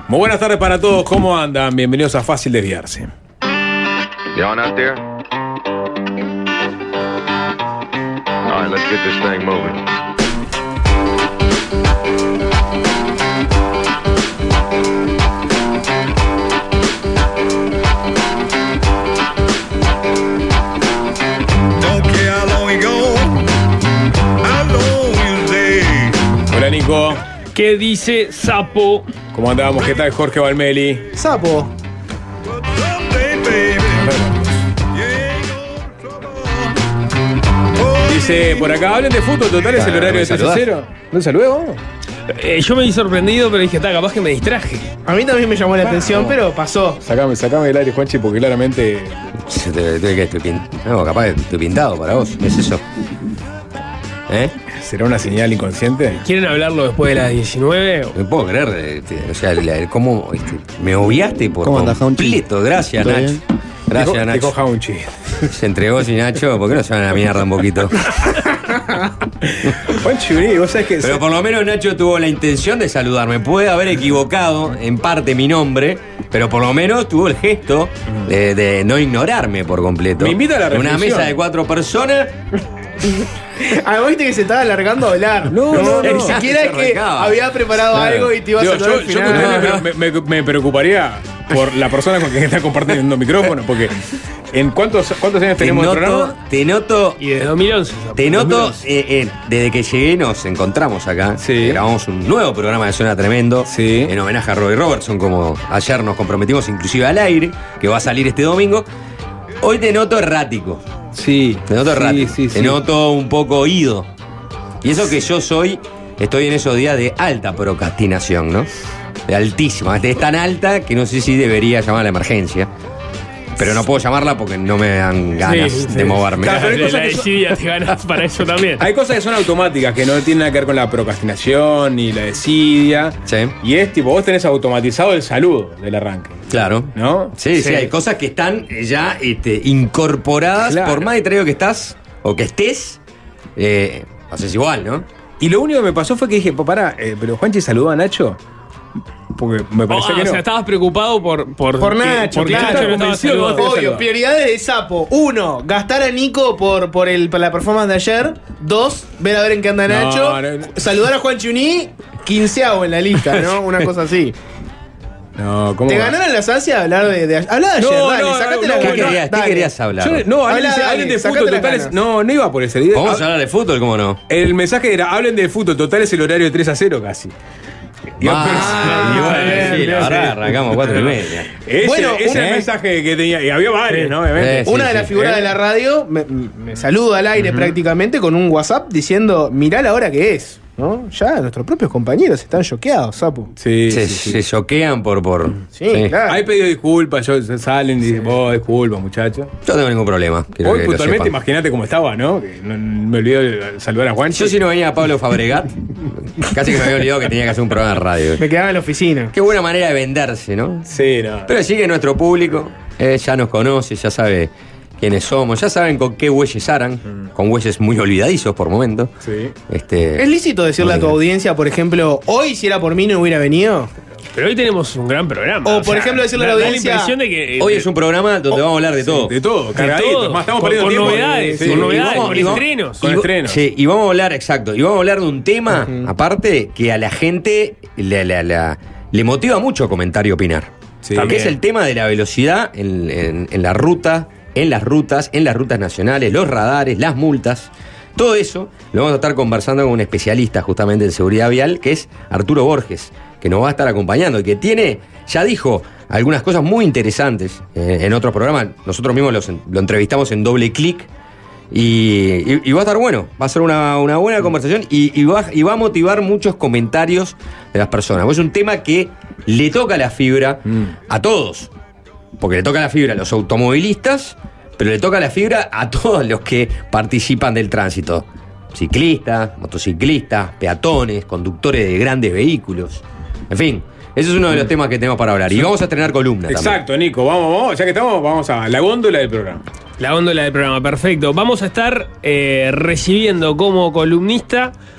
Muy buenas tardes para todos, ¿cómo andan? Bienvenidos a Fácil Desviarse. Y'all out there? All right, let's get this thing moving. Don't care how long we go, how long you stay. Hola Nico, ¿Qué dice Sapo? ¿cómo andamos? ¿Qué tal Jorge Valmeli? Sapo. But someday, baby, you ain't gonna trouble. Oh, Dice, por acá, hablen de fútbol, total es el horario de 3 a 0. ¿No saludó? Yo me vi sorprendido, pero dije, está, capaz que me distraje. A mí también me llamó la atención, pero pasó. Sacame el aire, Juanchi, porque claramente... No, capaz que estoy pintado para vos. ¿Qué es eso? ¿Será una señal inconsciente? ¿Quieren hablarlo después de las 19? No puedo creer. O sea, cómo me obviaste por ¿Cómo andás, Jauchi? completo. Gracias, ¿Todo Nacho. bien? Gracias, Te Nacho. coja un chi. Se entregó sin Nacho. ¿Por qué no se van a la mierda un poquito? Juanchi, vení, vos sabés que... Pero por lo menos Nacho tuvo la intención de saludarme. Puede haber equivocado en parte mi nombre, pero por lo menos tuvo el gesto de no ignorarme por completo. Me invita a la En una reflexión. mesa de 4 personas. Ah, viste que se estaba alargando a hablar. No. Ni siquiera es que Arrancaba. había preparado Claro. algo y te iba a Digo, saludar al yo final. escucharía, me preocuparía por la persona con quien está compartiendo micrófono, porque ¿en cuántos años tenemos de programa? Te noto. Y desde 2011. Sapo. Te noto, desde que llegué nos encontramos acá. Sí. Grabamos un nuevo programa de Suena Tremendo. Sí. En homenaje a Robbie Robertson, como ayer nos comprometimos inclusive al aire, que va a salir este domingo. Hoy te noto errático. Sí. Te noto errático. Sí. Te noto un poco oído. Y eso que estoy en esos días de alta procrastinación, ¿no? De altísima. Es tan alta que no sé si debería llamar a la emergencia. Pero no puedo llamarla porque no me dan ganas Sí, de sí. moverme. Claro, pero hay La cosas que desidia te ganas para eso también. Hay cosas que son automáticas, que no tienen nada que ver con la procrastinación ni la desidia. Sí. Y es tipo, vos tenés automatizado el saludo del arranque. Claro. ¿No? Sí, hay cosas que están ya incorporadas, Claro. por más distraído que estás o que estés, haces igual, ¿no? Y lo único que me pasó fue que dije, pará, pero Juanchi saludó a Nacho. Porque me parecía que O no. sea, estabas preocupado por Nacho, porque claro. Nacho no estaba Convencido que vos saludando. te- Obvio, saludar. prioridades de Sapo. 1, gastar a Nico por la performance de ayer. 2, ver a ver en qué anda No, Nacho. no. Saludar a Juan Chuní, 15º en la lista, ¿no? Una cosa así. No, ¿cómo ¿Te va? ganaron las ansias de hablar de ayer? Habla de ayer, No, dale, no, sacate no, la ¿Qué bueno, gana. querías, Dale. ¿qué querías hablar? Hablen Habla, de sacate fútbol las totales. ganas. No iba por ese. Vamos a hablar de fútbol, ¿cómo no? El mensaje era, hablen de fútbol, total es el horario de 3 a 0 casi. Y yo Sí, bien, la verdad, bien. arrancamos 4:30. Ese, Bueno, ese es el ¿eh? mensaje que tenía. Y había varios, ¿no? Obviamente. Sí, Una de las figuras de la radio me saluda al aire prácticamente con un WhatsApp diciendo, mirá la hora que es, ¿no? Ya nuestros propios compañeros están choqueados, Sapo. Sí, Se choquean por. Sí, claro. Hay pedido disculpas, salen y dicen, vos, disculpas, muchachos. Yo no tengo ningún problema. quiero Hoy que lo puntualmente, sepan. imagínate cómo estaba, ¿no? Que no me olvidé de saludar a Juanchi. Yo si no venía Pablo Fabregat, casi que me había olvidado que tenía que hacer un programa de radio. Me quedaba en la oficina. Qué buena manera de venderse, ¿no? Sí, no. Pero sí que nuestro público ya nos conoce, ya sabe quiénes somos, ya saben con qué bueyes aran, con bueyes muy olvidadizos por momentos. Sí. ¿Es lícito decirle a tu audiencia, por ejemplo, hoy si era por mí no hubiera venido? Pero hoy tenemos un gran programa. O, por ejemplo, decirle a la da audiencia, impresión de que Hoy es un programa donde vamos a hablar de todo. De todo, de cargadito. todo, Más estamos con perdiendo tiempo. novedades, Sí. con novedades, vamos- con y vamos- estrenos. Con estrenos. Sí, y vamos a hablar, exacto, y vamos a hablar de un tema, aparte, que a la gente le motiva mucho comentar y opinar. Sí. Que es el tema de la velocidad en la ruta, en las rutas nacionales, los radares, las multas. Todo eso lo vamos a estar conversando con un especialista justamente en seguridad vial, que es Arturo Borges, que nos va a estar acompañando y que ya dijo algunas cosas muy interesantes en otros programas. Nosotros mismos lo entrevistamos en Doble Clic. Y va a estar bueno, va a ser una buena conversación y va a motivar muchos comentarios de las personas. Pues es un tema que le toca la fibra a todos, porque le toca la fibra a los automovilistas, pero le toca la fibra a todos los que participan del tránsito. Ciclistas, motociclistas, peatones, conductores de grandes vehículos. En fin, ese es uno de los temas que tenemos para hablar. Y vamos a estrenar columna también. Exacto, Nico. Vamos, ya que estamos, vamos a la góndola del programa. La góndola del programa, perfecto. Vamos a estar recibiendo como columnista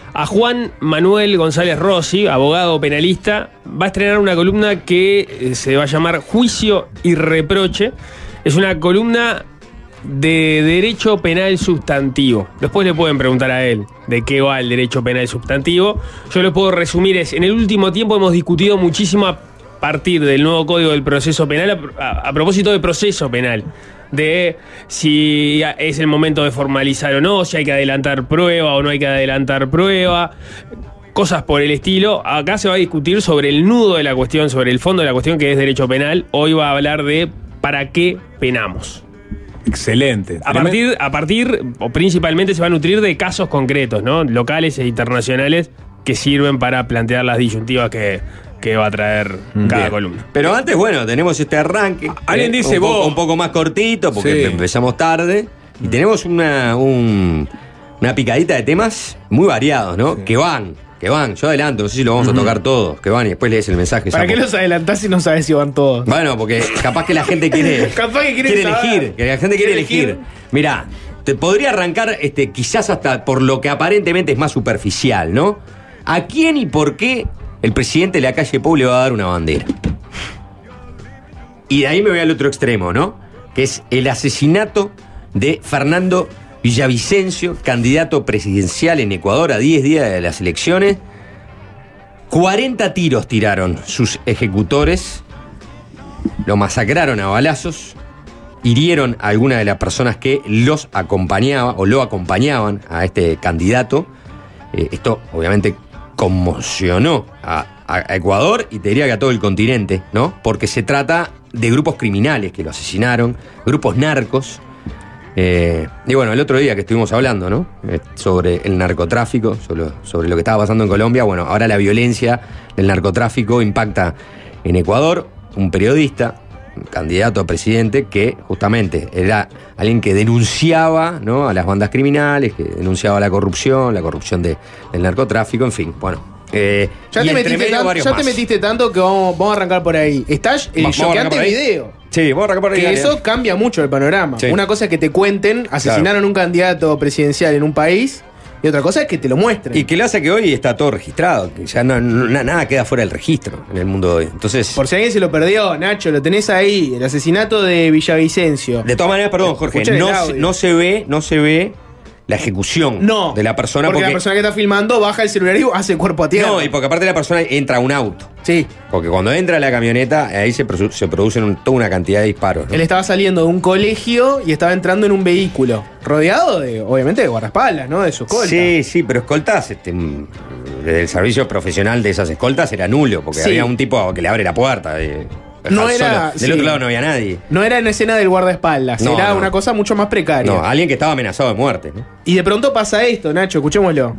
a Juan Manuel González Rossi, abogado penalista, va a estrenar una columna que se va a llamar Juicio y Reproche. Es una columna de derecho penal sustantivo. Después le pueden preguntar a él de qué va el derecho penal sustantivo. Yo les puedo resumir, en el último tiempo hemos discutido muchísimo a partir del nuevo Código del Proceso Penal, a propósito de proceso penal, de si es el momento de formalizar o no, si hay que adelantar prueba o no hay que adelantar prueba, cosas por el estilo. Acá se va a discutir sobre el nudo de la cuestión, sobre el fondo de la cuestión, que es derecho penal. Hoy va a hablar de para qué penamos. Excelente. A partir, o principalmente se va a nutrir de casos concretos, ¿no? Locales e internacionales, que sirven para plantear las disyuntivas que va a traer cada columna. Pero antes, bueno, tenemos este arranque. Alguien dice vos. Un poco más cortito, porque empezamos tarde. Y tenemos una picadita de temas muy variados, ¿no? Sí. Que van. Yo adelanto, no sé si lo vamos a tocar todos. Que van y después lees el mensaje. ¿Para qué los adelantás si no sabes si van todos? Bueno, porque capaz que la gente quiere, Capaz que quiere saber. elegir. Que la gente quiere elegir. Mirá, te podría arrancar quizás hasta por lo que aparentemente es más superficial, ¿no? ¿A quién y por qué el presidente de la calle Pou le va a dar una bandera? Y de ahí me voy al otro extremo, ¿no? Que es el asesinato de Fernando Villavicencio, candidato presidencial en Ecuador a 10 días de las elecciones. 40 tiros tiraron sus ejecutores, lo masacraron a balazos, hirieron a algunas de las personas que los acompañaban o lo acompañaban a este candidato. Esto obviamente conmocionó a Ecuador y te diría que a todo el continente, ¿no? Porque se trata de grupos criminales que lo asesinaron, grupos narcos. Y bueno, el otro día que estuvimos hablando, ¿no? Sobre el narcotráfico, sobre lo que estaba pasando en Colombia. Bueno, ahora la violencia del narcotráfico impacta en Ecuador. Un periodista, un candidato a presidente, que justamente era alguien que denunciaba, ¿no?, a las bandas criminales, que denunciaba la corrupción del narcotráfico, en fin, bueno. Ya te metiste tanto que vamos a arrancar por ahí. Está el choqueante video. Sí, vamos a arrancar por ahí. Que eso cambia mucho el panorama. Sí. Una cosa es que te cuenten, asesinaron a un candidato presidencial en un país, y otra cosa es que te lo muestren. Y que lo hace que hoy está todo registrado, que ya nada queda fuera del registro en el mundo de hoy. Entonces, por si alguien se lo perdió, Nacho, lo tenés ahí, el asesinato de Villavicencio. De todas maneras, perdón, Jorge, no se ve la ejecución de la persona. Porque la persona que está filmando baja el celular y hace cuerpo a tierra. No, y porque aparte la persona entra a un auto. Sí. Porque cuando entra a la camioneta, ahí se producen toda una cantidad de disparos, ¿no? Él estaba saliendo de un colegio y estaba entrando en un vehículo, rodeado obviamente, de guardaespaldas, ¿no? De su escolta. Sí, pero escoltas, el servicio profesional de esas escoltas era nulo, porque había un tipo que le abre la puerta. No era, del otro lado no había nadie. No era en escena del guardaespaldas, era una cosa mucho más precaria. No, alguien que estaba amenazado de muerte, ¿no? Y de pronto pasa esto, Nacho, escuchémoslo.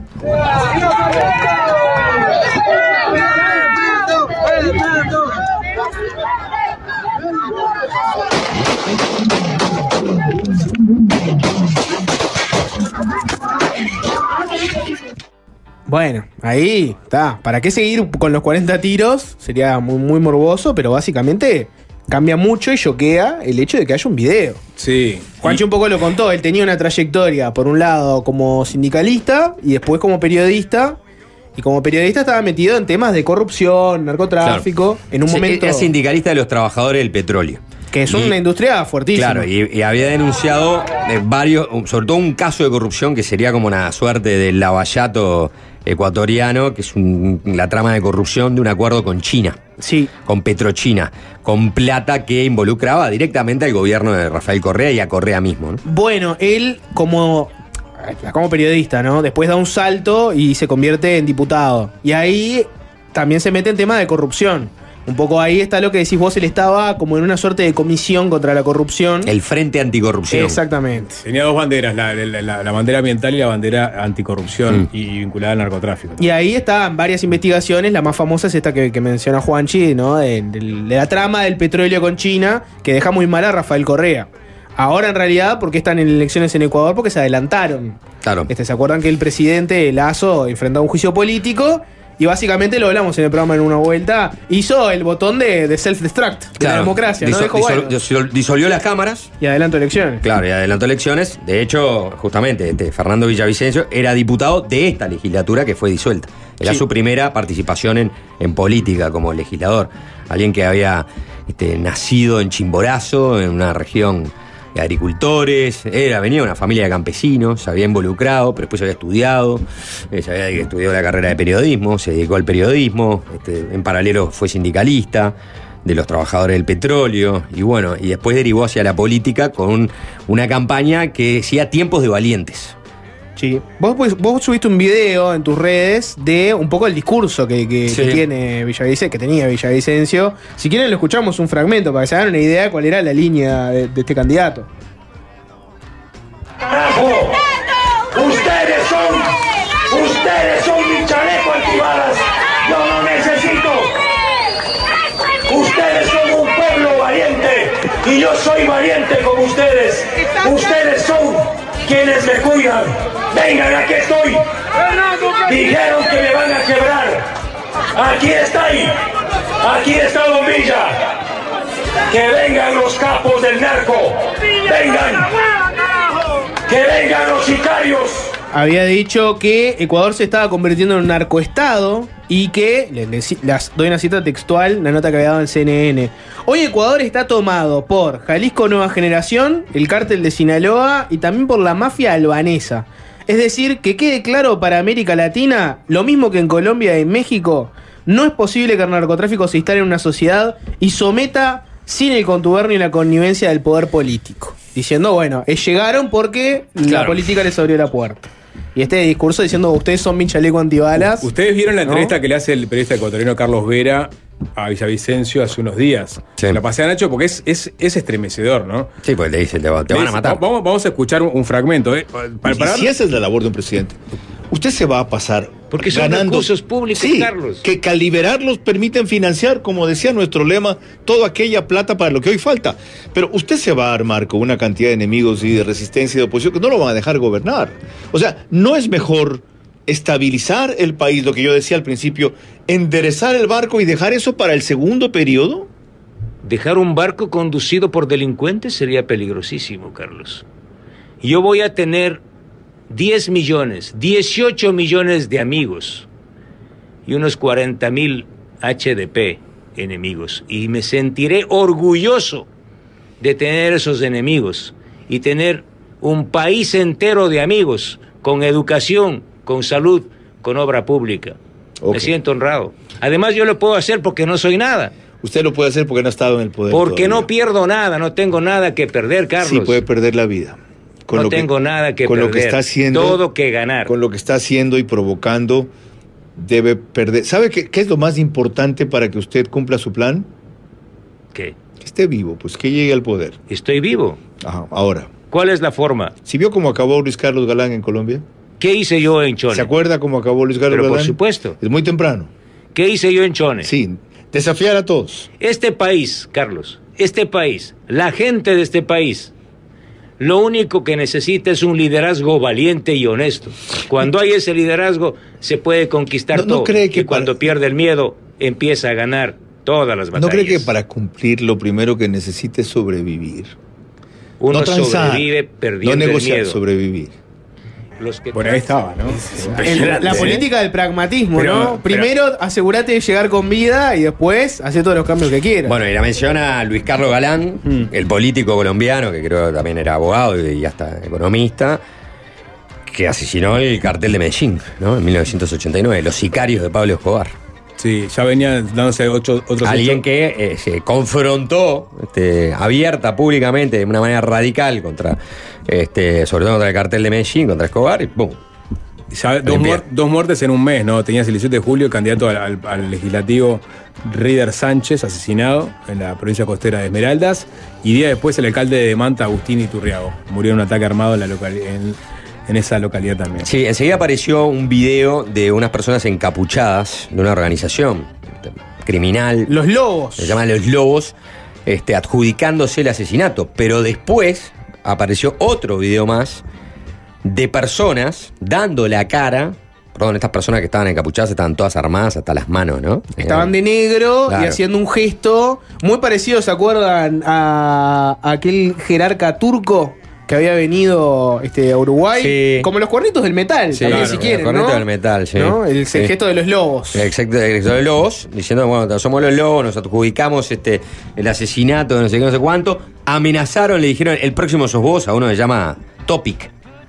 Bueno, ahí está. ¿Para qué seguir con los 40 tiros? Sería muy, muy morboso, pero básicamente cambia mucho y choquea el hecho de que haya un video. Sí. Juanchi un poco lo contó. Él tenía una trayectoria, por un lado, como sindicalista y después como periodista. Y como periodista estaba metido en temas de corrupción, narcotráfico. Claro. En un momento. Era sindicalista de los trabajadores del petróleo. Que es una industria fuertísima. Claro, y había denunciado varios, sobre todo un caso de corrupción que sería como una suerte del lavallato ecuatoriano, que es la trama de corrupción de un acuerdo con China. Sí. Con Petrochina, con plata que involucraba directamente al gobierno de Rafael Correa y a Correa mismo, ¿no? Bueno, él como periodista, ¿no? Después da un salto y se convierte en diputado. Y ahí también se mete en tema de corrupción. Un poco ahí está lo que decís vos, él estaba como en una suerte de comisión contra la corrupción. El Frente Anticorrupción. Exactamente. Tenía dos banderas, la bandera ambiental y la bandera anticorrupción y vinculada al narcotráfico. Y ahí están varias investigaciones, la más famosa es esta que menciona Juanchi, ¿no? De la trama del petróleo con China, que deja muy mal a Rafael Correa. Ahora en realidad, porque están en elecciones en Ecuador, porque se adelantaron. Claro. ¿Se acuerdan que el presidente Lasso enfrentaba un juicio político? y básicamente lo hablamos en el programa en una vuelta, hizo el botón de self-destruct, de la democracia, ¿no? Disolvió las cámaras. Y adelantó elecciones. Claro, y adelantó elecciones. De hecho, justamente, Fernando Villavicencio era diputado de esta legislatura que fue disuelta. Era su primera participación en política como legislador. Alguien que había nacido en Chimborazo, en una región de agricultores, venía de una familia de campesinos, se había involucrado, pero después había estudiado, estudió la carrera de periodismo, se dedicó al periodismo, en paralelo fue sindicalista de los trabajadores del petróleo, y bueno, y después derivó hacia la política con una campaña que decía tiempos de valientes. Sí. Vos subiste un video en tus redes de un poco el discurso que tiene Villavicencio, que tenía Villavicencio. Si quieren lo escuchamos un fragmento para que se hagan una idea de cuál era la línea de este candidato. ¡Carajo! ¡Ustedes son mi chaleco antibalas! ¡Yo no necesito! ¡Ustedes son un pueblo valiente! ¡Y yo soy valiente como ustedes! ¡Ustedes son quienes me cuidan! ¡Vengan, aquí estoy! Dijeron que me van a quebrar. Aquí está Don Villa. Que vengan los capos del narco. Vengan. Que vengan los sicarios. Había dicho que Ecuador se estaba convirtiendo en un narcoestado y que, les doy una cita textual, la nota que había dado en CNN. Hoy Ecuador está tomado por Jalisco Nueva Generación, el cártel de Sinaloa y también por la mafia albanesa. Es decir, que quede claro para América Latina, lo mismo que en Colombia y en México, no es posible que el narcotráfico se instale en una sociedad y someta sin el contubernio y la connivencia del poder político. Diciendo, bueno, llegaron porque la política les abrió la puerta. Y este discurso diciendo, ustedes son mi chaleco antibalas. Ustedes vieron la entrevista que le hace el periodista ecuatoriano Carlos Vera a Villavicencio hace unos días. Sí. La pasé a Nacho porque es estremecedor, ¿no? Sí, pues le dice, te van a matar. Vamos a escuchar un fragmento. Si esa es la labor de un presidente, usted se va a pasar porque son recursos públicos, Carlos. Que al liberarlos permiten financiar, como decía nuestro lema, toda aquella plata para lo que hoy falta. Pero usted se va a armar con una cantidad de enemigos y de resistencia y de oposición que no lo van a dejar gobernar. O sea, ¿no es mejor estabilizar el país, lo que yo decía al principio, enderezar el barco y dejar eso para el segundo periodo? Dejar un barco conducido por delincuentes sería peligrosísimo, Carlos. Yo voy a tener 10 millones, 18 millones de amigos y unos 40,000 HDP enemigos. Y me sentiré orgulloso de tener esos enemigos y tener un país entero de amigos con educación, con salud, con obra pública. Okay. Me siento honrado. Además, yo lo puedo hacer porque no soy nada. Usted lo puede hacer porque no ha estado en el poder. Porque todavía. No pierdo nada, no tengo nada que perder, Carlos. Sí, puede perder la vida. No tengo nada que perder. Con lo que está haciendo, todo que ganar. Con lo que está haciendo y provocando, debe perder. ¿Sabe qué es lo más importante para que usted cumpla su plan? ¿Qué? Que esté vivo, pues que llegue al poder. Estoy vivo. Ajá, ahora. ¿Cuál es la forma? ¿Sí vio cómo acabó Luis Carlos Galán en Colombia? ¿Qué hice yo en Chone? ¿Se acuerda cómo acabó Luis Carlos Galán? Por supuesto. Es muy temprano. ¿Qué hice yo en Chone? Sí, desafiar a todos. Este país, Carlos, la gente de este país, lo único que necesita es un liderazgo valiente y honesto. Cuando hay ese liderazgo, se puede conquistar todo. ¿No cree que cuando pierde el miedo, empieza a ganar todas las batallas? ¿No cree que para cumplir lo primero que necesita es sobrevivir? Uno no transar, sobrevive perdiendo no negociar, el miedo. Sobrevivir. Por ahí estaba, ¿no? La política del pragmatismo, pero, ¿no? Primero asegúrate de llegar con vida y después hacer todos los cambios que quieras. Bueno, y la menciona Luis Carlos Galán, el político colombiano, que creo que también era abogado y hasta economista, que asesinó el cartel de Medellín, ¿no? En 1989, los sicarios de Pablo Escobar. Sí, ya venía dándose otros alguien hechos. Que se confrontó abierta, públicamente, de una manera radical contra, sobre todo contra el cartel de Medellín, contra Escobar, y ¡pum! Ya dos muertes en un mes, ¿no? Tenías el 17 de julio el candidato al legislativo Rider Sánchez, asesinado en la provincia costera de Esmeraldas, y día después el alcalde de Manta, Agustín Iturriago, murió en un ataque armado en esa localidad también. Sí, enseguida apareció un video de unas personas encapuchadas de una organización criminal. Los Lobos. Se llaman Los Lobos, adjudicándose el asesinato. Pero después apareció otro video más de personas dando la cara estas personas que estaban encapuchadas estaban todas armadas hasta las manos, ¿no? Estaban de negro claro. y haciendo un gesto muy parecido, ¿se acuerdan? A aquel jerarca turco que había venido a Uruguay. Sí. Como los cuernitos del metal, Sí, también, claro, si quieren, el corneto ¿no? del metal, sí. ¿No? El Sí. gesto de los lobos. Exacto, el gesto de los lobos, diciendo, bueno, somos los lobos, nos adjudicamos el asesinato de no sé qué, no sé cuánto. Amenazaron, le dijeron, el próximo sos vos, a uno que se llama Topic,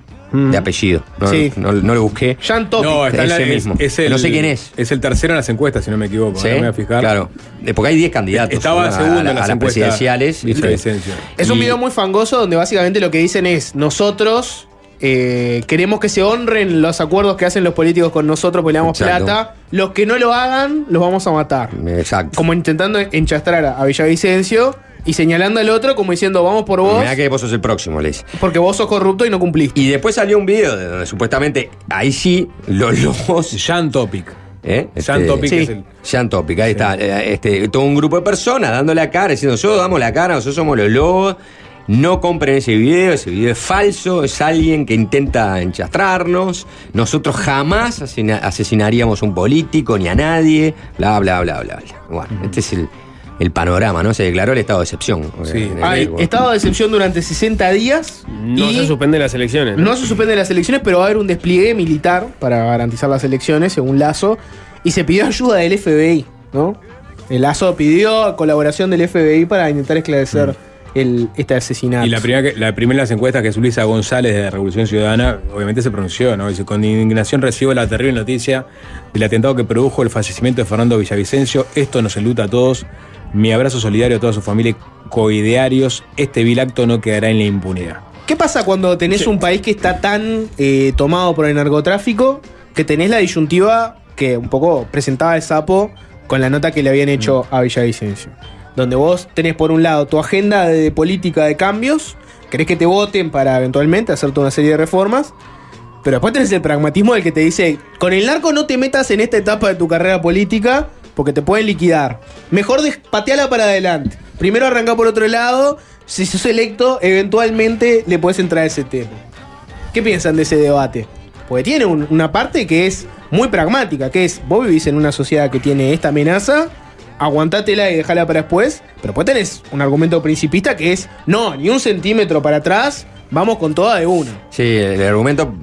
de apellido. No, Sí. no lo busqué. Jan Topic. No, está en la, Ese mismo. No sé quién es. Es el tercero en las encuestas, si no me equivoco. ¿Sí? No me voy a fijar. Claro. Porque hay 10 candidatos. Estaba segundo en las a las encuestas presidenciales. ¿viste? Villavicencio. Es un Y- video muy fangoso donde básicamente lo que dicen es: nosotros queremos que se honren los acuerdos que hacen los políticos con nosotros porque le damos Exacto. plata. Los que no lo hagan, los vamos a matar. Exacto. Como intentando enchastrar a Villavicencio y señalando al otro como diciendo: vamos por vos, Mirá que vos sos el próximo, le dice. porque vos sos corrupto y no cumpliste. Y después salió un video de donde supuestamente, ahí sí, los lobos. Jan Topic. ¿Eh? Jan Topic sí. es el. Jan Topic, ahí está. Todo un grupo de personas dando la cara, diciendo, nosotros damos la cara, nosotros somos los lobos. No compren ese video es falso, es alguien que intenta enchastrarnos. Nosotros jamás asesinaríamos a un político ni a nadie, bla, bla, bla, bla, bla. Bueno, este es el panorama, ¿no? Se declaró el estado de excepción. Sí. Hay estado de excepción durante 60 días. No y se suspenden las elecciones. no se suspenden las elecciones, pero va a haber un despliegue militar para garantizar las elecciones, según Lazo. Y se pidió ayuda del FBI, ¿no? El Lazo pidió colaboración del FBI para intentar esclarecer este asesinato. Y la primera de las encuestas, que es Luisa González de Revolución Ciudadana, obviamente se pronunció, ¿no? Dice: con indignación recibo la terrible noticia del atentado que produjo el fallecimiento de Fernando Villavicencio. Esto nos enluta a todos. Mi abrazo solidario a toda su familia y coidearios. Este vil acto no quedará en la impunidad. ¿Qué pasa cuando tenés un país que está tan tomado por el narcotráfico que tenés la disyuntiva que un poco presentaba el Sapo con la nota que le habían hecho a Villavicencio? Donde vos tenés por un lado tu agenda de política de cambios, querés que te voten para eventualmente hacer toda una serie de reformas, pero después tenés el pragmatismo del que te dice: con el narco no te metas en esta etapa de tu carrera política porque te pueden liquidar. Mejor pateala para adelante. Primero arranca por otro lado, si sos electo, eventualmente le podés entrar a ese tema. ¿Qué piensan de ese debate? Porque tiene una parte que es muy pragmática, que es: vos vivís en una sociedad que tiene esta amenaza, aguantátela y dejala para después. Pero después tenés un argumento principista que es: no, ni un centímetro para atrás, vamos con toda de una. Sí, el argumento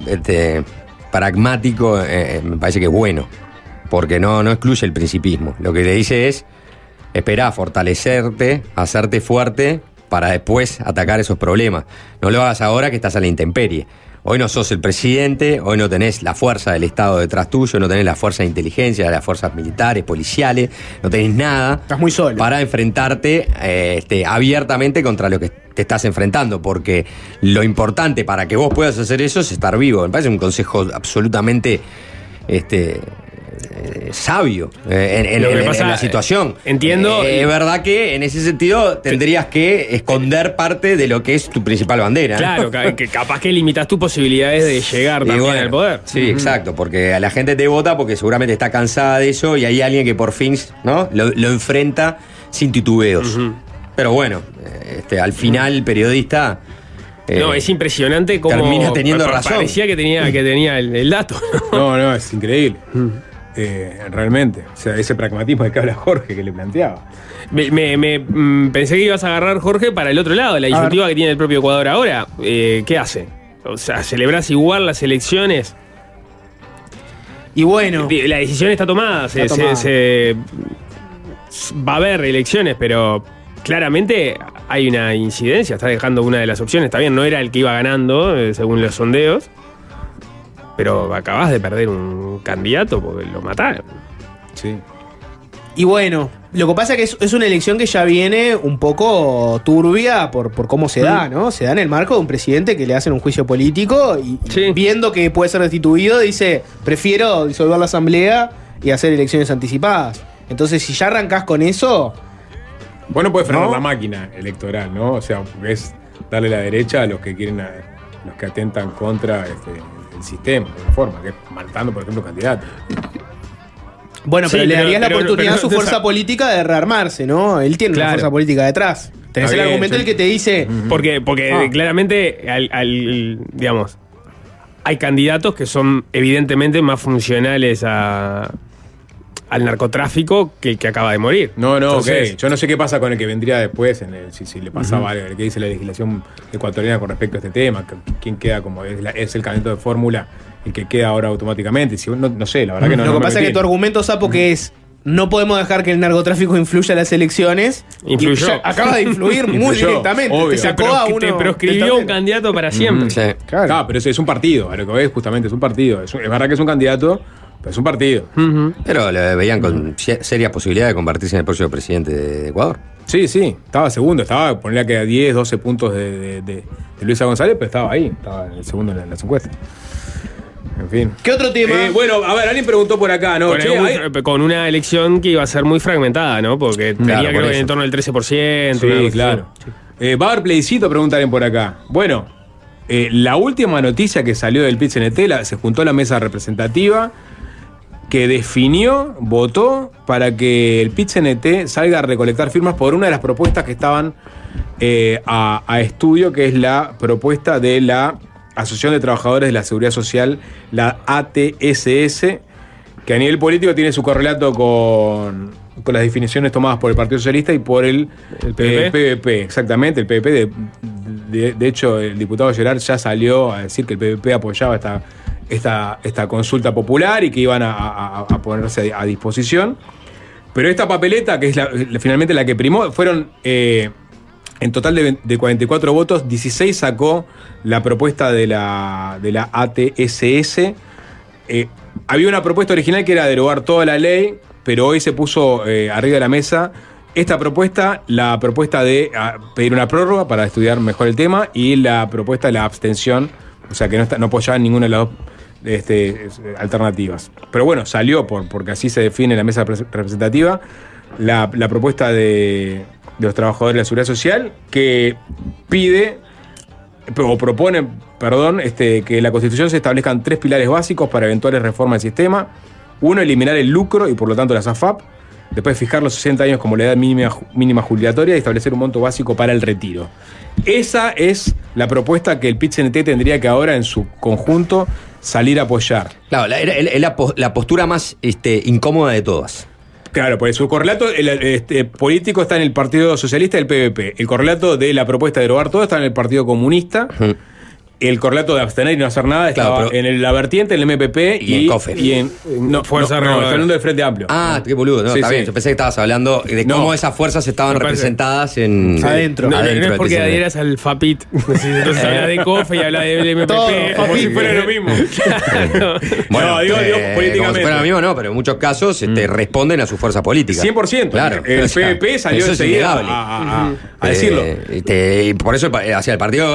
pragmático me parece que es bueno, porque no excluye el principismo. Lo que le dice es: esperá, fortalecerte, hacerte fuerte para después atacar esos problemas. No lo hagas ahora que estás a la intemperie. Hoy no sos el presidente, hoy no tenés la fuerza del Estado detrás tuyo, no tenés la fuerza de inteligencia, las fuerzas militares, policiales, no tenés nada. Estás muy solo. Para enfrentarte abiertamente contra lo que te estás enfrentando, porque lo importante para que vos puedas hacer eso es estar vivo. Me parece un consejo absolutamente sabio en la situación. Entiendo. Es verdad que en ese sentido tendrías que esconder parte de lo que es tu principal bandera. Claro, que capaz que limitas tus posibilidades de llegar Y también bueno, al poder. Sí, exacto, porque a la gente te vota porque seguramente está cansada de eso y hay alguien que por fin, ¿no? lo enfrenta sin titubeos. Pero bueno, al final el periodista No, es impresionante cómo termina teniendo razón. Parecía que tenía el dato. No, es increíble. Realmente. O sea, ese pragmatismo de que habla Jorge que le planteaba. Pensé que ibas a agarrar, Jorge, para el otro lado, la disyuntiva que tiene el propio Ecuador ahora. ¿Qué hace? O sea, ¿celebrás igual las elecciones? Y bueno, La decisión está tomada. Va a haber elecciones, pero claramente hay una incidencia. Está dejando una de las opciones. Está bien, no era el que iba ganando, según los sondeos. Pero acabas de perder un candidato porque lo mataron. Sí. y bueno, lo que pasa es que es una elección que ya viene un poco turbia por cómo se da, ¿no? Se da en el marco de un presidente que le hacen un juicio político y viendo que puede ser destituido, dice: prefiero disolver la asamblea y hacer elecciones anticipadas. Entonces, si ya arrancás con eso... Vos no podés frenar ¿no? la máquina electoral, ¿no? O sea, es darle la derecha a los que quieren, los que atentan contra el sistema, de alguna forma, que es matando, por ejemplo, candidatos. Bueno, pero Sí, le darías la oportunidad a su pero- fuerza política de rearmarse, ¿no? Él tiene una Claro. fuerza política detrás. Tenés Está el bien, argumento sí. el que te dice... Porque claramente, digamos, hay candidatos que son evidentemente más funcionales al narcotráfico que el que acaba de morir. No, Entonces, ok. Yo no sé qué pasa con el que vendría después, si le pasaba algo, qué dice la legislación ecuatoriana con respecto a este tema, quién queda como es el candidato de fórmula, el que queda ahora automáticamente. Si, no sé, la verdad que no. Lo que me pasa es que metí. tu argumento, Sapo, que es no podemos dejar que el narcotráfico influya en las elecciones. Influyó. Y ya acaba de influir muy Influyó, directamente. obvio. Te sacó a uno. te proscribió del un candidato para siempre. Sí. Claro, pero es un partido, a lo que ves justamente, es un partido. Es verdad que es un candidato, pero es un partido. Pero lo veían con serias posibilidades de convertirse en el próximo presidente de Ecuador. Sí, estaba segundo, ponerle que a 10, 12 puntos de Luisa González, pero estaba ahí, estaba el segundo en las encuestas. En fin. ¿Qué otro tema? Bueno, a ver, alguien preguntó por acá, ¿no? Con una elección que iba a ser muy fragmentada, ¿no? Porque tenía por creo que eso. en torno al 13%. Sí, claro. Va a haber plebiscito, preguntan por acá. Bueno, la última noticia que salió del PIT-CNT, se juntó la mesa representativa que votó para que el PIT-CNT salga a recolectar firmas por una de las propuestas que estaban a estudio, que es la propuesta de la Asociación de Trabajadores de la Seguridad Social, la ATSS, que a nivel político tiene su correlato con las definiciones tomadas por el Partido Socialista y por el PVP, exactamente, el PVP. De hecho, el diputado Gerard ya salió a decir que el PVP apoyaba esta consulta popular y que iban a ponerse a disposición. Pero esta papeleta, que es finalmente la que primó, fueron en total de 44 votos, 16 sacó la propuesta de la ATSS. Había una propuesta original que era derogar toda la ley, pero hoy se puso arriba de la mesa esta propuesta, la propuesta de pedir una prórroga para estudiar mejor el tema y la propuesta de la abstención, o sea que no apoyaban ninguna de las dos alternativas. Pero bueno, salió porque así se define la mesa representativa la propuesta de los trabajadores de la Seguridad Social, que propone, que la Constitución se establezcan 3 pilares básicos para eventuales reformas del sistema. Uno, eliminar el lucro y por lo tanto las AFAP. Después, fijar los 60 años como la edad mínima jubilatoria y establecer un monto básico para el retiro. Esa es la propuesta que el PIT-CNT tendría que ahora en su conjunto salir a apoyar. Claro, es la postura más incómoda de todas. Claro, porque su correlato político está en el Partido Socialista y el PVP. El correlato de la propuesta de derogar todo está en el Partido Comunista. El correlato de abstener y no hacer nada estaba en la vertiente, en el MPP y en COFE. Fuerza Renovadora. Está hablando del Frente Amplio. Ah, qué boludo, no, Sí, está sí. bien. Yo pensé que estabas hablando de cómo esas fuerzas estaban representadas adentro. No es del porque PCN. adhieras al FAPIT. Entonces habla de COFE y habla del MPP. Todo, como si FAPIT. fuera lo mismo. Bueno, digo como políticamente. si fuera lo mismo, no, pero en muchos casos responden a su fuerza política. 100%. Claro. El O sea, PVP salió eso es enseguida innegable. a decirlo. Y por eso, hacia el partido,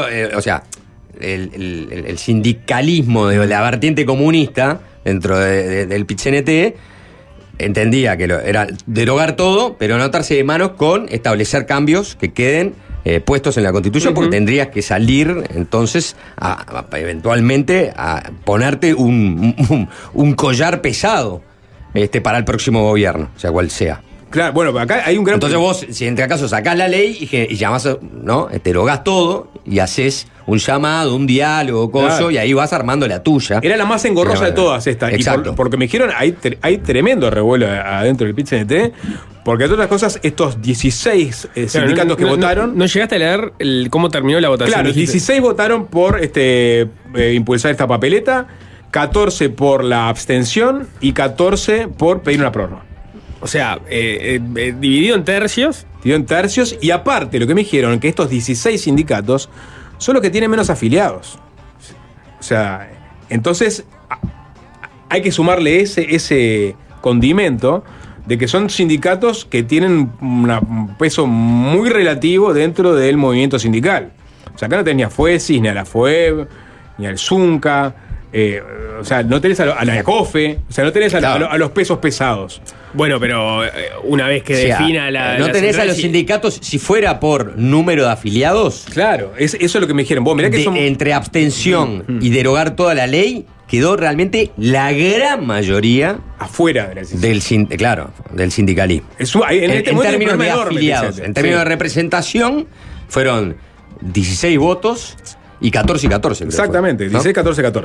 el sindicalismo de la vertiente comunista dentro del PIT-CNT entendía que era derogar todo, pero no atarse de manos con establecer cambios que queden puestos en la Constitución, porque tendrías que salir entonces eventualmente a ponerte un collar pesado para el próximo gobierno, sea cual sea. Claro, bueno, acá hay un gran... Entonces vos, si entre acaso sacás la ley y llamás, ¿no? Derogás todo y haces un llamado, un diálogo, Claro. y ahí vas armando la tuya. Era la más engorrosa de todas esta. Exacto. Y porque me dijeron, hay tremendo revuelo adentro del PIT-CNT, porque entre otras cosas, estos 16 sindicatos que votaron... No llegaste a leer cómo terminó la votación. Claro, dijiste. 16 votaron por impulsar esta papeleta, 14 por la abstención y 14 por pedir una prórroga. O sea, dividido en tercios. Dividido en tercios, y aparte, lo que me dijeron, que estos 16 sindicatos son los que tienen menos afiliados. O sea, entonces hay que sumarle ese condimento de que son sindicatos que tienen un peso muy relativo dentro del movimiento sindical. O sea, acá no tenés ni a FUESIS, ni a la FUEB, ni al ZUNCA, o sea, no tenés a la COFE, o sea, no tenés a los pesos pesados. Bueno, pero una vez que defina la... No la tenés central, a los sindicatos, si fuera por número de afiliados, Claro, eso es lo que me dijeron. Vos mirá que son... entre abstención y derogar toda la ley, quedó realmente la gran mayoría afuera de la decisión. del sindicalismo. En términos de afiliados, en términos de representación, fueron 16 votos y 14 y 14. Creo Exactamente, fue, ¿no? 16, 14, 14.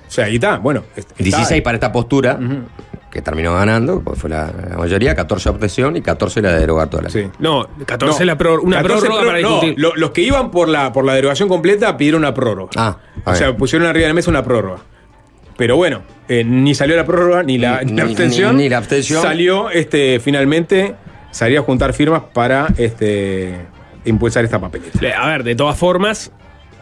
O sea, ahí está, bueno. 16 para esta postura, que terminó ganando, porque fue la mayoría, 14 obtención y 14 la de derogar toda la ley. Sí. No, 14 la una prórroga para discutir. No, los que iban por la derogación completa pidieron una prórroga. O sea, pusieron arriba de la mesa una prórroga. Pero bueno, ni salió la prórroga, ni la abstención. Ni la abstención. Salió, finalmente, salió a juntar firmas para impulsar esta papeleta. A ver, de todas formas,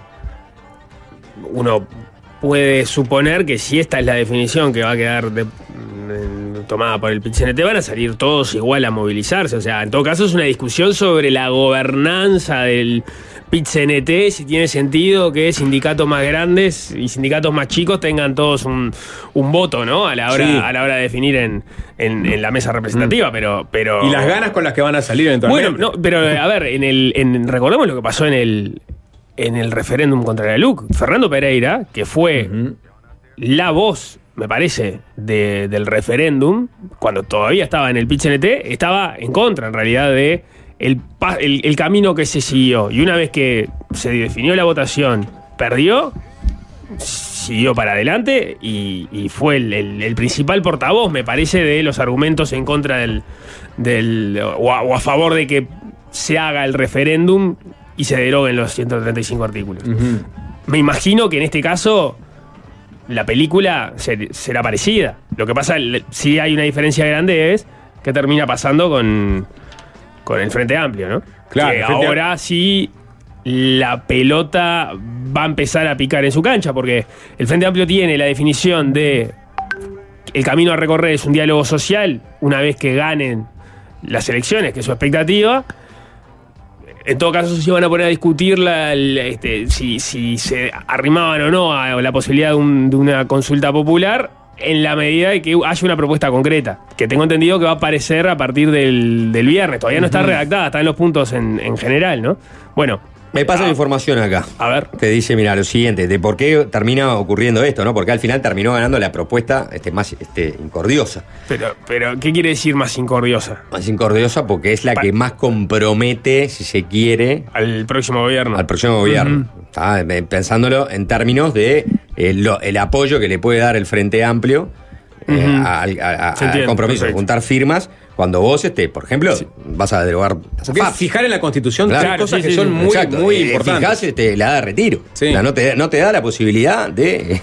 uno puede suponer que si esta es la definición que va a quedar tomada por el PIT-CNT, van a salir todos igual a movilizarse. O sea, en todo caso es una discusión sobre la gobernanza del PIT-CNT, si tiene sentido que sindicatos más grandes y sindicatos más chicos tengan todos un voto, ¿no? A la hora de definir en la mesa representativa, pero y las ganas con las que van a salir eventualmente. Bueno, no, pero a ver, recordemos lo que pasó en el referéndum contra la LUC. Fernando Pereira, que fue la voz, me parece, del referéndum, cuando todavía estaba en el PIT-CNT, estaba en contra, en realidad, de el camino que se siguió. Y una vez que se definió la votación, perdió, siguió para adelante y fue el principal portavoz, me parece, de los argumentos en contra o a favor de que se haga el referéndum y se deroguen los 135 artículos. Me imagino que en este caso la película será parecida. Lo que pasa, si hay una diferencia grande, es que termina pasando con el Frente Amplio, ¿no? Claro. Que ahora sí la pelota va a empezar a picar en su cancha, porque el Frente Amplio tiene la definición de el camino a recorrer es un diálogo social una vez que ganen las elecciones, que es su expectativa. En todo caso, se iban a poner a discutir si se arrimaban o no a la posibilidad de una consulta popular, en la medida de que haya una propuesta concreta, que tengo entendido que va a aparecer a partir del viernes. Todavía no está redactada, está en los puntos en general, ¿no? Bueno. Me pasa la información acá. A ver. Te dice, mira, lo siguiente, de por qué termina ocurriendo esto, ¿no? Porque al final terminó ganando la propuesta más incordiosa. Pero, ¿qué quiere decir más incordiosa? Más incordiosa porque es la que más compromete, si se quiere, al próximo gobierno. Al próximo gobierno. Pensándolo en términos de el apoyo que le puede dar el Frente Amplio al compromiso de juntar firmas. Cuando vos, por ejemplo, vas a derogar... Porque fijar en la Constitución cosas que son muy importantes. Fijás la de retiro. Sí. O sea, no te da la posibilidad de...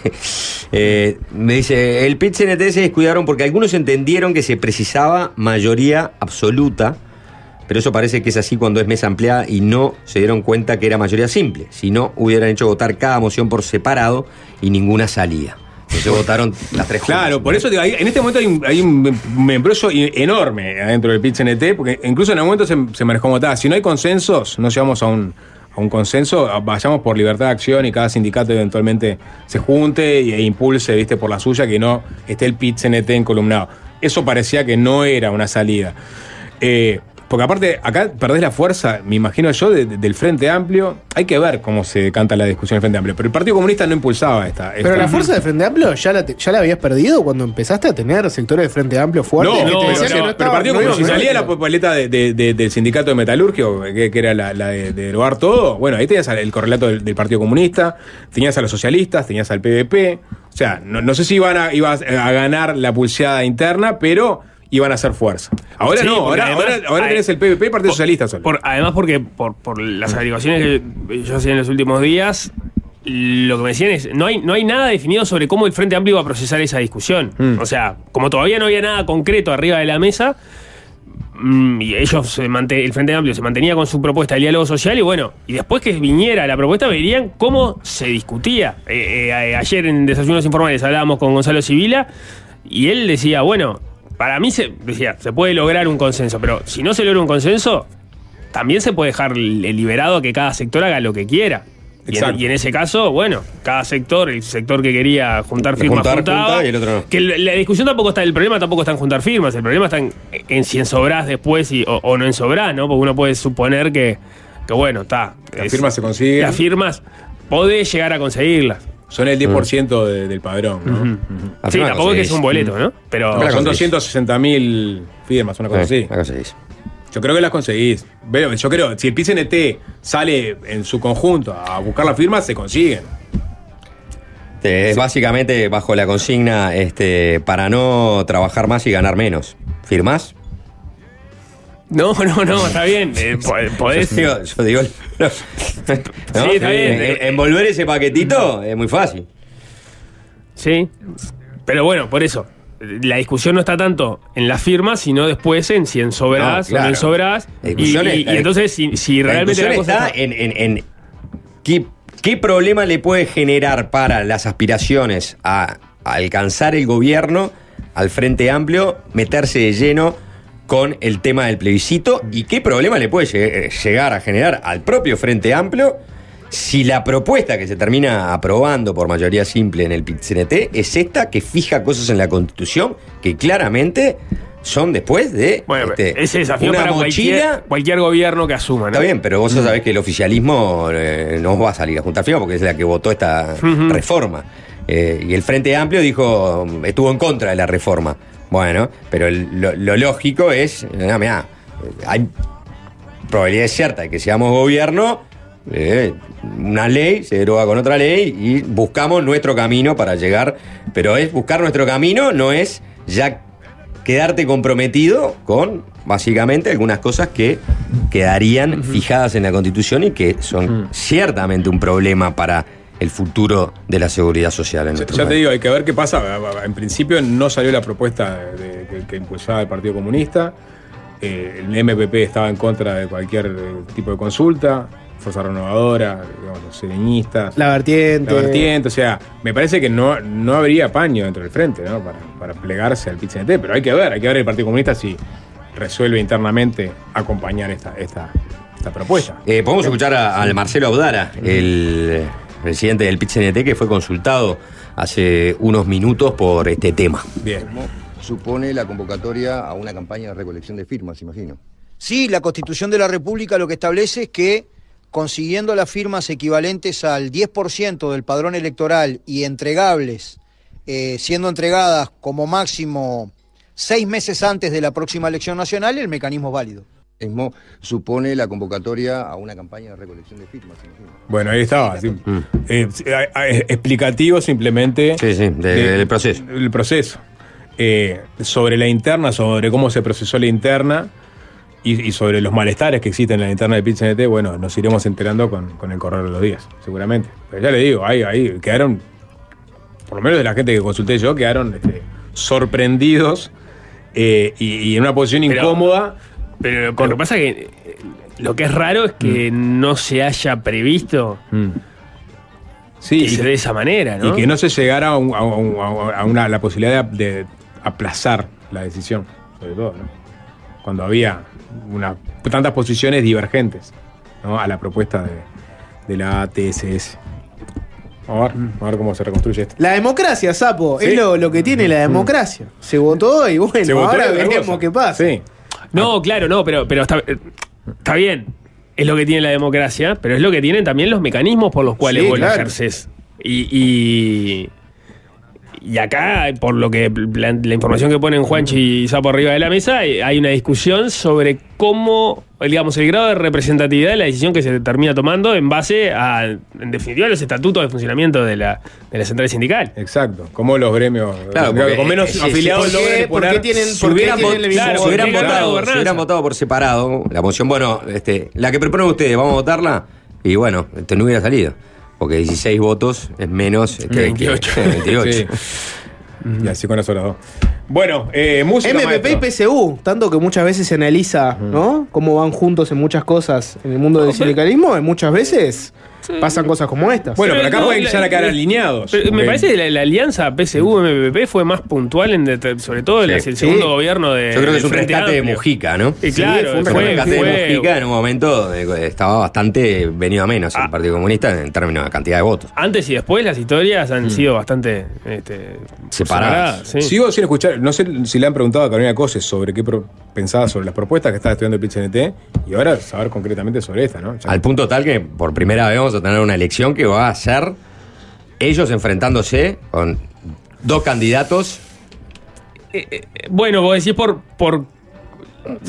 me dice, el PIT-CNT se descuidaron porque algunos entendieron que se precisaba mayoría absoluta, pero eso parece que es así cuando es mesa ampliada y no se dieron cuenta que era mayoría simple. Si no, hubieran hecho votar cada moción por separado y ninguna salía. Entonces votaron las tres juntas. Claro, por eso digo, en este momento hay un embrollo enorme adentro del PIT-CNT, porque incluso en algún momento se manejó como tal. Si no hay consensos, no llegamos a un consenso, vayamos por libertad de acción y cada sindicato eventualmente se junte e impulse, ¿viste?, por la suya, que no esté el PIT-CNT encolumnado. Eso parecía que no era una salida. Porque aparte, acá perdés la fuerza, me imagino yo, del Frente Amplio. Hay que ver cómo se canta la discusión del Frente Amplio. Pero el Partido Comunista no impulsaba esta. Pero la fuerza del Frente Amplio ya la habías perdido cuando empezaste a tener sectores del Frente Amplio fuertes. Pero el Partido Comunista, si salía la papeleta del sindicato de metalurgio, que era la de derogar todo, bueno, ahí tenías el correlato del Partido Comunista, tenías a los socialistas, tenías al PVP. O sea, no sé si ibas a ganar la pulseada interna, pero iban a hacer fuerza. Ahora sí, no, ahora tenés el PVP y Partido Socialista solo. Además, porque por las averiguaciones que yo hacía en los últimos días, lo que me decían es, no hay nada definido sobre cómo el Frente Amplio iba a procesar esa discusión. O sea, como todavía no había nada concreto arriba de la mesa, y el Frente Amplio se mantenía con su propuesta de diálogo social, y bueno, y después que viniera la propuesta verían cómo se discutía. Ayer en Desayunos Informales hablábamos con Gonzalo Sibila, y él decía, bueno, para mí se puede lograr un consenso, pero si no se logra un consenso, también se puede dejar liberado a que cada sector haga lo que quiera. Y en ese caso, bueno, cada sector, el sector que quería juntar firmas juntaba, y el otro no. Que la discusión tampoco está, el problema tampoco está en juntar firmas, el problema está en si ensobrás después o no ensobrás, ¿no? Porque uno puede suponer que bueno, está. Las firmas se consiguen. Las firmas podés llegar a conseguirlas. Son el 10% del padrón, ¿no? Sí, tampoco es que es un boleto, ¿no? Pero son 260.000 firmas, una cosa así. La conseguís. Yo creo que las conseguís. Yo creo, si el PIT-CNT sale en su conjunto a buscar las firmas, se consiguen. Es básicamente bajo la consigna para no trabajar más y ganar menos. ¿Firmás? No, está bien. Podés. Yo digo ¿no? Sí, está bien. Envolver ese paquetito es muy fácil. Sí, pero bueno, por eso. La discusión no está tanto en la firma, sino después en si sobrás o no sobrás. Y entonces, si realmente la cosa está en qué problema le puede generar para las aspiraciones a alcanzar el gobierno al Frente Amplio meterse de lleno con el tema del plebiscito y qué problema le puede llegar a generar al propio Frente Amplio si la propuesta que se termina aprobando por mayoría simple en el PIT-CNT es esta que fija cosas en la Constitución que claramente son después de ese desafío una para mochila. cualquier gobierno que asuma, ¿no? Está bien, pero vos sabés que el oficialismo no va a salir a juntar firma porque es la que votó esta reforma. Y el Frente Amplio estuvo en contra de la reforma. Bueno, pero lo lógico es, hay probabilidad cierta de que seamos gobierno, una ley se deroga con otra ley y buscamos nuestro camino para llegar, pero es buscar nuestro camino, no es ya quedarte comprometido con básicamente algunas cosas que quedarían fijadas en la Constitución y que son ciertamente un problema para el futuro de la seguridad social en nuestro país. Te digo, hay que ver qué pasa. En principio no salió la propuesta que impulsaba el Partido Comunista. El MPP estaba en contra de cualquier tipo de consulta. Fuerza Renovadora, digamos, los sereñistas. La vertiente. O sea, me parece que no habría paño dentro del frente, ¿no? Para plegarse al PIT-CNT, pero hay que ver el Partido Comunista si resuelve internamente acompañar esta propuesta. Podemos escuchar al Marcelo Audara, el presidente del PIT-CNT, que fue consultado hace unos minutos por este tema. Bien. Supone la convocatoria a una campaña de recolección de firmas, imagino. Sí, la Constitución de la República lo que establece es que consiguiendo las firmas equivalentes al 10% del padrón electoral y entregables, siendo entregadas como máximo 6 meses antes de la próxima elección nacional, el mecanismo es válido. Supone la convocatoria a una campaña de recolección de firmas, imagino. Bueno, ahí estaba. Sí. Explicativo simplemente. Del proceso. El proceso. Sobre la interna, sobre cómo se procesó la interna y sobre los malestares que existen en la interna del PIT-CNT, bueno, nos iremos enterando con el correr de los días, seguramente. Pero ya le digo, ahí quedaron, por lo menos de la gente que consulté yo, quedaron sorprendidos y en una posición incómoda. Pero lo que pasa es que lo que es raro es que no se haya previsto que se dé de esa manera, ¿no? Y que no se llegara a la posibilidad de aplazar la decisión, sobre todo, ¿no? Cuando había tantas posiciones divergentes, ¿no? A la propuesta de la ATSS. Vamos a ver cómo se reconstruye esto. La democracia, Sapo, ¿sí? Es lo que tiene la democracia. Se votó y bueno, ahora veremos qué pasa. Sí. No, claro, no, pero está bien. Es lo que tiene la democracia, pero es lo que tienen también los mecanismos por los cuales vos la ejercés. Y acá, por lo que la información que ponen Juanchi y Sapo arriba de la mesa, hay una discusión sobre cómo, digamos, el grado de representatividad de la decisión que se termina tomando en base a, en definitiva, los estatutos de funcionamiento de la central sindical. Exacto. Cómo los gremios con menos afiliados logran ¿Por qué tienen si hubieran votado por separado la moción, bueno, la que proponen ustedes, vamos a votarla y bueno, no hubiera salido. Porque 16 votos es menos que 28. 28. Sí. Y así con eso los dos. Bueno, música. MPP y PSU, tanto que muchas veces se analiza, ¿no? Cómo van juntos en muchas cosas en el mundo del sindicalismo, muchas veces pasan cosas como estas. Bueno, pero acá pueden ya quedar alineados. Me parece que la alianza PSU-MPP fue más puntual, sobre todo en el segundo gobierno de. Yo creo que es un rescate de Mujica, ¿no? Claro, fue un rescate de Mujica. En un momento estaba bastante venido a menos el Partido Comunista en términos de cantidad de votos. Antes y después las historias han sido bastante separadas. Sí. Sigo sin escuchar, no sé si le han preguntado a Carolina Coses sobre qué pensaba sobre las propuestas que estaba estudiando el PIT-CNT y ahora saber concretamente sobre esta, ¿no? Al punto tal que por primera vez vamos a tener una elección que va a ser ellos enfrentándose con dos candidatos. Bueno, vos decís por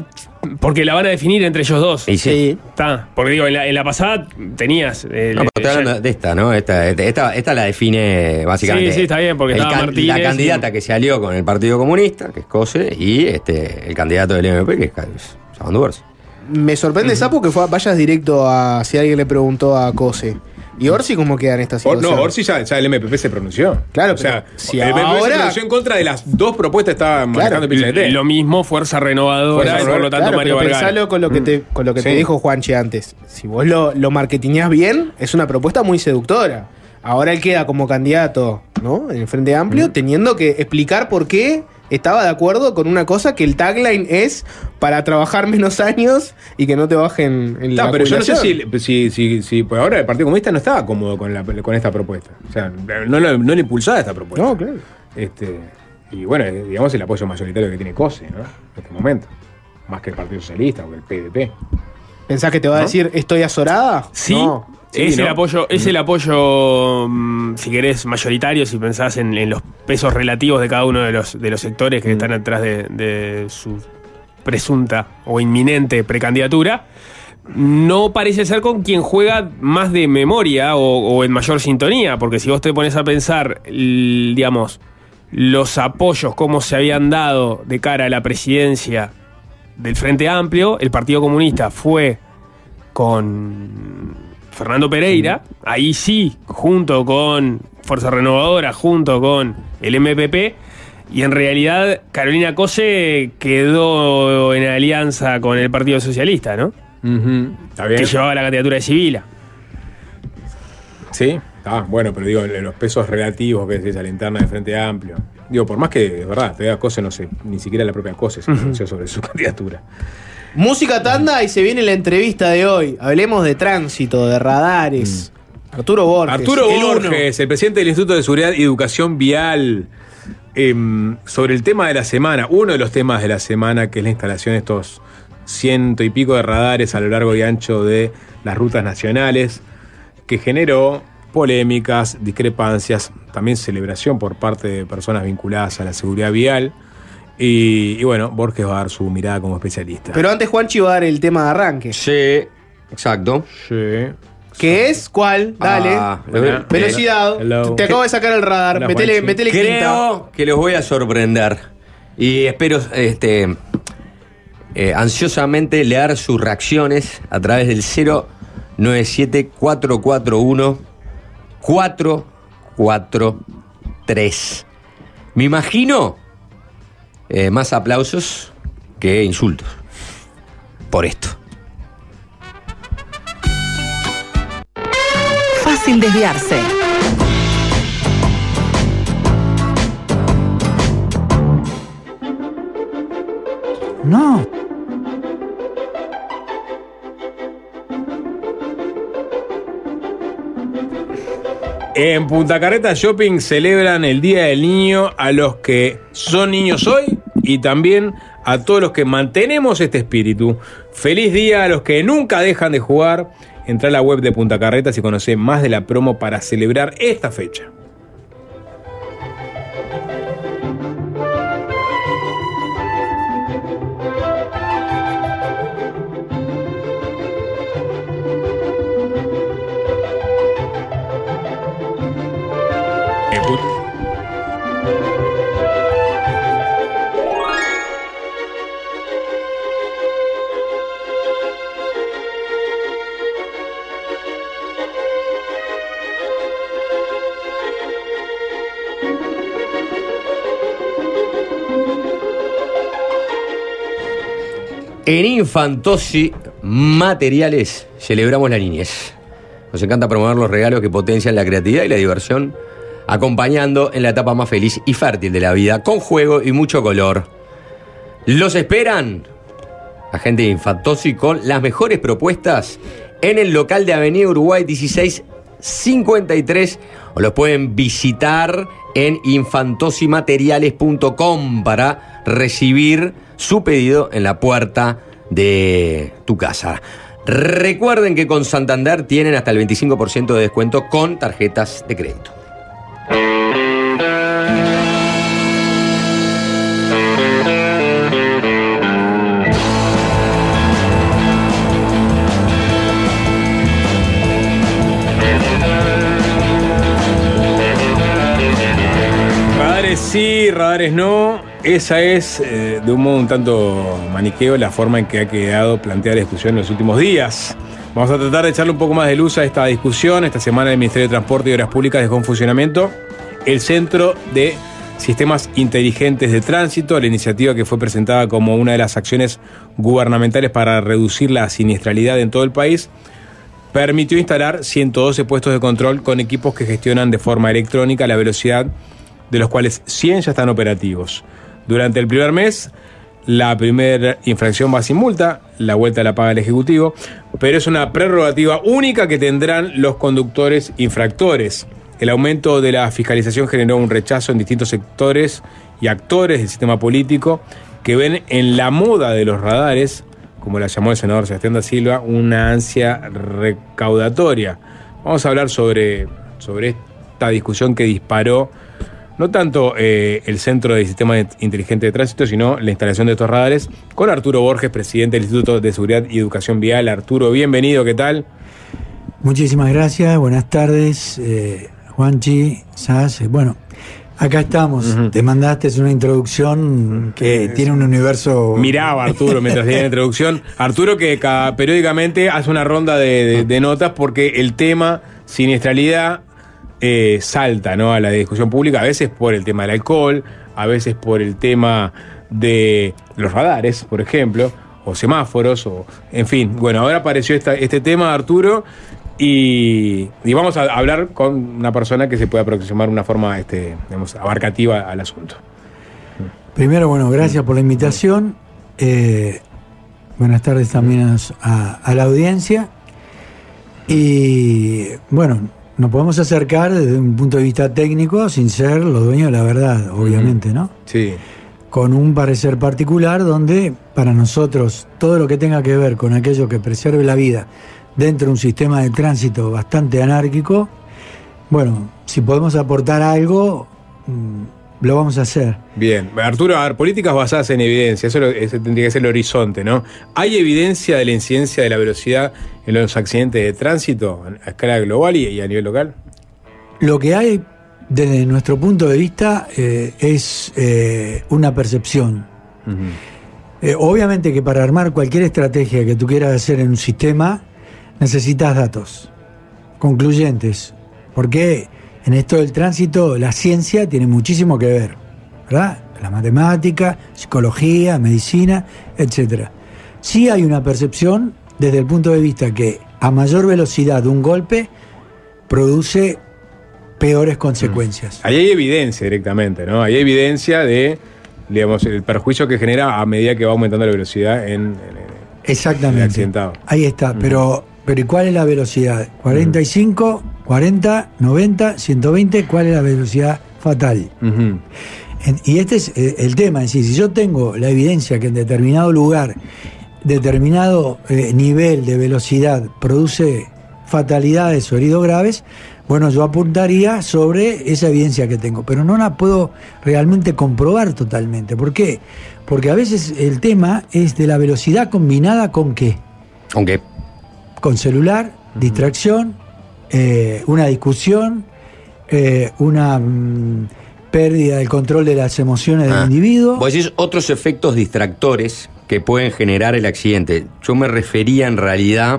Porque la van a definir entre ellos dos. Y sí. Está. Porque digo, en la pasada tenías. No, pero estoy hablando de esta, ¿no? Esta la define básicamente. Sí, está bien, porque estaba Martínez. La candidata que se alió con el Partido Comunista, que es Cose, y el candidato del MP, que es Sabando Orsi. Me sorprende, Sapo, que vayas directo a si alguien le preguntó a Cose. ¿Y Orsi cómo queda en esta situación? No, Orsi ya el MPP se pronunció. Claro, o sea, si el MPP ahora se pronunció en contra de las dos propuestas que estaba manejando el PCT. Lo mismo, Fuerza Renovadora, y por lo tanto Mario Vargas. Pensalo con lo que te dijo Juanchi antes. Si vos lo marketineás bien, es una propuesta muy seductora. Ahora él queda como candidato, ¿no? En el Frente Amplio, teniendo que explicar por qué estaba de acuerdo con una cosa que el tagline es para trabajar menos años y que no te bajen en la pero yo no sé jubilación. si pues ahora el Partido Comunista no estaba cómodo con esta propuesta. O sea, no le impulsaba esta propuesta. No, claro. Y bueno, digamos el apoyo mayoritario que tiene Cose, ¿no? En este momento. Más que el Partido Socialista o el PDP. ¿Pensás que te va a decir estoy azorada? Sí. No. Es el apoyo, si querés, mayoritario, si pensás en los pesos relativos de cada uno de los sectores que están atrás de su presunta o inminente precandidatura. No parece ser con quien juega más de memoria o en mayor sintonía, porque si vos te pones a pensar, digamos, los apoyos, cómo se habían dado de cara a la presidencia del Frente Amplio, el Partido Comunista fue con Fernando Pereira, ahí sí, junto con Fuerza Renovadora, junto con el MPP, y en realidad Carolina Cose quedó en alianza con el Partido Socialista, ¿no? Está bien. Que llevaba la candidatura de Sibila. Sí, bueno, pero digo, los pesos relativos que es a la interna del Frente Amplio. Digo, por más que, de verdad, todavía Cose no sé, ni siquiera la propia Cose se pronunció sobre su candidatura. Música tanda y se viene la entrevista de hoy. Hablemos de tránsito, de radares. Arturo Borges, el presidente del Instituto de Seguridad y Educación Vial, sobre el tema de la semana, uno de los temas de la semana, que es la instalación de estos 100 y pico de radares a lo largo y ancho de las rutas nacionales, que generó polémicas, discrepancias, también celebración por parte de personas vinculadas a la seguridad vial. Y bueno, Borges va a dar su mirada como especialista. Pero antes Juanchi va a dar el tema de arranque. Sí, exacto. Sí. ¿Qué es? ¿Cuál? Dale. Velocidad. Te acabo de sacar el radar. Hola, Metele Creo quinta. que los voy a sorprender. Y espero ansiosamente leer sus reacciones a través del 097-441-443. Me imagino más aplausos que insultos por esto. Fácil desviarse. No. En Punta Carreta Shopping celebran el Día del Niño a los que son niños hoy y también a todos los que mantenemos este espíritu. Feliz día a los que nunca dejan de jugar. Entrá a la web de Punta Carretas y conocé más de la promo para celebrar esta fecha. En Infantosi Materiales celebramos la niñez. Nos encanta promover los regalos que potencian la creatividad y la diversión, acompañando en la etapa más feliz y fértil de la vida, con juego y mucho color. ¿Los esperan? La gente de Infantosi con las mejores propuestas en el local de Avenida Uruguay 1653, o los pueden visitar en infantosimateriales.com para recibir su pedido en la puerta de tu casa. Recuerden que con Santander tienen hasta el 25% de descuento con tarjetas de crédito. sí, radares no. Esa es, de un modo un tanto maniqueo, la forma en que ha quedado planteada la discusión en los últimos días. Vamos a tratar de echarle un poco más de luz a esta discusión. Esta semana el Ministerio de Transporte y Obras Públicas dejó en funcionamiento el Centro de Sistemas Inteligentes de Tránsito, la iniciativa que fue presentada como una de las acciones gubernamentales para reducir la siniestralidad en todo el país. Permitió instalar 112 puestos de control con equipos que gestionan de forma electrónica la velocidad, de los cuales 100 ya están operativos. Durante el primer mes, la primera infracción va sin multa, la vuelta la paga el Ejecutivo, pero es una prerrogativa única que tendrán los conductores infractores. El aumento de la fiscalización generó un rechazo en distintos sectores y actores del sistema político que ven en la moda de los radares, como la llamó el senador Sebastián da Silva, una ansia recaudatoria. Vamos a hablar sobre esta discusión que disparó no tanto el Centro de Sistemas Inteligentes de Tránsito, sino la instalación de estos radares, con Arturo Borges, presidente del Instituto de Seguridad y Educación Vial. Arturo, bienvenido, ¿qué tal? Muchísimas gracias, buenas tardes, Juanchi, Sas. Bueno, acá estamos. Te mandaste una introducción que tiene un universo... Miraba Arturo mientras tenía la introducción. Arturo que periódicamente hace una ronda de notas porque el tema siniestralidad salta, ¿no?, a la discusión pública, a veces por el tema del alcohol, a veces por el tema de los radares, por ejemplo, o semáforos, o en fin. Bueno, ahora apareció este tema, Arturo, y vamos a hablar con una persona que se pueda aproximar de una forma digamos, abarcativa al asunto. Primero, bueno, gracias por la invitación. Buenas tardes también a la audiencia. Y bueno, nos podemos acercar desde un punto de vista técnico sin ser los dueños de la verdad, obviamente, ¿no? Sí. Con un parecer particular donde para nosotros todo lo que tenga que ver con aquello que preserve la vida dentro de un sistema de tránsito bastante anárquico, bueno, si podemos aportar algo, lo vamos a hacer. Bien, Arturo, a ver, políticas basadas en evidencia, ese tendría que ser el horizonte, ¿no? ¿Hay evidencia de la incidencia de la velocidad en los accidentes de tránsito a escala global y a nivel local? Lo que hay, desde nuestro punto de vista, es una percepción. Obviamente que para armar cualquier estrategia que tú quieras hacer en un sistema, necesitas datos concluyentes, porque en esto del tránsito la ciencia tiene muchísimo que ver, ¿verdad? La matemática, psicología, medicina, etc. Sí hay una percepción desde el punto de vista que a mayor velocidad de un golpe produce peores consecuencias. Ahí hay evidencia directamente, ¿no? Hay evidencia de, digamos, el perjuicio que genera a medida que va aumentando la velocidad en exactamente. El accidentado. Ahí está, pero ¿y cuál es la velocidad? 45, 40, 90, 120, ¿cuál es la velocidad fatal? Y este es el tema, es decir, si yo tengo la evidencia que en determinado lugar, determinado nivel de velocidad produce fatalidades o heridos graves, bueno, yo apuntaría sobre esa evidencia que tengo, pero no la puedo realmente comprobar totalmente. ¿Por qué? Porque a veces el tema es de la velocidad combinada ¿con qué? ¿Con qué? Con celular, distracción, una discusión, una pérdida del control de las emociones del individuo. Vos decís otros efectos distractores que pueden generar el accidente. Yo me refería en realidad,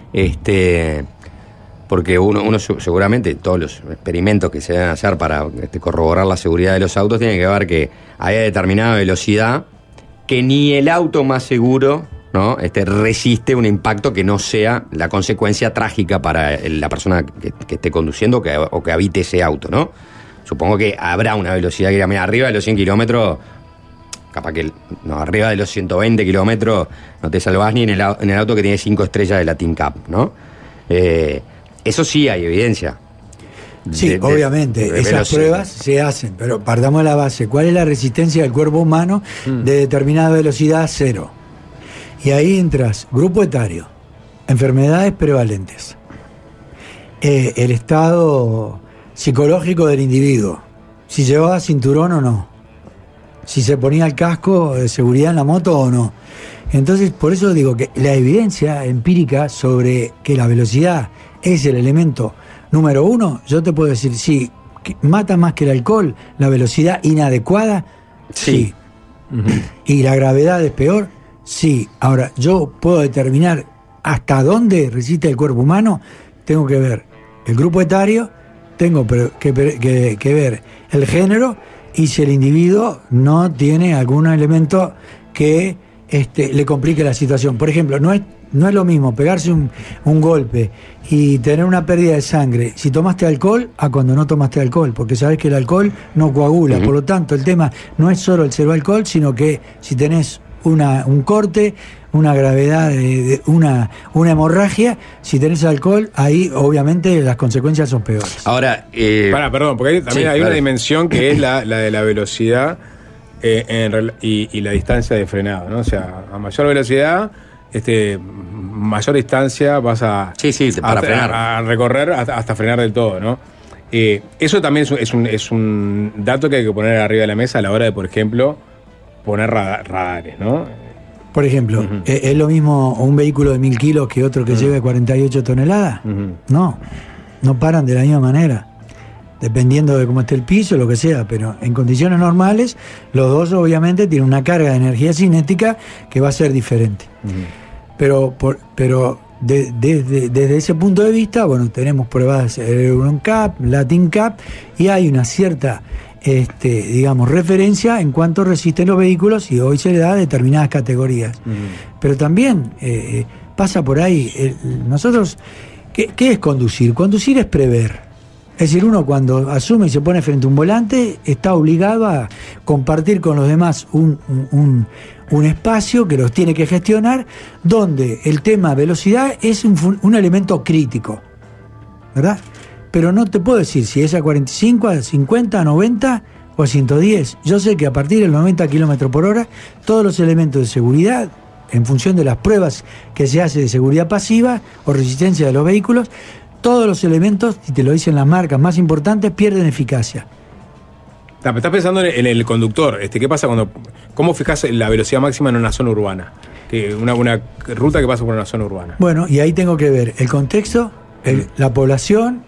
porque uno seguramente, todos los experimentos que se deben hacer para corroborar la seguridad de los autos, tienen que ver que hay determinada velocidad que ni el auto más seguro, ¿no?, resiste un impacto que no sea la consecuencia trágica para la persona que esté conduciendo o que habite ese auto, ¿no? Supongo que habrá una velocidad que irá arriba de los 100 kilómetros, capaz que arriba de los 120 kilómetros no te salvás ni en el auto que tiene 5 estrellas de la Team Cup, ¿no? Eso sí hay evidencia. Sí, obviamente, esas pruebas se hacen, pero partamos de la base. ¿Cuál es la resistencia del cuerpo humano de determinada velocidad? 0. Y ahí entras, grupo etario, enfermedades prevalentes, el estado psicológico del individuo, si llevaba cinturón o no, si se ponía el casco de seguridad en la moto o no. Entonces, por eso digo que la evidencia empírica sobre que la velocidad es el elemento número 1, yo te puedo decir, sí, ¿Mata más que el alcohol? ¿La velocidad inadecuada? Sí. ¿Y la gravedad es peor? Sí. Ahora, ¿yo puedo determinar hasta dónde resiste el cuerpo humano? Tengo que ver el grupo etario, tengo que ver el género y si el individuo no tiene algún elemento que le complique la situación. Por ejemplo, no es lo mismo pegarse un golpe y tener una pérdida de sangre si tomaste alcohol a cuando no tomaste alcohol, porque sabes que el alcohol no coagula. Por lo tanto, el tema no es solo el cero alcohol, sino que si tenés un corte, una gravedad, una hemorragia, si tenés alcohol, ahí obviamente las consecuencias son peores. Ahora, perdón, porque ahí también hay una dimensión que es la de la velocidad y la distancia de frenado, ¿no? O sea, a mayor velocidad, mayor distancia vas para frenar. A recorrer hasta frenar del todo, ¿no? Eso también es un dato que hay que poner arriba de la mesa a la hora de, por ejemplo, poner radares, ¿no? Por ejemplo, ¿es lo mismo un vehículo de 1000 kilos que otro que lleve 48 toneladas? No paran de la misma manera, dependiendo de cómo esté el piso, lo que sea, pero en condiciones normales, los dos obviamente tienen una carga de energía cinética que va a ser diferente. Pero desde ese punto de vista, bueno, tenemos pruebas EuroNCAP, Latin Cup, y hay una cierta referencia en cuanto resisten los vehículos y hoy se le da determinadas categorías. Pero también pasa por ahí, nosotros, ¿qué es conducir? Conducir es prever. Es decir, uno cuando asume y se pone frente a un volante está obligado a compartir con los demás un espacio que los tiene que gestionar, donde el tema velocidad es un elemento crítico, ¿verdad? Pero no te puedo decir si es a 45, a 50, a 90 o a 110. Yo sé que a partir del 90 km por hora, todos los elementos de seguridad, en función de las pruebas que se hace de seguridad pasiva o resistencia de los vehículos, todos los elementos, y te lo dicen las marcas más importantes, pierden eficacia. Estás pensando en el conductor. ¿Qué pasa cómo fijas la velocidad máxima en una zona urbana? Una ruta que pasa por una zona urbana. Bueno, y ahí tengo que ver el contexto, la población,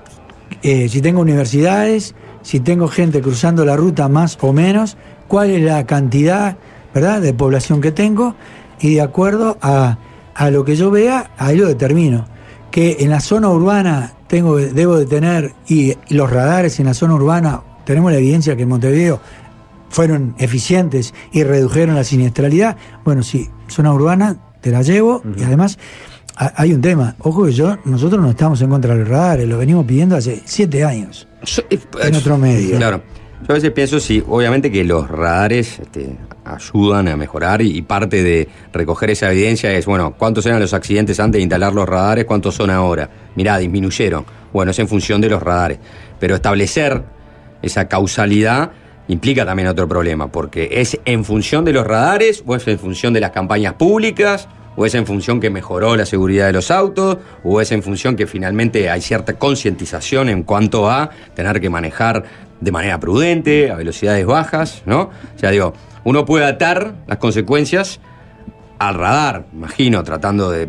si tengo universidades, si tengo gente cruzando la ruta más o menos, cuál es la cantidad, ¿verdad?, de población que tengo, y de acuerdo a lo que yo vea, ahí lo determino. Que en la zona urbana debo de tener, y los radares en la zona urbana, tenemos la evidencia que en Montevideo fueron eficientes y redujeron la siniestralidad. Bueno, sí, zona urbana te la llevo, y además hay un tema, ojo que nosotros no estamos en contra de los radares, lo venimos pidiendo hace 7 años en otro medio. Claro. Yo a veces pienso, obviamente que los radares ayudan a mejorar y parte de recoger esa evidencia es, bueno, ¿cuántos eran los accidentes antes de instalar los radares? ¿Cuántos son ahora? Mirá, disminuyeron. Bueno, es en función de los radares. Pero establecer esa causalidad implica también otro problema, porque ¿es en función de los radares o es en función de las campañas públicas? ¿O es en función que mejoró la seguridad de los autos? ¿O es en función que finalmente hay cierta concientización en cuanto a tener que manejar de manera prudente, a velocidades bajas, ¿no? O sea, uno puede atar las consecuencias al radar, imagino, tratando de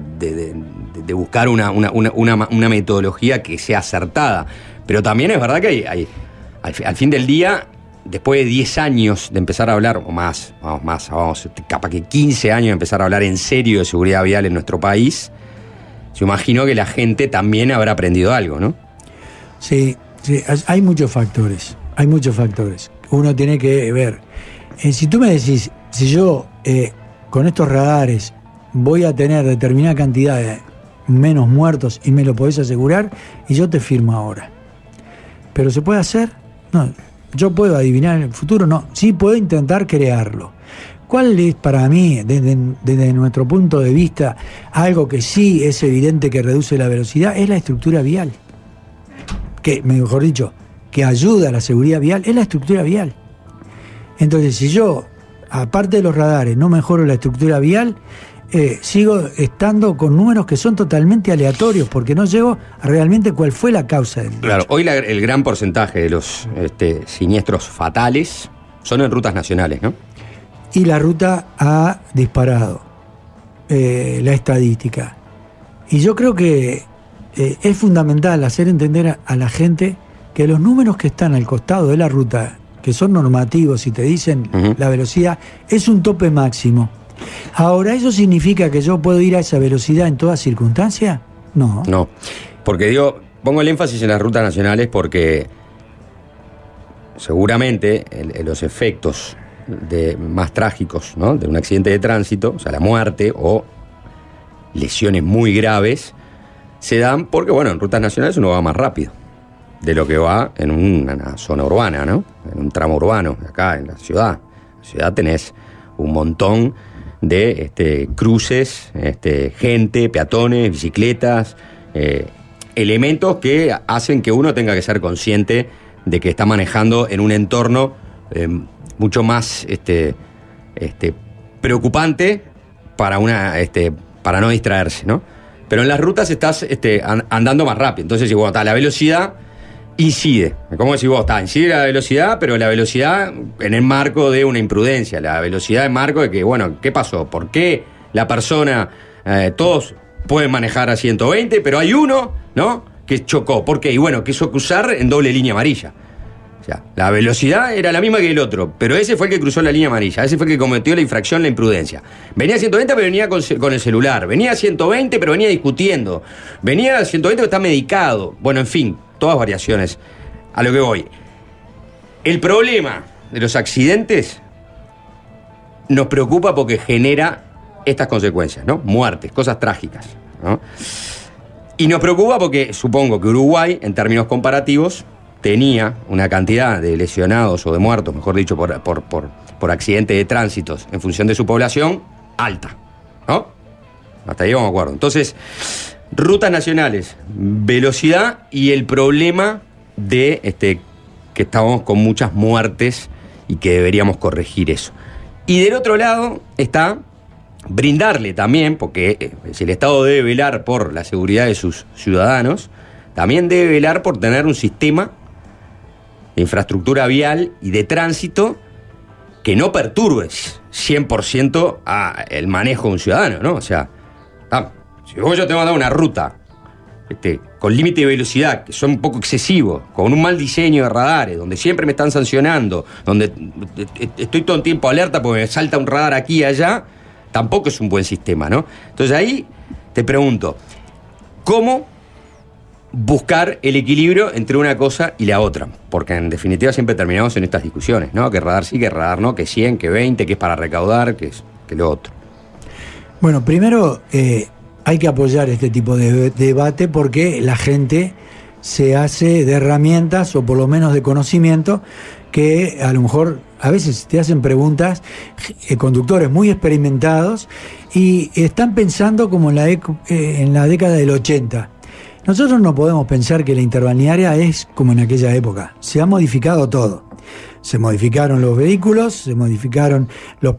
buscar una metodología que sea acertada. Pero también es verdad que al fin del día, después de 10 años de empezar a hablar, o más, vamos, capaz que 15 años de empezar a hablar en serio de seguridad vial en nuestro país, yo imagino que la gente también habrá aprendido algo, ¿no? Sí, hay muchos factores. Uno tiene que ver. Si tú me decís, si yo con estos radares voy a tener determinada cantidad de menos muertos y me lo podés asegurar, y yo te firmo ahora. ¿Pero se puede hacer? No. ¿Yo puedo adivinar el futuro? No. Sí puedo intentar crearlo. ¿Cuál es para mí, desde nuestro punto de vista, algo que sí es evidente que reduce la velocidad? Es la estructura vial. Que, mejor dicho, que ayuda a la seguridad vial, es la estructura vial. Entonces, si yo, aparte de los radares, no mejoro la estructura vial, sigo estando con números que son totalmente aleatorios, porque no llego a realmente cuál fue la causa del Claro, hecho. Hoy el gran porcentaje de los siniestros fatales son en rutas nacionales, ¿no? Y la ruta ha disparado la estadística. Y yo creo que es fundamental hacer entender a la gente que los números que están al costado de la ruta, que son normativos y te dicen la velocidad, es un tope máximo. Ahora, ¿eso significa que yo puedo ir a esa velocidad en todas circunstancias? No. No, porque pongo el énfasis en las rutas nacionales porque seguramente los efectos más trágicos, ¿no?, de un accidente de tránsito, o sea, la muerte o lesiones muy graves, se dan porque, bueno, en rutas nacionales uno va más rápido de lo que va en una zona urbana, ¿no? En un tramo urbano, acá en la ciudad. En la ciudad tenés un montón de cruces, gente, peatones, bicicletas, elementos que hacen que uno tenga que ser consciente de que está manejando en un entorno mucho más preocupante para no distraerse, ¿no? Pero en las rutas estás andando más rápido. Entonces, bueno, la velocidad incide. ¿Cómo decís vos? Incide la velocidad, pero la velocidad en el marco de una imprudencia. La velocidad en marco de que, bueno, ¿qué pasó? ¿Por qué la persona, todos pueden manejar a 120, pero hay uno, ¿no?, que chocó? ¿Por qué? Y bueno, quiso cruzar en doble línea amarilla. O sea, la velocidad era la misma que el otro, pero ese fue el que cruzó la línea amarilla, ese fue el que cometió la infracción, la imprudencia. Venía a 120, pero venía con el celular. Venía a 120, pero venía discutiendo. Venía a 120, pero está medicado. Bueno, en fin, todas variaciones. A lo que voy. El problema de los accidentes nos preocupa porque genera estas consecuencias, ¿no? Muertes, cosas trágicas, ¿no? Y nos preocupa porque supongo que Uruguay, en términos comparativos, tenía una cantidad de lesionados o de muertos, mejor dicho, por accidentes de tránsitos en función de su población, alta, ¿no? Hasta ahí vamos de acuerdo. Entonces, rutas nacionales, velocidad y el problema de que estamos con muchas muertes y que deberíamos corregir eso. Y del otro lado está brindarle también, porque si el Estado debe velar por la seguridad de sus ciudadanos, también debe velar por tener un sistema de infraestructura vial y de tránsito que no perturbe 100% el manejo de un ciudadano, ¿no? O sea, si yo te voy a dar una ruta con límite de velocidad, que son un poco excesivos, con un mal diseño de radares, donde siempre me están sancionando, donde estoy todo el tiempo alerta porque me salta un radar aquí y allá, tampoco es un buen sistema, ¿no? Entonces ahí te pregunto, ¿cómo buscar el equilibrio entre una cosa y la otra? Porque en definitiva siempre terminamos en estas discusiones, ¿no? Que radar sí, que radar no, que 100, que 20, que es para recaudar, que lo otro. Bueno, primero hay que apoyar este tipo de debate porque la gente se hace de herramientas o por lo menos de conocimiento que a lo mejor a veces te hacen preguntas conductores muy experimentados y están pensando como en la década del 80. Nosotros no podemos pensar que la interbalnearia es como en aquella época. Se ha modificado todo. Se modificaron los vehículos, se modificaron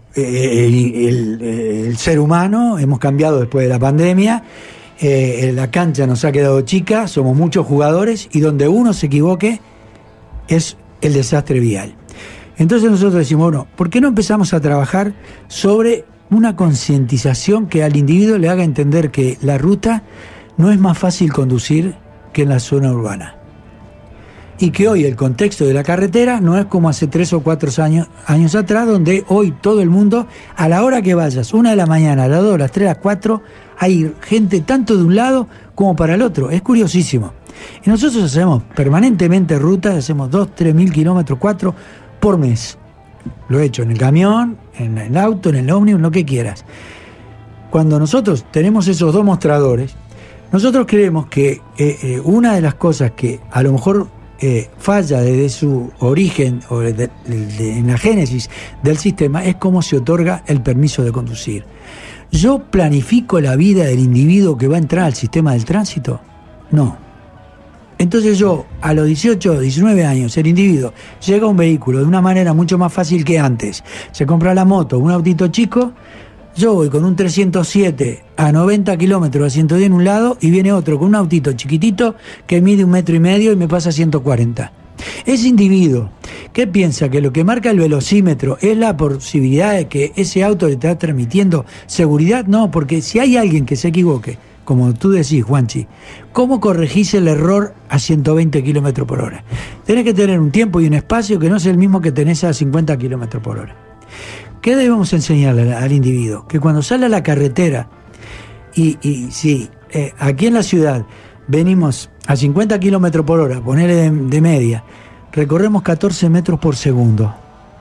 el ser humano, hemos cambiado después de la pandemia, la cancha nos ha quedado chica, somos muchos jugadores y donde uno se equivoque es el desastre vial. Entonces nosotros decimos, bueno, ¿por qué no empezamos a trabajar sobre una concientización que al individuo le haga entender que la ruta no es más fácil conducir que en la zona urbana? Y que hoy el contexto de la carretera no es como hace 3 o 4 años atrás, donde hoy todo el mundo, a la hora que vayas, 1 de la mañana, a las 2, a las 3, a las 4, hay gente tanto de un lado como para el otro. Es curiosísimo. Y nosotros hacemos permanentemente rutas, hacemos 2.000, 3.000 kilómetros, 4 por mes. Lo he hecho en el camión, en el auto, en el ómnibus, lo que quieras. Cuando nosotros tenemos esos dos mostradores, nosotros creemos que una de las cosas que a lo mejor falla desde su origen o en la génesis del sistema es cómo se otorga el permiso de conducir. ¿Yo planifico la vida del individuo que va a entrar al sistema del tránsito? No. Entonces yo, a los 18, 19 años, el individuo llega a un vehículo de una manera mucho más fácil que antes. Se compra la moto, un autito chico, yo voy con un 307 a 90 kilómetros a 110 en un lado y viene otro con un autito chiquitito que mide 1,5 metros y me pasa a 140. Ese individuo que piensa que lo que marca el velocímetro es la posibilidad de que ese auto le está transmitiendo seguridad, no, porque si hay alguien que se equivoque como tú decís, Juanchi, ¿cómo corregís el error a 120 kilómetros por hora? Tenés que tener un tiempo y un espacio que no es el mismo que tenés a 50 kilómetros por hora. ¿Qué debemos enseñarle al individuo? Que cuando sale a la carretera y si aquí en la ciudad venimos a 50 kilómetros por hora, ponele de media, recorremos 14 metros por segundo.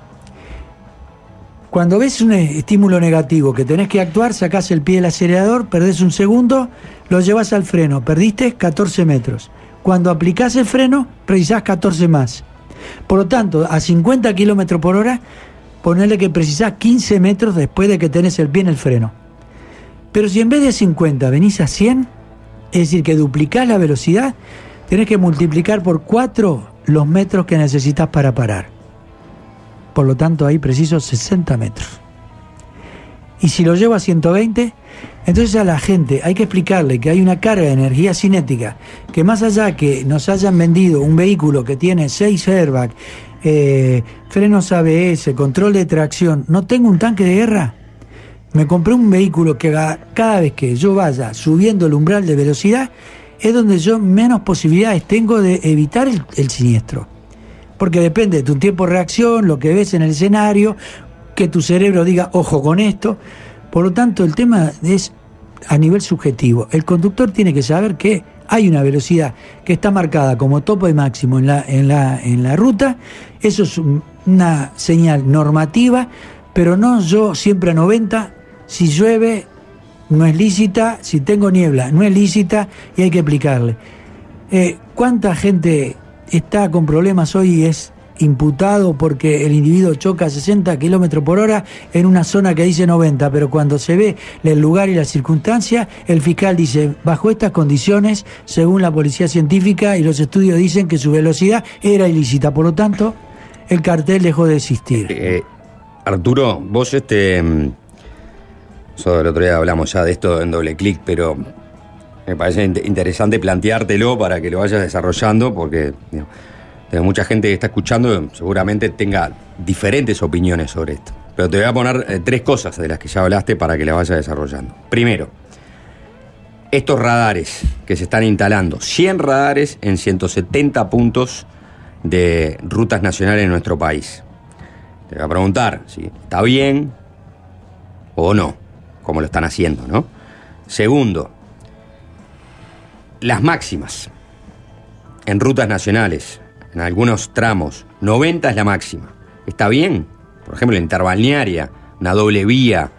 Cuando ves un estímulo negativo que tenés que actuar, sacás el pie del acelerador, perdés un segundo, lo llevas al freno, perdiste 14 metros. Cuando aplicás el freno, precisás 14 más. Por lo tanto, a 50 kilómetros por hora, ponele que precisás 15 metros después de que tenés el pie en el freno. Pero si en vez de 50 venís a 100, es decir, que duplicás la velocidad, tenés que multiplicar por 4 los metros que necesitas para parar. Por lo tanto, ahí preciso 60 metros. Y si lo llevo a 120, entonces a la gente hay que explicarle que hay una carga de energía cinética, que más allá que nos hayan vendido un vehículo que tiene 6 airbags, frenos ABS, control de tracción, no tengo un tanque de guerra. Me compré un vehículo que cada vez que yo vaya subiendo el umbral de velocidad, es donde yo menos posibilidades tengo de evitar el siniestro. Porque depende de tu tiempo de reacción, lo que ves en el escenario, que tu cerebro diga, ojo con esto. Por lo tanto, el tema es a nivel subjetivo. El conductor tiene que saber que hay una velocidad que está marcada como tope máximo en la ruta. Eso es una señal normativa, pero no yo siempre a 90. Si llueve, no es lícita. Si tengo niebla, no es lícita y hay que aplicarle. ¿Cuánta gente está con problemas hoy y es imputado porque el individuo choca a 60 kilómetros por hora en una zona que dice 90, pero cuando se ve el lugar y la circunstancia, el fiscal dice, bajo estas condiciones, según la policía científica y los estudios dicen que su velocidad era ilícita, por lo tanto, el cartel dejó de existir. Arturo, vos el otro día hablamos ya de esto en Doble Clic, pero me parece interesante planteártelo para que lo vayas desarrollando, porque mucha gente que está escuchando seguramente tenga diferentes opiniones sobre esto. Pero te voy a poner 3 cosas de las que ya hablaste para que las vayas desarrollando. Primero, estos radares que se están instalando, 100 radares en 170 puntos de rutas nacionales en nuestro país. Te voy a preguntar si está bien o no, como lo están haciendo, ¿no? Segundo, las máximas en rutas nacionales, en algunos tramos, 90 es la máxima. ¿Está bien? Por ejemplo, en interbalnearia, una doble vía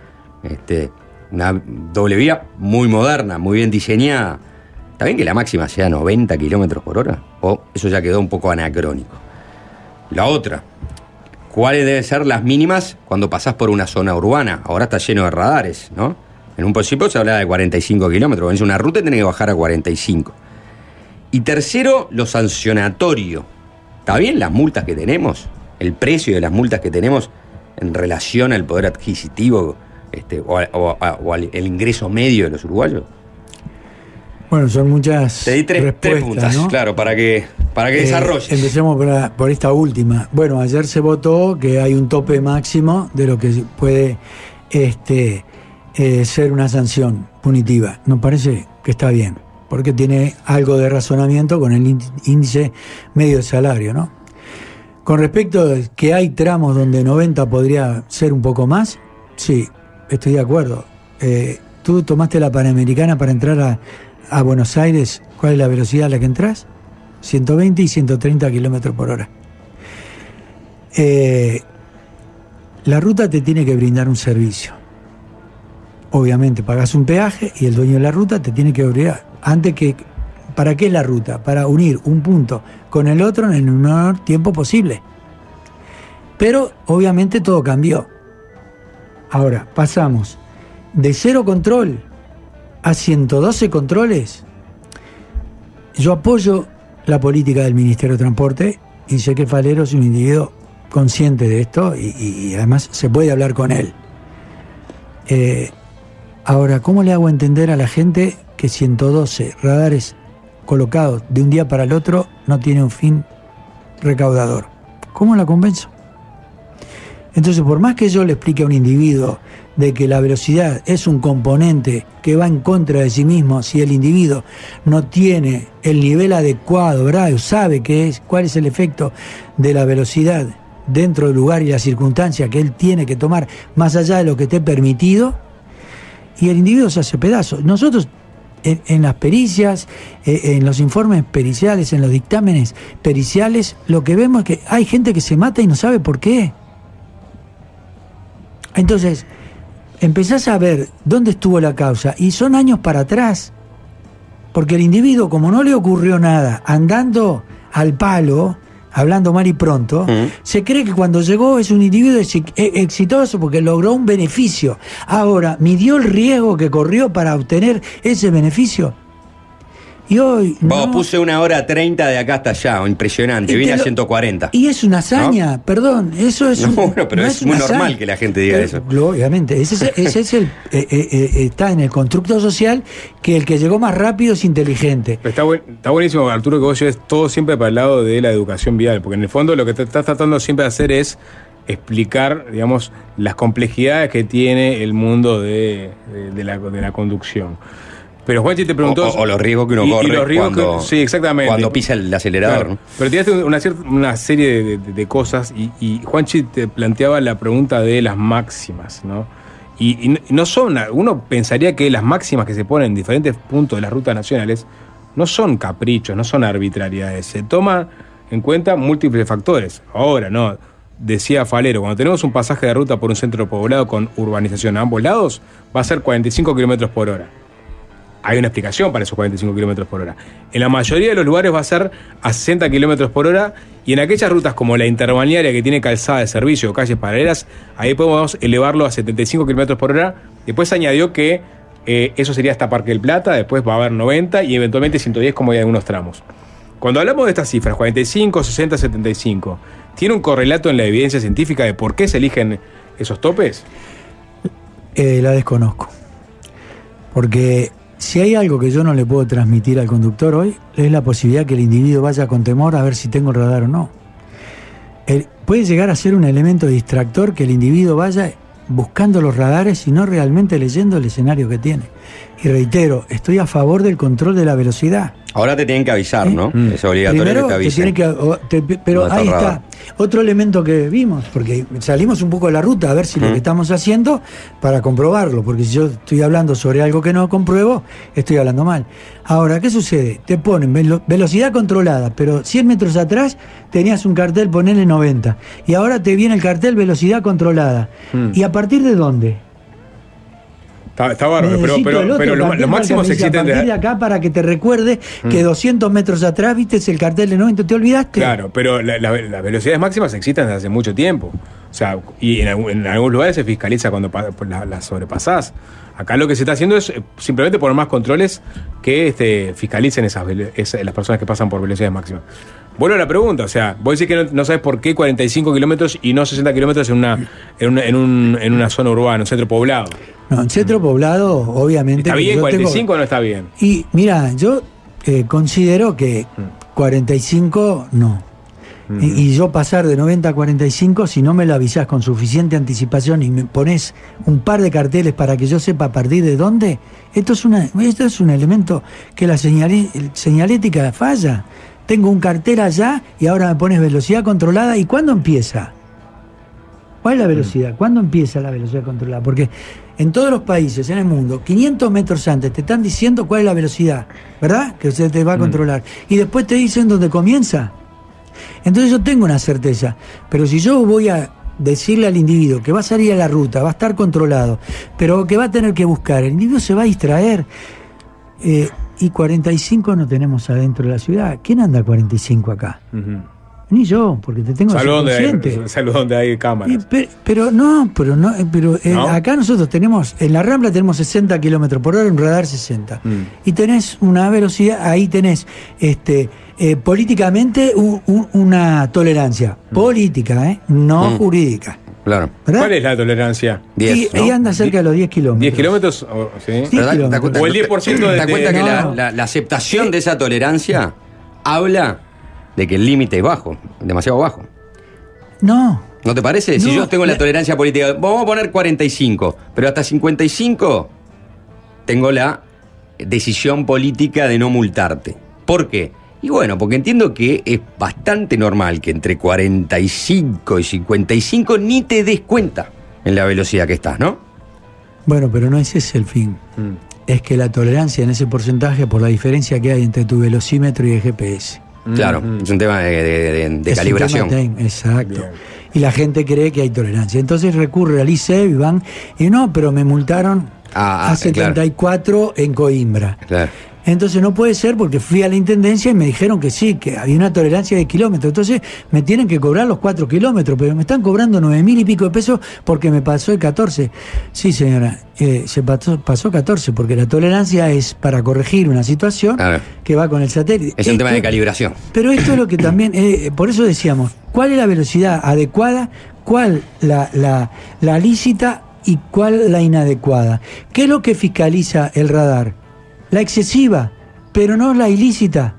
muy moderna, muy bien diseñada. ¿Está bien que la máxima sea 90 kilómetros por hora? ¿O eso ya quedó un poco anacrónico? La otra, ¿cuáles deben ser las mínimas cuando pasás por una zona urbana? Ahora está lleno de radares, ¿no? En un principio se hablaba de 45 kilómetros. Cuando es una ruta tenés que bajar a 45. Y tercero, lo sancionatorio. ¿Está bien las multas que tenemos? ¿El precio de las multas que tenemos en relación al poder adquisitivo o al ingreso medio de los uruguayos? Bueno, son muchas. Te di tres puntas, ¿no? Claro, para que desarrolles. Empecemos por esta última. Bueno, ayer se votó que hay un tope máximo de lo que puede ser una sanción punitiva. Nos parece que está bien, porque tiene algo de razonamiento con el índice medio de salario, ¿no? Con respecto a que hay tramos donde 90 podría ser un poco más, sí, estoy de acuerdo. Tú tomaste la Panamericana para entrar a Buenos Aires. ¿Cuál es la velocidad a la que entras? 120 y 130 kilómetros por hora. La ruta te tiene que brindar un servicio. Obviamente pagás un peaje y el dueño de la ruta te tiene que obligar. ¿Para qué es la ruta? Para unir un punto con el otro en el menor tiempo posible. Pero obviamente todo cambió. Ahora pasamos de 0 control a 112 controles. Yo apoyo la política del Ministerio de Transporte y sé que Falero es un individuo consciente de esto y además se puede hablar con él. Ahora, ¿cómo le hago entender a la gente que 112 radares colocados de un día para el otro no tiene un fin recaudador? ¿Cómo la convenzo? Entonces, por más que yo le explique a un individuo de que la velocidad es un componente que va en contra de sí mismo, si el individuo no tiene el nivel adecuado, ¿verdad? Sabe cuál es el efecto de la velocidad dentro del lugar y la circunstancia que él tiene que tomar más allá de lo que esté permitido, y el individuo se hace pedazos. Nosotros en las pericias, en los informes periciales, en los dictámenes periciales, lo que vemos es que hay gente que se mata y no sabe por qué. Entonces, empezás a ver dónde estuvo la causa, y son años para atrás, porque el individuo, como no le ocurrió nada, andando al palo, hablando mal y pronto, se cree que cuando llegó es un individuo exitoso porque logró un beneficio. Ahora, ¿midió el riesgo que corrió para obtener ese beneficio? Y hoy no. Puse 1:30 de acá hasta allá, impresionante, vine a 140. Y es una hazaña, ¿no? Perdón, eso es pero es muy normal que la gente diga eso. Obviamente, ese es el está en el constructo social que el que llegó más rápido es inteligente. Está buenísimo, Arturo, que vos lleves todo siempre para el lado de la educación vial, porque en el fondo lo que te estás tratando siempre de hacer es explicar, digamos, las complejidades que tiene el mundo de la conducción. Pero Juanchi te preguntó... O los riesgos que uno corre sí, exactamente. Cuando pisa el acelerador. Claro. ¿No? Pero tiraste una serie de cosas y Juanchi te planteaba la pregunta de las máximas, ¿no? Y no son... Uno pensaría que las máximas que se ponen en diferentes puntos de las rutas nacionales no son caprichos, no son arbitrariedades. Se toman en cuenta múltiples factores. Ahora, no... Decía Falero, cuando tenemos un pasaje de ruta por un centro poblado con urbanización a ambos lados, va a ser 45 kilómetros por hora. Hay una explicación para esos 45 kilómetros por hora. En la mayoría de los lugares va a ser a 60 kilómetros por hora, y en aquellas rutas como la interbalnearia que tiene calzada de servicio o calles paralelas, ahí podemos elevarlo a 75 kilómetros por hora. Después añadió que eso sería hasta Parque del Plata, después va a haber 90 y eventualmente 110 como hay algunos tramos. Cuando hablamos de estas cifras, 45, 60, 75, ¿tiene un correlato en la evidencia científica de por qué se eligen esos topes? La desconozco. Porque si hay algo que yo no le puedo transmitir al conductor hoy, es la posibilidad que el individuo vaya con temor a ver si tengo el radar o no. Puede llegar a ser un elemento distractor que el individuo vaya buscando los radares y no realmente leyendo el escenario que tiene. Y reitero, estoy a favor del control de la velocidad. Ahora te tienen que avisar, ¿no? Es obligatorio. Primero, que te avisen. Pero ahí está. Otro elemento que vimos, porque salimos un poco de la ruta a ver si lo que estamos haciendo para comprobarlo, porque si yo estoy hablando sobre algo que no compruebo, estoy hablando mal. Ahora, ¿qué sucede? Te ponen velocidad controlada, pero 100 metros atrás tenías un cartel, ponele 90, y ahora te viene el cartel velocidad controlada. ¿Y a partir de dónde? Está bárbaro, pero los máximos existen a partir de acá para que te recuerde que 200 metros atrás viste el cartel de 90, ¿te olvidaste? Claro, pero las velocidades máximas existen desde hace mucho tiempo. O sea, y en algunos lugares se fiscaliza cuando las sobrepasás. Acá lo que se está haciendo es simplemente poner más controles que fiscalicen las personas que pasan por velocidades máximas. Vuelvo a la pregunta, o sea, vos decís que no sabes por qué 45 kilómetros y no 60 kilómetros en una zona urbana, un centro poblado. No, en centro poblado, obviamente. ¿Está bien 45 o no está bien? Y mira, yo considero que 45 no. Y yo pasar de 90 a 45, si no me lo avisás con suficiente anticipación y me pones un par de carteles para que yo sepa a partir de dónde, esto es un elemento que la señalética falla. Tengo un cartel allá y ahora me pones velocidad controlada. ¿Y cuándo empieza? ¿Cuál es la velocidad? ¿Cuándo empieza la velocidad controlada? Porque en todos los países, en el mundo, 500 metros antes te están diciendo cuál es la velocidad, ¿verdad? Que usted te va a controlar. Y después te dicen dónde comienza. Entonces yo tengo una certeza. Pero si yo voy a decirle al individuo que va a salir a la ruta, va a estar controlado, pero que va a tener que buscar, el individuo se va a distraer. Y 45 no tenemos adentro de la ciudad. ¿Quién anda a 45 acá? Ni yo, porque te tengo consciente. Salud donde hay cámaras. Pero acá nosotros tenemos, en la Rambla tenemos 60 kilómetros por hora, un radar 60. Y tenés una velocidad, ahí tenés políticamente una tolerancia. Política, no jurídica. Claro. ¿Verdad? ¿Cuál es la tolerancia? 10, ¿no? Ella anda cerca de los 10 kilómetros. 10 kilómetros, ¿sí? O el 10% ¿Te das cuenta que la aceptación de esa tolerancia habla de que el límite es bajo, demasiado bajo? No, ¿No te parece? Si yo tengo la tolerancia política, vamos a poner 45, pero hasta 55 tengo la decisión política de no multarte. ¿Por qué? Y bueno, porque entiendo que es bastante normal que entre 45 y 55 ni te des cuenta en la velocidad que estás, ¿no? Bueno, pero no ese es el fin. Es que la tolerancia en ese porcentaje por la diferencia que hay entre tu velocímetro y el GPS. Claro, es un tema de calibración. Exacto. Bien. Y la gente cree que hay tolerancia. Entonces recurre al ICEB y van, y no, pero me multaron a 74 en Coimbra. Claro. Entonces no puede ser porque fui a la intendencia y me dijeron que sí, que había una tolerancia de kilómetros. Entonces me tienen que cobrar los 4 kilómetros, pero me están cobrando 9.000 y pico de pesos porque me pasó el 14. Sí, señora, se pasó 14 porque la tolerancia es para corregir una situación que va con el satélite. Es un tema de calibración. Pero esto es lo que también, por eso decíamos, ¿cuál es la velocidad adecuada? ¿Cuál la lícita y cuál la inadecuada? ¿Qué es lo que fiscaliza el radar? La excesiva, pero no la ilícita.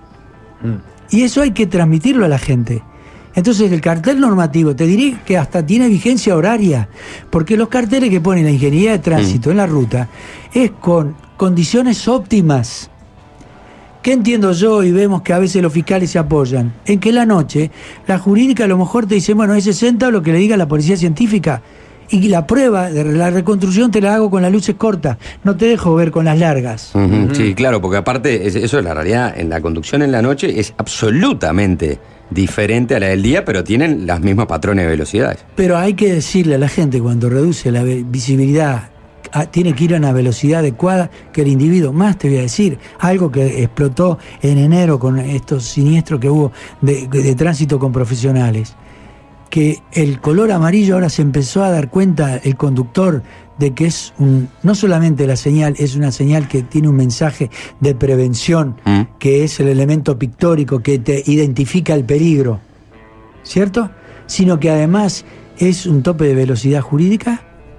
Y eso hay que transmitirlo a la gente. Entonces el cartel normativo, te diré que hasta tiene vigencia horaria, porque los carteles que pone la ingeniería de tránsito en la ruta es con condiciones óptimas. ¿Qué entiendo yo? Y vemos que a veces los fiscales se apoyan en que la noche la jurídica a lo mejor te dice, bueno, es 60 o lo que le diga la policía científica. Y la prueba de la reconstrucción te la hago con las luces cortas, no te dejo ver con las largas. Sí, claro, porque aparte eso es la realidad. En la conducción en la noche es absolutamente diferente a la del día, pero tienen los mismos patrones de velocidades. Pero hay que decirle a la gente cuando reduce la visibilidad, tiene que ir a una velocidad adecuada que el individuo. Más te voy a decir, algo que explotó en enero con estos siniestros que hubo de tránsito con profesionales. Que el color amarillo ahora se empezó a dar cuenta el conductor de que es no solamente la señal, es una señal que tiene un mensaje de prevención, que es el elemento pictórico que te identifica el peligro, ¿cierto? Sino que además es un tope de velocidad jurídica.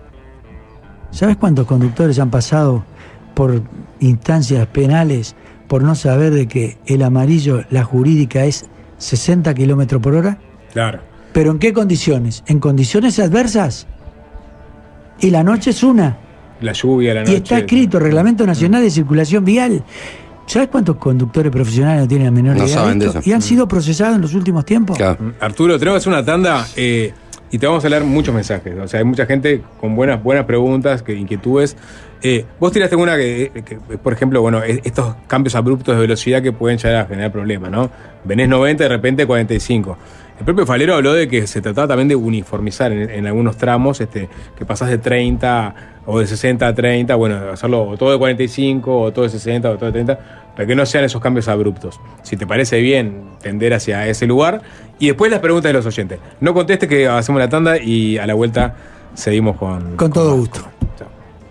¿Sabes cuántos conductores han pasado por instancias penales por no saber de que el amarillo, la jurídica, es 60 kilómetros por hora? Claro. ¿Pero en qué condiciones? En condiciones adversas. Y la noche es una. La lluvia, la noche. Y está escrito, Reglamento Nacional de Circulación Vial. ¿Sabes cuántos conductores profesionales no tienen la menor idea de esto? Y han sido procesados en los últimos tiempos. Claro. Arturo, tenemos que hacer una tanda y te vamos a leer muchos mensajes. O sea, hay mucha gente con buenas preguntas, inquietudes. Vos tiraste una que, por ejemplo, bueno, estos cambios abruptos de velocidad que pueden llegar a generar problemas, ¿no? Venés 90, de repente 45. El propio Falero habló de que se trataba también de uniformizar en algunos tramos, que pasás de 30 o de 60 a 30, bueno, hacerlo o todo de 45 o todo de 60 o todo de 30, para que no sean esos cambios abruptos. Si te parece bien, tender hacia ese lugar. Y después las preguntas de los oyentes. No contestes, que hacemos la tanda y a la vuelta seguimos con todo gusto. Chao.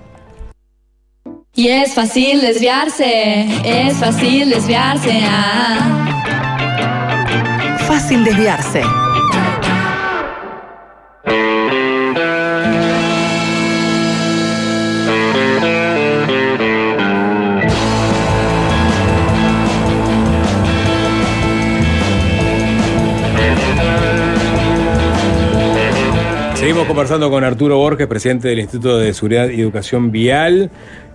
Y es fácil desviarse, es fácil desviarse. Fácil desviarse. Seguimos conversando con Arturo Borges, presidente del Instituto de Seguridad y Educación Vial.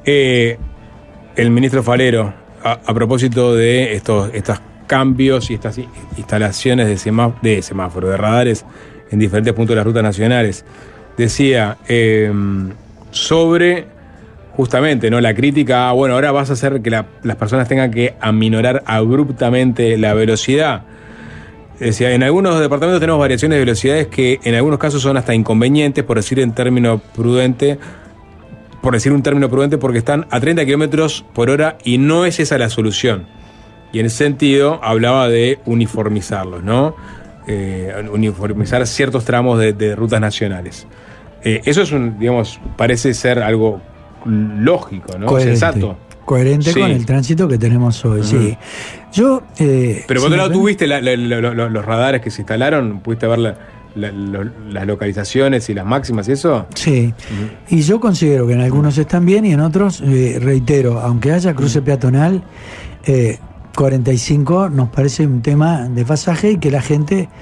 El ministro Falero, a propósito de estos cambios y estas instalaciones de semáforos, de radares en diferentes puntos de las rutas nacionales, decía sobre justamente, ¿no?, la crítica, bueno, ahora vas a hacer que las personas tengan que aminorar abruptamente la velocidad. Decía, en algunos departamentos tenemos variaciones de velocidades que en algunos casos son hasta inconvenientes, por decir un término prudente, porque están a 30 kilómetros por hora y no es esa la solución. Y en ese sentido hablaba de uniformizarlos, ¿no? Uniformizar ciertos tramos de rutas nacionales. Eso es parece ser algo lógico, ¿no? Sensato. Coherente con el tránsito que tenemos hoy, sí. Yo... Pero por otro lado, ¿tú viste los radares que se instalaron? ¿Pudiste ver las localizaciones y las máximas y eso? Sí. Y yo considero que en algunos están bien y en otros, reitero, aunque haya cruce peatonal, 45 nos parece un tema de pasaje y que la gente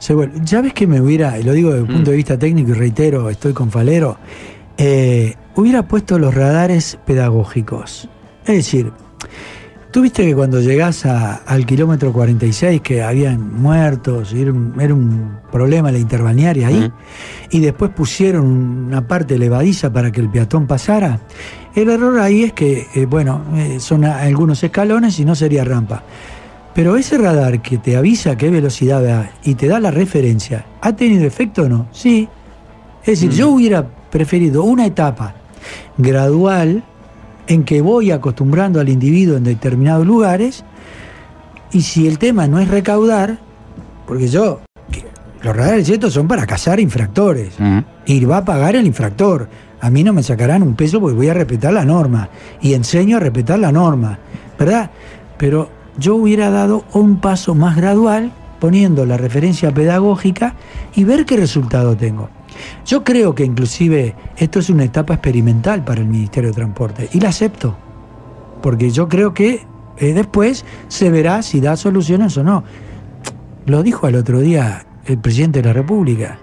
¿Sabes qué me hubiera, lo digo desde el punto de vista técnico y reitero, estoy con Falero, hubiera puesto los radares pedagógicos? Es decir, tú viste que cuando llegás al kilómetro 46 que habían muertos, era un problema la interbalnearia ahí, y después pusieron una parte elevadiza para que el peatón pasara. El error ahí es que, son algunos escalones y no sería rampa. Pero ese radar que te avisa qué velocidad va y te da la referencia, ¿ha tenido efecto o no? Sí. Es decir, yo hubiera preferido una etapa gradual en que voy acostumbrando al individuo en determinados lugares, y si el tema no es recaudar, porque los radares estos son para cazar infractores, y va a pagar el infractor. A mí no me sacarán un peso porque voy a respetar la norma, y enseño a respetar la norma, ¿verdad? Pero yo hubiera dado un paso más gradual, poniendo la referencia pedagógica y ver qué resultado tengo. Yo creo que inclusive esto es una etapa experimental para el Ministerio de Transporte, y la acepto, porque yo creo que después se verá si da soluciones o no. Lo dijo el otro día el presidente de la República,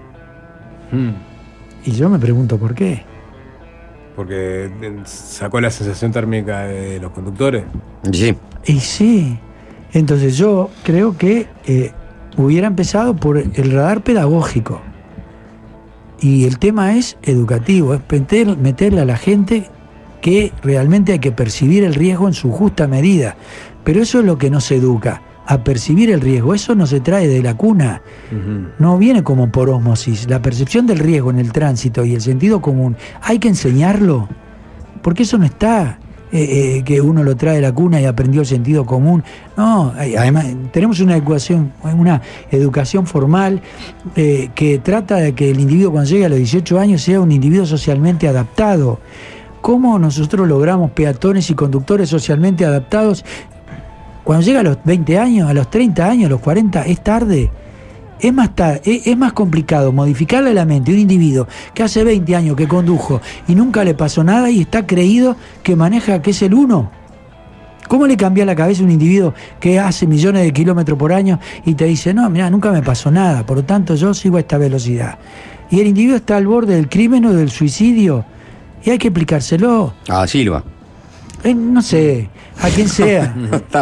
y yo me pregunto por qué. Porque sacó la sensación térmica de los conductores. Sí. Y sí. Entonces yo creo que hubiera empezado por el radar pedagógico. Y el tema es educativo, es meterle a la gente que realmente hay que percibir el riesgo en su justa medida. Pero eso es lo que no se educa, a percibir el riesgo. Eso no se trae de la cuna, no viene como por ósmosis. La percepción del riesgo en el tránsito y el sentido común, hay que enseñarlo, porque eso no está que uno lo trae de la cuna y aprendió el sentido común. No, además tenemos una educación formal que trata de que el individuo cuando llegue a los 18 años sea un individuo socialmente adaptado. ¿Cómo nosotros logramos peatones y conductores socialmente adaptados? Cuando llega a los 20 años, a los 30 años, a los 40, es tarde. Es más complicado modificarle la mente a un individuo que hace 20 años que condujo y nunca le pasó nada y está creído que maneja, que es el uno. ¿Cómo le cambia la cabeza a un individuo que hace millones de kilómetros por año y te dice, no, mira, nunca me pasó nada, por lo tanto yo sigo a esta velocidad? Y el individuo está al borde del crimen o del suicidio y hay que explicárselo. A Silva. No sé, a quien sea.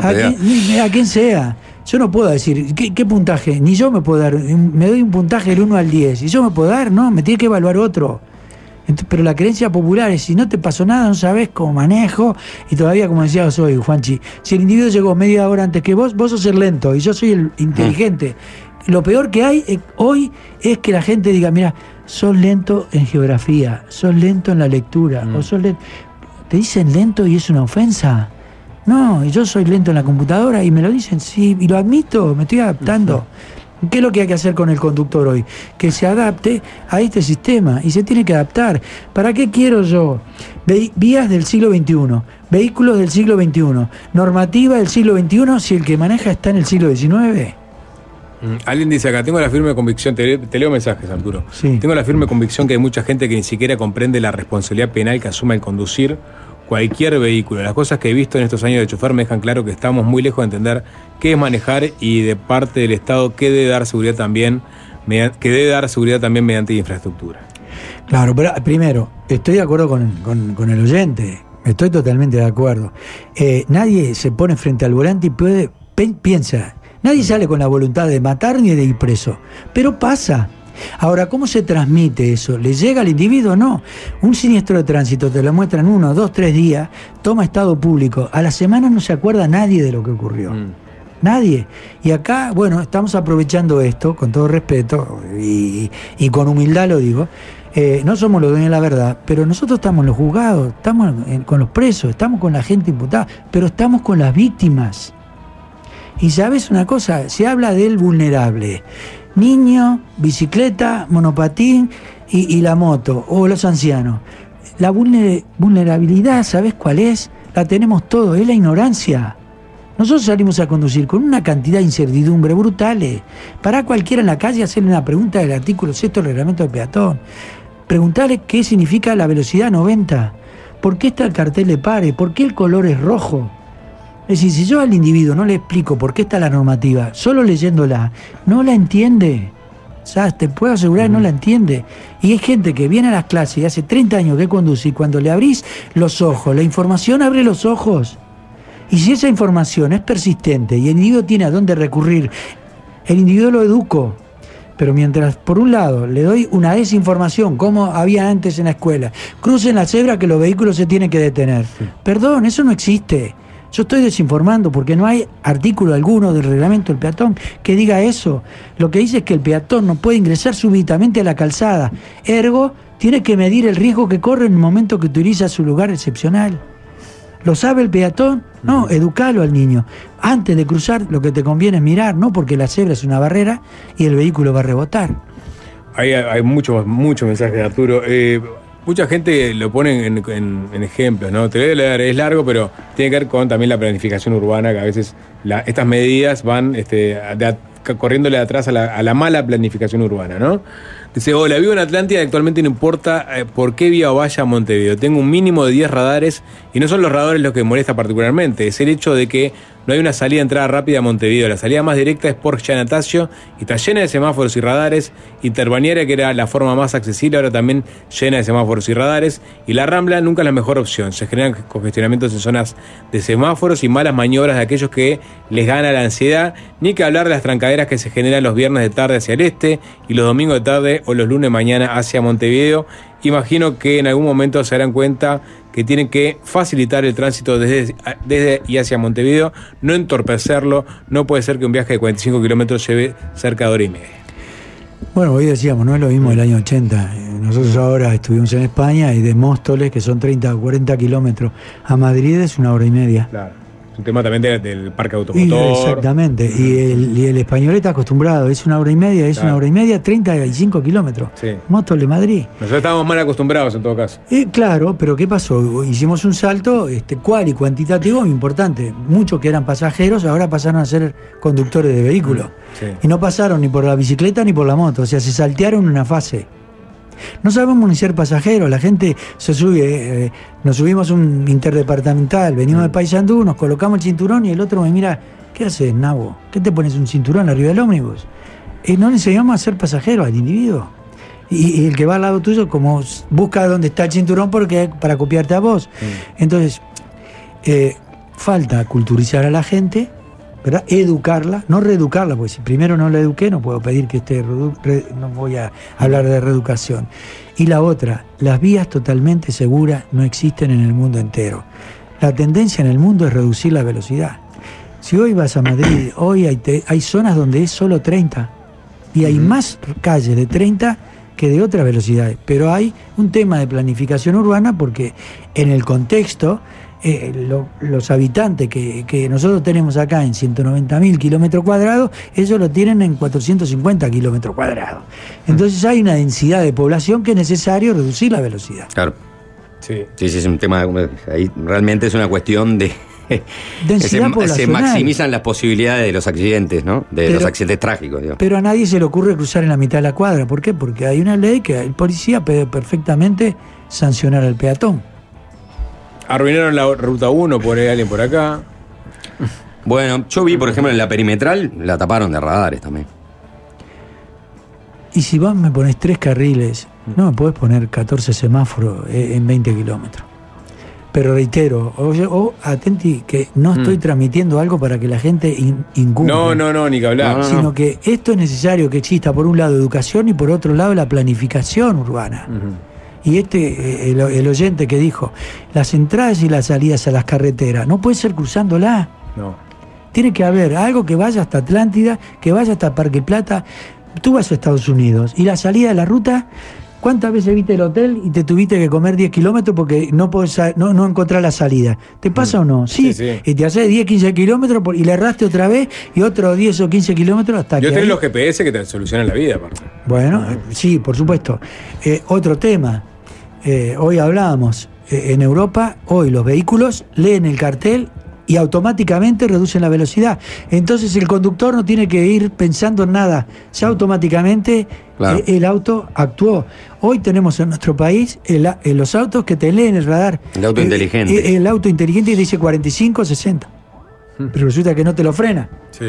A quien sea. Yo no puedo decir, ¿qué puntaje? Ni yo me puedo dar, me doy un puntaje del 1 al 10. ¿Y yo me puedo dar? No, me tiene que evaluar otro. Pero la creencia popular es, si no te pasó nada, no sabés cómo manejo, y todavía, como decía hoy, Juanchi, si el individuo llegó media hora antes que vos sos el lento, y yo soy el inteligente. Lo peor que hay hoy es que la gente diga, mira, sos lento en geografía, sos lento en la lectura, o sos lento. Te dicen lento y es una ofensa. No, y yo soy lento en la computadora y me lo dicen, sí, y lo admito, me estoy adaptando. ¿Qué es lo que hay que hacer con el conductor hoy? Que se adapte a este sistema, y se tiene que adaptar. ¿Para qué quiero yo vías del siglo XXI, vehículos del siglo XXI, normativa del siglo XXI, si el que maneja está en el siglo XIX? Alguien dice acá, tengo la firme convicción, te leo mensajes, Arturo. Sí. Tengo la firme convicción que hay mucha gente que ni siquiera comprende la responsabilidad penal que asume el conducir cualquier vehículo. Las cosas que he visto en estos años de chofer me dejan claro que estamos muy lejos de entender qué es manejar, y de parte del Estado que debe dar seguridad también mediante infraestructura. Claro, pero primero, estoy de acuerdo con el oyente, estoy totalmente de acuerdo. Nadie se pone frente al volante y piensa, nadie sale con la voluntad de matar ni de ir preso, pero pasa. Ahora, ¿cómo se transmite eso? ¿Le llega al individuo? No. Un siniestro de tránsito te lo muestran 1, 2, 3 días, toma estado público. A la semana no se acuerda nadie de lo que ocurrió. Nadie. Y acá, bueno, estamos aprovechando esto, con todo respeto, y con humildad lo digo. No somos los dueños de la verdad, pero nosotros estamos en los juzgados, estamos con los presos, estamos con la gente imputada, pero estamos con las víctimas. Y ¿sabes una cosa? Se habla del vulnerable. Niño, bicicleta, monopatín y la moto, o los ancianos. La vulnerabilidad, ¿sabes cuál es? La tenemos todos, es la ignorancia. Nosotros salimos a conducir con una cantidad de incertidumbre brutales. Para cualquiera en la calle hacerle una pregunta del artículo 6 del reglamento del peatón. Preguntarle qué significa la velocidad 90. ¿Por qué está el cartel de pare? ¿Por qué el color es rojo? Es decir, si yo al individuo no le explico por qué está la normativa, solo leyéndola, no la entiende. Ya te puedo asegurar que no la entiende. Y hay gente que viene a las clases y hace 30 años que conduce, y cuando le abrís los ojos, la información abre los ojos. Y si esa información es persistente y el individuo tiene a dónde recurrir, el individuo lo educo. Pero mientras, por un lado, le doy una desinformación, como había antes en la escuela, crucen la cebra que los vehículos se tienen que detener. Perdón, eso no existe. Yo estoy desinformando porque no hay artículo alguno del reglamento del peatón que diga eso. Lo que dice es que el peatón no puede ingresar súbitamente a la calzada. Ergo, tiene que medir el riesgo que corre en el momento que utiliza su lugar excepcional. ¿Lo sabe el peatón? No, educalo al niño. Antes de cruzar, lo que te conviene es mirar, no porque la cebra es una barrera y el vehículo va a rebotar. Hay mucho mensaje de Arturo. Mucha gente lo pone en ejemplos, ¿no? Te voy a leer, es largo, pero tiene que ver con también la planificación urbana, que a veces estas medidas van corriéndole atrás a la mala planificación urbana, ¿no? Dice, hola, vivo en Atlántida y actualmente no importa por qué vía vaya a Montevideo. Tengo un mínimo de 10 radares y no son los radares los que me molesta particularmente. Es el hecho de que no hay una salida de entrada rápida a Montevideo. La salida más directa es por Giannatasio y está llena de semáforos y radares. Interbalnearia, que era la forma más accesible, ahora también llena de semáforos y radares. Y la Rambla nunca es la mejor opción. Se generan congestionamientos en zonas de semáforos y malas maniobras de aquellos que les gana la ansiedad. Ni que hablar de las trancaderas que se generan los viernes de tarde hacia el este y los domingos de tarde o los lunes de mañana hacia Montevideo. Imagino que en algún momento se darán cuenta que tienen que facilitar el tránsito desde y hacia Montevideo, no entorpecerlo. No puede ser que un viaje de 45 kilómetros lleve cerca de hora y media. Bueno, hoy decíamos, no es lo mismo del año 80. Nosotros ahora estuvimos en España y de Móstoles, que son 30 o 40 kilómetros, a Madrid es una hora y media. Claro. Un tema también del parque automotor. Exactamente. Y el español está acostumbrado. Es una hora y media, una hora y media, 35 kilómetros. Sí. Móstoles, Madrid. Nosotros estábamos mal acostumbrados en todo caso. Claro, pero ¿qué pasó? Hicimos un salto cual y cuantitativo importante. Muchos que eran pasajeros ahora pasaron a ser conductores de vehículos. Sí. Y no pasaron ni por la bicicleta ni por la moto. O sea, se saltearon una fase. No sabemos ni ser pasajeros, la gente se sube, nos subimos un interdepartamental, venimos de Paysandú, nos colocamos el cinturón y el otro me mira, ¿qué haces, nabo? ¿Qué te pones un cinturón arriba del ómnibus? No le enseñamos a ser pasajeros al individuo. Y el que va al lado tuyo como busca dónde está el cinturón para copiarte a vos. Entonces, falta culturizar a la gente, ¿verdad? Educarla, no reeducarla, porque si primero no la eduqué no puedo pedir que esté no voy a hablar de reeducación. Y la otra, las vías totalmente seguras no existen en el mundo entero. La tendencia en el mundo es reducir la velocidad. Si hoy vas a Madrid, hoy hay zonas donde es solo 30 y hay más calles de 30 que de otras velocidades, pero hay un tema de planificación urbana porque en el contexto los habitantes que nosotros tenemos acá en 190.000 kilómetros cuadrados, ellos lo tienen en 450 kilómetros cuadrados. Entonces hay una densidad de población que es necesario reducir la velocidad. Claro. Sí, es un tema, ahí realmente es una cuestión de... densidad poblacional. Se maximizan las posibilidades de los accidentes, ¿no? Los accidentes trágicos, digamos. Pero a nadie se le ocurre cruzar en la mitad de la cuadra. ¿Por qué? Porque hay una ley que el policía puede perfectamente sancionar al peatón. Arruinaron la ruta 1, por ahí alguien por acá. Bueno, yo vi, por ejemplo, en la perimetral la taparon de radares también. Y si vos me pones 3 carriles, no me podés poner 14 semáforos en 20 kilómetros. Pero reitero, atenti que no estoy transmitiendo algo para que la gente incumple. No, ni que hablar. Sino que esto es necesario que exista, por un lado, educación y por otro lado, la planificación urbana. Y el oyente que dijo, las entradas y las salidas a las carreteras, no puede ser cruzándola. No. Tiene que haber algo que vaya hasta Atlántida, que vaya hasta Parque Plata. Tú vas a Estados Unidos y la salida de la ruta, ¿cuántas veces viste el hotel y te tuviste que comer 10 kilómetros porque no encontrás la salida? ¿Te pasa o no? Sí. Y te haces 10, 15 kilómetros y le erraste otra vez y otros 10 o 15 kilómetros hasta Yo tengo los GPS que te solucionan la vida, aparte. Bueno, sí, por supuesto. Otro tema. Hoy hablábamos, en Europa, hoy los vehículos leen el cartel y automáticamente reducen la velocidad. Entonces el conductor no tiene que ir pensando en nada, ya automáticamente el auto actuó. Hoy tenemos en nuestro país los autos que te leen el radar. El auto inteligente. El auto inteligente dice 45, 60. Pero resulta que no te lo frena. Sí.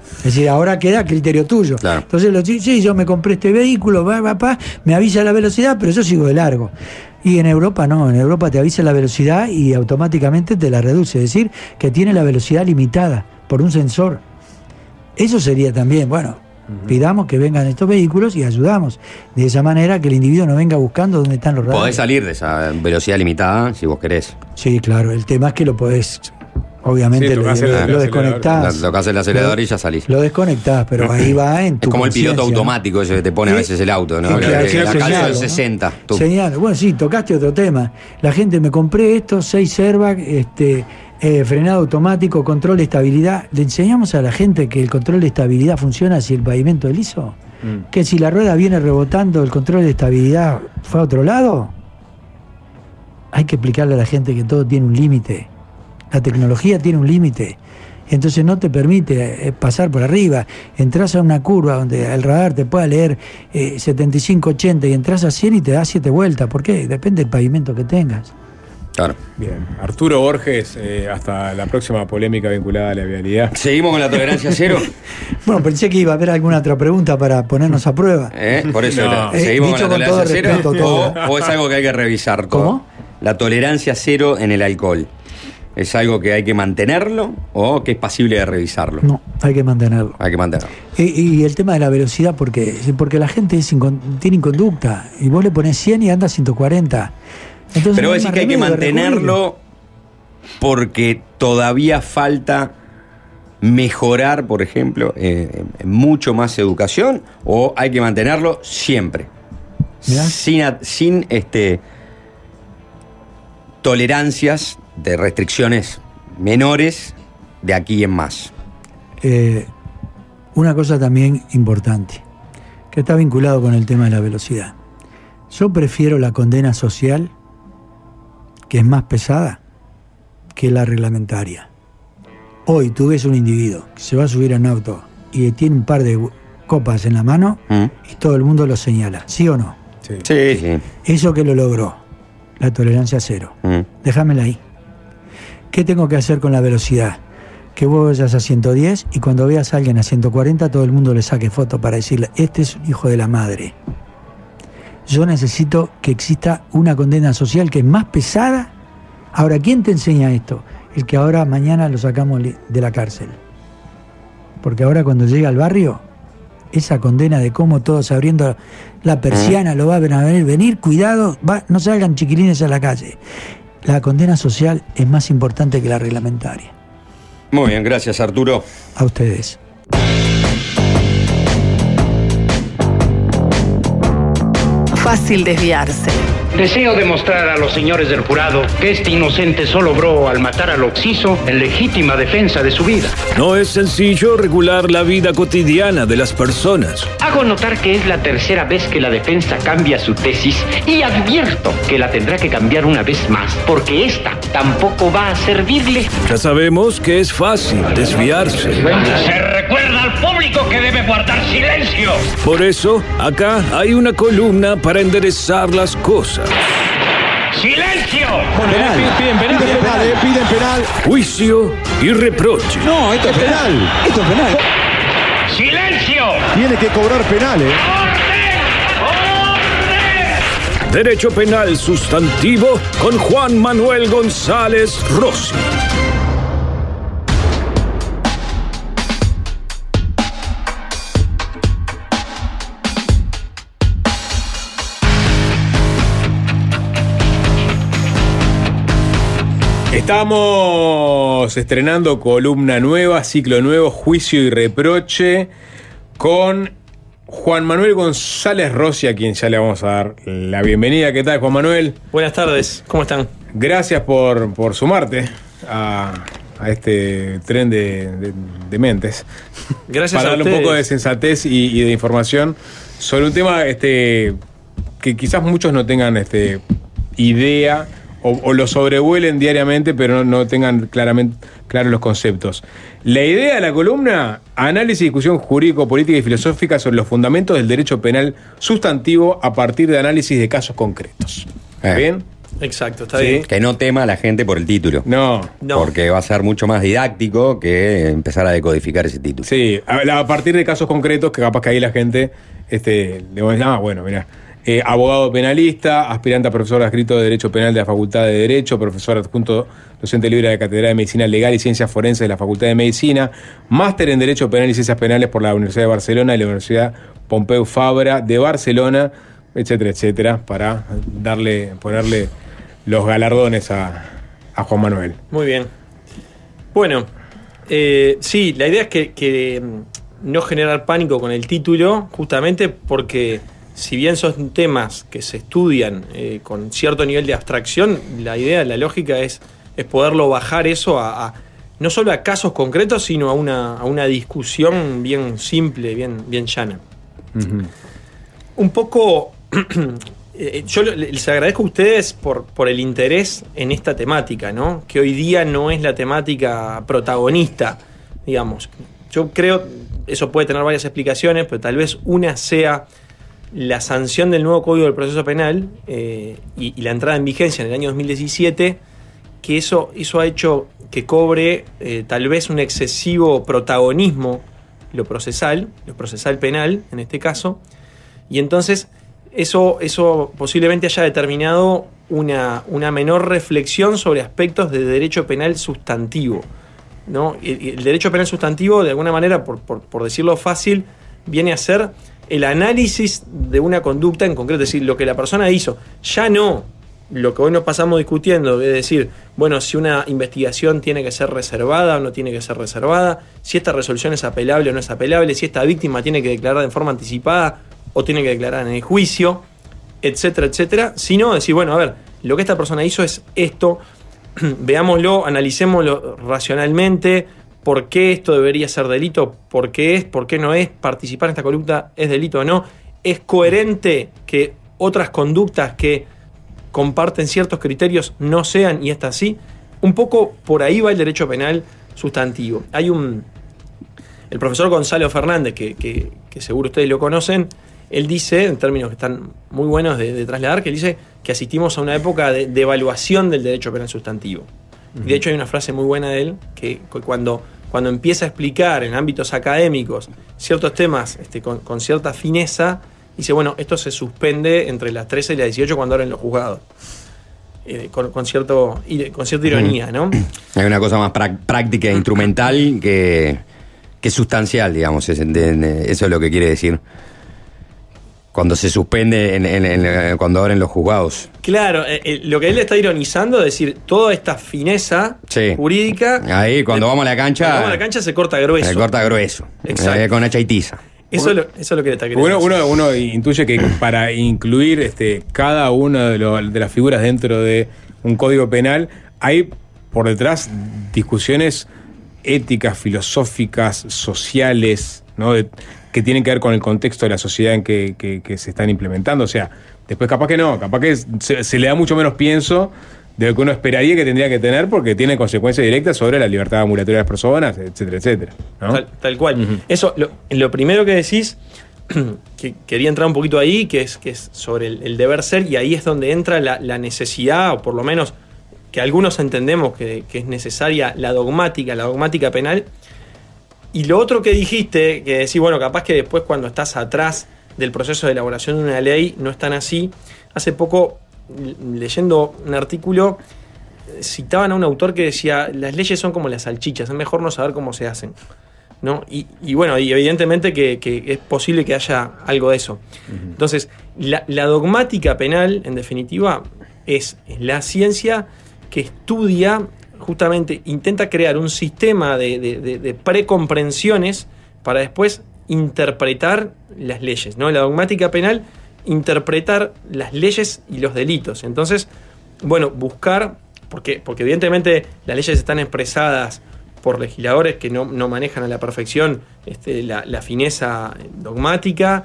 Es decir, ahora queda a criterio tuyo. Claro. Entonces los chicos, sí, yo me compré este vehículo, me avisa la velocidad, pero yo sigo de largo. Y en Europa no, en Europa te avisa la velocidad y automáticamente te la reduce. Es decir, que tiene la velocidad limitada por un sensor. Eso sería también, bueno, pidamos que vengan estos vehículos y ayudamos. De esa manera que el individuo no venga buscando dónde están los radares. Podés salir de esa velocidad limitada si vos querés. Sí, claro, el tema es que lo podés, obviamente, Sí, lo desconectás. Tocás el acelerador y ya salís. Lo desconectás, pero ahí va en tu Es como el piloto conciencia, automático ese que te pone a veces el auto, ¿no? Sí, claro, La señalo, calza del ¿no? 60. tú. Señalo. Bueno, sí, tocaste otro tema. La gente, me compré esto, 6 airbags, frenado automático, control de estabilidad. ¿Le enseñamos a la gente que el control de estabilidad funciona si el pavimento es liso? Que si la rueda viene rebotando, el control de estabilidad fue a otro lado. Hay que explicarle a la gente que todo tiene un límite. La tecnología tiene un límite. Entonces no te permite pasar por arriba. Entrás a una curva donde el radar te pueda leer 75-80 y entras a 100 y te da 7 vueltas. ¿Por qué? Depende del pavimento que tengas. Claro. Bien. Arturo Borges, hasta la próxima polémica vinculada a la vialidad. ¿Seguimos con la tolerancia cero? Bueno, pensé que iba a haber alguna otra pregunta para ponernos a prueba. Por eso, No. ¿seguimos con la Dicho con todo tolerancia cero? respeto, todo. ¿O es algo que hay que revisar todo? ¿Cómo? La tolerancia cero en el alcohol. ¿Es algo que hay que mantenerlo o que es pasible de revisarlo? No, hay que mantenerlo. Hay que mantenerlo. Y el tema de la velocidad, porque la gente tiene inconducta. Y vos le pones 100 y anda 140. Entonces, Pero no vos decís más que hay que remedio de mantenerlo porque todavía falta mejorar, por ejemplo, mucho más educación, o hay que mantenerlo siempre. Mirá. Sin tolerancias de restricciones menores de aquí en más. Una cosa también importante, que está vinculado con el tema de la velocidad. Yo prefiero la condena social, que es más pesada, que la reglamentaria. Hoy tú ves un individuo que se va a subir a un auto y tiene un par de copas en la mano y todo el mundo lo señala, ¿sí o no? Sí. Eso que lo logró, la tolerancia cero. Déjamela ahí. ¿Qué tengo que hacer con la velocidad? Que vos vayas a 110 y cuando veas a alguien a 140 todo el mundo le saque foto para decirle, este es un hijo de la madre. Yo necesito que exista una condena social que es más pesada. Ahora, ¿quién te enseña esto? El que ahora mañana lo sacamos de la cárcel. Porque ahora cuando llega al barrio, esa condena de cómo todos abriendo la persiana lo van a venir, cuidado, no salgan chiquilines a la calle. La condena social es más importante que la reglamentaria. Muy bien, gracias Arturo. A ustedes. Fácil desviarse. Deseo demostrar a los señores del jurado que este inocente solo obró al matar al occiso en legítima defensa de su vida. No es sencillo regular la vida cotidiana de las personas. Hago notar que es la tercera vez que la defensa cambia su tesis y advierto que la tendrá que cambiar una vez más, porque esta tampoco va a servirle. Ya sabemos que es fácil desviarse. Se recuerda al público que debe guardar silencio. Por eso, acá hay una columna para enderezar las cosas. ¡Silencio! Piden penal. Juicio y reproche. No, esto es penal. Esto es penal. ¡Silencio! Tiene que cobrar penal, Derecho penal sustantivo con Juan Manuel González Rossi. Estamos estrenando columna nueva, ciclo nuevo, Juicio y Reproche, con Juan Manuel González Rossi, a quien ya le vamos a dar la bienvenida. ¿Qué tal, Juan Manuel? Buenas tardes, ¿cómo están? Gracias por sumarte a este tren de mentes. Gracias para a darle ustedes. un poco de sensatez y de información sobre un tema que quizás muchos no tengan idea o lo sobrevuelen diariamente, pero no tengan claros los conceptos. La idea de la columna: análisis y discusión jurídico-política y filosófica sobre los fundamentos del derecho penal sustantivo a partir de análisis de casos concretos. ¿Bien? Exacto, está bien. Que no tema a la gente por el título. No. Porque va a ser mucho más didáctico que empezar a decodificar ese título. Sí, a partir de casos concretos que capaz que ahí la gente le va a decir, bueno, mirá. Abogado penalista, aspirante a profesor adscrito de Derecho Penal de la Facultad de Derecho, profesor adjunto docente libre de la Cátedra de Medicina Legal y Ciencias Forenses de la Facultad de Medicina, máster en Derecho Penal y Ciencias Penales por la Universidad de Barcelona y la Universidad Pompeu Fabra de Barcelona, etcétera, etcétera, para ponerle los galardones a Juan Manuel. Muy bien. Bueno, sí, la idea es que no generar pánico con el título, justamente porque si bien son temas que se estudian con cierto nivel de abstracción, la idea, la lógica es poderlo bajar eso a no solo a casos concretos, sino a una discusión bien simple, bien llana. Uh-huh. Un poco, yo les agradezco a ustedes por el interés en esta temática, ¿no? Que hoy día no es la temática protagonista, digamos. Yo creo, eso puede tener varias explicaciones, pero tal vez una sea la sanción del nuevo Código del Proceso Penal y la entrada en vigencia en el año 2017, que eso ha hecho que cobre tal vez un excesivo protagonismo lo procesal penal, en este caso, y entonces eso posiblemente haya determinado una menor reflexión sobre aspectos de derecho penal sustantivo, ¿no? El derecho penal sustantivo, de alguna manera, por decirlo fácil, viene a ser el análisis de una conducta en concreto, es decir, lo que la persona hizo, ya no lo que hoy nos pasamos discutiendo, es decir, bueno, si una investigación tiene que ser reservada o no tiene que ser reservada, si esta resolución es apelable o no es apelable, si esta víctima tiene que declarar de forma anticipada o tiene que declarar en el juicio, etcétera, etcétera, sino decir, bueno, a ver, lo que esta persona hizo es esto, veámoslo, analicémoslo racionalmente, por qué esto debería ser delito, por qué no es, participar en esta conducta es delito o no, es coherente que otras conductas que comparten ciertos criterios no sean y esta sí. Un poco por ahí va el derecho penal sustantivo. Hay el profesor Gonzalo Fernández, que seguro ustedes lo conocen, él dice, en términos que están muy buenos de trasladar, que él dice que asistimos a una época de evaluación del derecho penal sustantivo. Uh-huh. De hecho hay una frase muy buena de él, que cuando empieza a explicar en ámbitos académicos ciertos temas con cierta fineza, dice, bueno, esto se suspende entre las 13 y las 18 cuando abren los juzgados. Con cierta ironía, ¿no? Hay una cosa más práctica e instrumental que sustancial, digamos. Eso es lo que quiere decir. Cuando se suspende cuando abren los juzgados. Claro, lo que él está ironizando es decir, toda esta fineza jurídica. Ahí, cuando vamos a la cancha. Cuando vamos a la cancha se corta grueso. Se corta grueso. Exacto. Con hacha y tiza. Eso es lo que le está queriendo decir. Uno intuye que para incluir cada una de las figuras dentro de un código penal hay por detrás discusiones éticas, filosóficas, sociales, ¿no? Que tienen que ver con el contexto de la sociedad en que se están implementando. O sea, después capaz que se le da mucho menos pienso de lo que uno esperaría que tendría que tener, porque tiene consecuencias directas sobre la libertad ambulatoria de las personas, etcétera, etcétera, ¿no? Tal cual. Uh-huh. Eso, lo primero que decís, que quería entrar un poquito ahí, que es sobre el deber ser, y ahí es donde entra la necesidad, o por lo menos que algunos entendemos que es necesaria la dogmática penal. Y lo otro que dijiste, que decís, bueno, capaz que después cuando estás atrás del proceso de elaboración de una ley no es tan así. Hace poco, leyendo un artículo, citaban a un autor que decía, las leyes son como las salchichas, es mejor no saber cómo se hacen, ¿no? Y bueno, y evidentemente que es posible que haya algo de eso. Uh-huh. Entonces, la dogmática penal, en definitiva, es la ciencia que estudia, justamente intenta crear un sistema de precomprensiones para después interpretar las leyes, ¿no? La dogmática penal, interpretar las leyes y los delitos. Entonces, bueno, buscar, porque evidentemente las leyes están expresadas por legisladores que no manejan a la perfección la fineza dogmática,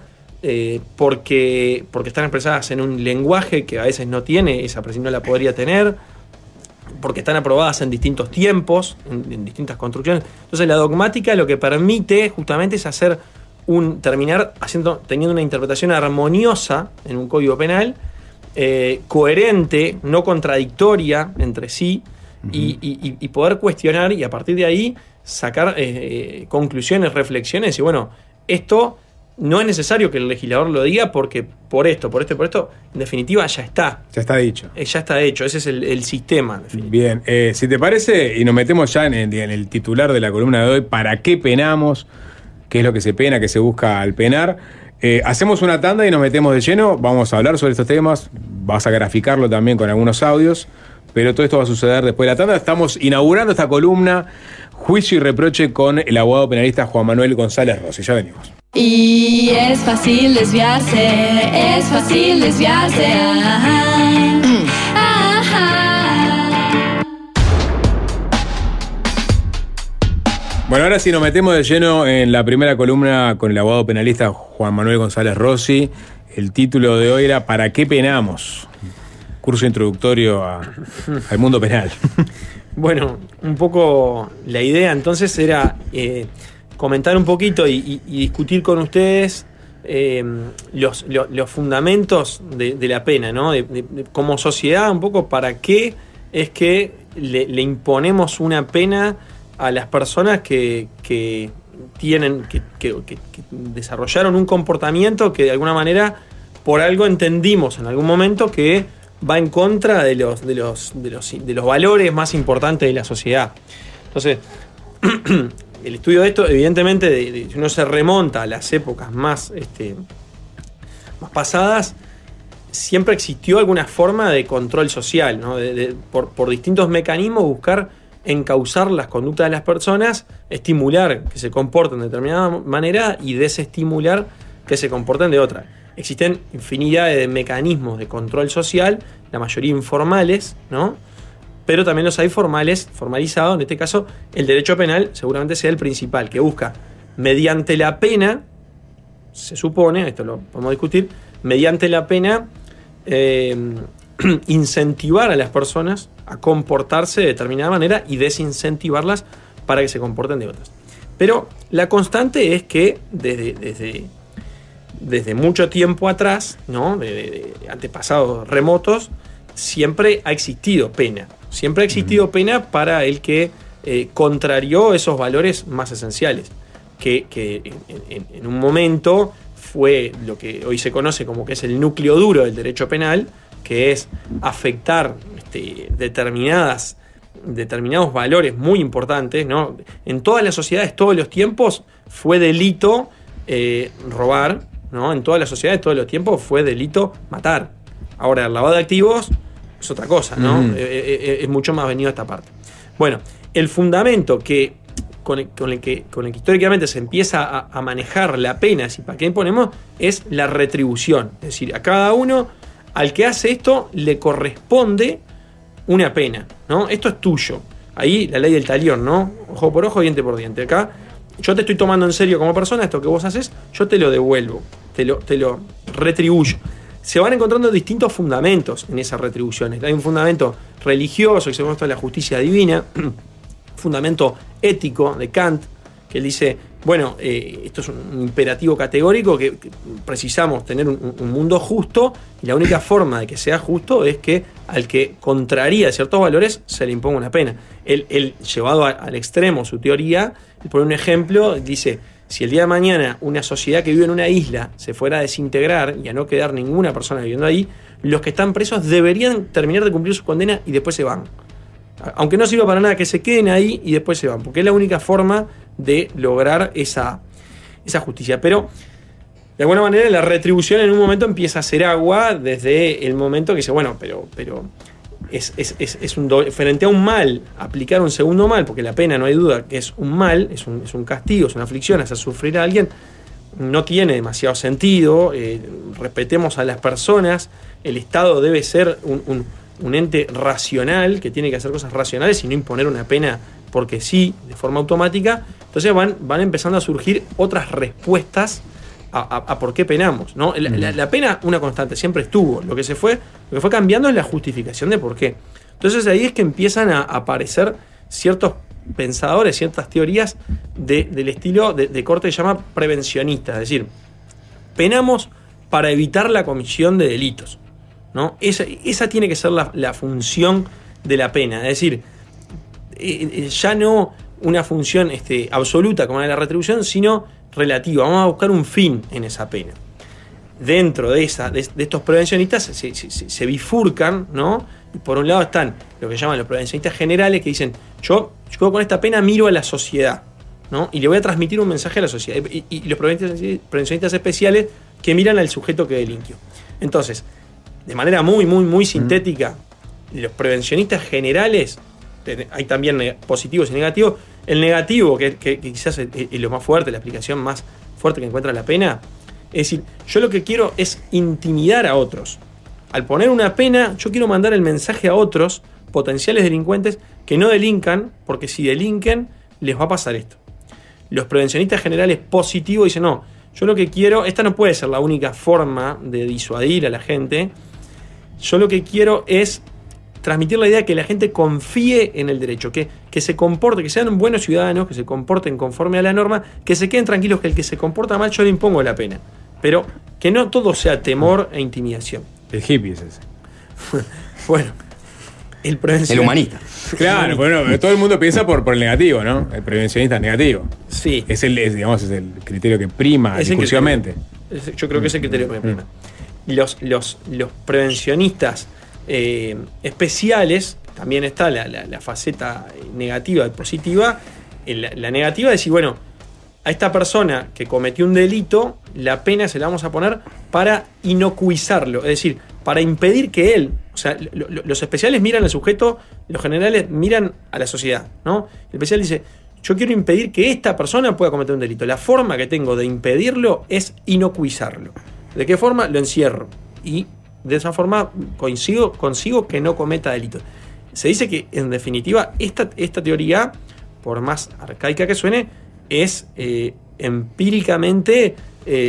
porque están expresadas en un lenguaje que a veces no tiene, esa precisión no la podría tener, porque están aprobadas en distintos tiempos, en distintas construcciones. Entonces la dogmática lo que permite justamente es teniendo una interpretación armoniosa en un código penal, coherente, no contradictoria entre sí, y poder cuestionar y a partir de ahí sacar conclusiones, reflexiones, y bueno, esto no es necesario que el legislador lo diga porque por esto, en definitiva ya está. Ya está dicho. Ya está hecho, ese es el sistema. Bien, si te parece, y nos metemos ya en el titular de la columna de hoy, ¿para qué penamos? ¿Qué es lo que se pena, qué se busca al penar? Hacemos una tanda y nos metemos de lleno, vamos a hablar sobre estos temas, vas a graficarlo también con algunos audios, pero todo esto va a suceder después de la tanda. Estamos inaugurando esta columna, Juicio y Reproche, con el abogado penalista Juan Manuel González Rossi. Ya venimos. Y es fácil desviarse, es fácil desviarse. Ajá, ajá. Bueno, ahora sí nos metemos de lleno en la primera columna con el abogado penalista Juan Manuel González Rossi. El título de hoy era ¿Para qué penamos? Curso introductorio al mundo penal. Bueno, un poco la idea entonces era comentar un poquito y discutir con ustedes los fundamentos de la pena, ¿no? Como sociedad, un poco para qué es que le imponemos una pena a las personas que desarrollaron un comportamiento que de alguna manera por algo entendimos en algún momento que va en contra de los valores más importantes de la sociedad. Entonces, el estudio de esto, evidentemente, si uno se remonta a las épocas más pasadas, siempre existió alguna forma de control social, ¿no? Por distintos mecanismos buscar encauzar las conductas de las personas, estimular que se comporten de determinada manera y desestimular que se comporten de otra. Existen infinidad de mecanismos de control social, la mayoría informales, ¿no? Pero también los hay formales, formalizados. En este caso, el derecho penal seguramente sea el principal, que busca, mediante la pena, se supone, esto lo podemos discutir, mediante la pena, incentivar a las personas a comportarse de determinada manera y desincentivarlas para que se comporten de otras. Pero la constante es que desde mucho tiempo atrás, ¿no? de antepasados remotos, siempre ha existido pena. Siempre ha existido pena para el que contrarió esos valores más esenciales, que en un momento fue lo que hoy se conoce como que es el núcleo duro del derecho penal, que es afectar determinados valores muy importantes, ¿no? En todas las sociedades, todos los tiempos, fue delito robar, ¿no? En todas las sociedades, todos los tiempos, fue delito matar. Ahora, el lavado de activos es otra cosa, ¿no? Es mucho más venido a esta parte. Bueno, el fundamento con el que históricamente se empieza a manejar la pena, si para qué imponemos, es la retribución. Es decir, a cada uno, al que hace esto, le corresponde una pena, ¿no? Esto es tuyo. Ahí la ley del talión, ¿no? Ojo por ojo, diente por diente. Acá yo te estoy tomando en serio como persona, esto que vos haces, yo te lo devuelvo, te lo retribuyo. Se van encontrando distintos fundamentos en esas retribuciones. Hay un fundamento religioso, que se llama la justicia divina, fundamento ético de Kant, que él dice, bueno, esto es un imperativo categórico, que precisamos tener un mundo justo, y la única forma de que sea justo es que al que contraría ciertos valores se le imponga una pena. Él llevado al extremo su teoría, por un ejemplo, dice, si el día de mañana una sociedad que vive en una isla se fuera a desintegrar y a no quedar ninguna persona viviendo ahí, los que están presos deberían terminar de cumplir su condena y después se van. Aunque no sirva para nada, que se queden ahí y después se van, porque es la única forma de lograr esa justicia. Pero de alguna manera la retribución en un momento empieza a hacer agua desde el momento que dice, bueno, pero es un doble, frente a un mal, aplicar un segundo mal, porque la pena no hay duda que es un mal, es un castigo, es una aflicción, hacer sufrir a alguien, no tiene demasiado sentido. Respetemos a las personas, el Estado debe ser un ente racional que tiene que hacer cosas racionales y no imponer una pena porque sí, de forma automática. Entonces van empezando a surgir otras respuestas a por qué penamos, ¿no? La pena, una constante, siempre estuvo. Lo que fue cambiando es la justificación de por qué. Entonces ahí es que empiezan a aparecer ciertos pensadores, ciertas teorías del estilo de corte que se llama prevencionista. Es decir, penamos para evitar la comisión de delitos, ¿no? Esa tiene que ser la función de la pena. Es decir, ya no una función absoluta como la retribución, sino relativa. Vamos a buscar un fin en esa pena. Dentro de estos prevencionistas se bifurcan, ¿no? Y por un lado están lo que llaman los prevencionistas generales, que dicen, yo con esta pena miro a la sociedad, ¿no? Y le voy a transmitir un mensaje a la sociedad. Y los prevencionistas especiales que miran al sujeto que delinquió. Entonces, de manera muy sintética, los prevencionistas generales, hay también positivos y negativos. El negativo, que quizás es lo más fuerte, la aplicación más fuerte que encuentra la pena, es decir, yo lo que quiero es intimidar a otros. Al poner una pena, yo quiero mandar el mensaje a otros potenciales delincuentes que no delincan, porque si delinquen, les va a pasar esto. Los prevencionistas generales positivos dicen, no, yo lo que quiero, esta no puede ser la única forma de disuadir a la gente, yo lo que quiero es transmitir la idea de que la gente confíe en el derecho, que se comporte, que sean buenos ciudadanos, que se comporten conforme a la norma, que se queden tranquilos que el que se comporta mal yo le impongo la pena. Pero que no todo sea temor e intimidación. El hippie es ese. Bueno, el humanista. Claro, bueno, todo el mundo piensa por el negativo, ¿no? El prevencionista negativo. Sí. Es el criterio que prima discursivamente. Yo creo que es el criterio que prima. Los prevencionistas especiales, también está la faceta negativa y positiva. La negativa es decir, bueno, a esta persona que cometió un delito, la pena se la vamos a poner para inocuizarlo, es decir, para impedir que él, o sea, los especiales miran al sujeto, los generales miran a la sociedad, ¿no? El especial dice, yo quiero impedir que esta persona pueda cometer un delito. La forma que tengo de impedirlo es inocuizarlo. ¿De qué forma? Lo encierro. Y de esa forma consigo que no cometa delitos. Se dice que, en definitiva, esta teoría, por más arcaica que suene, es empíricamente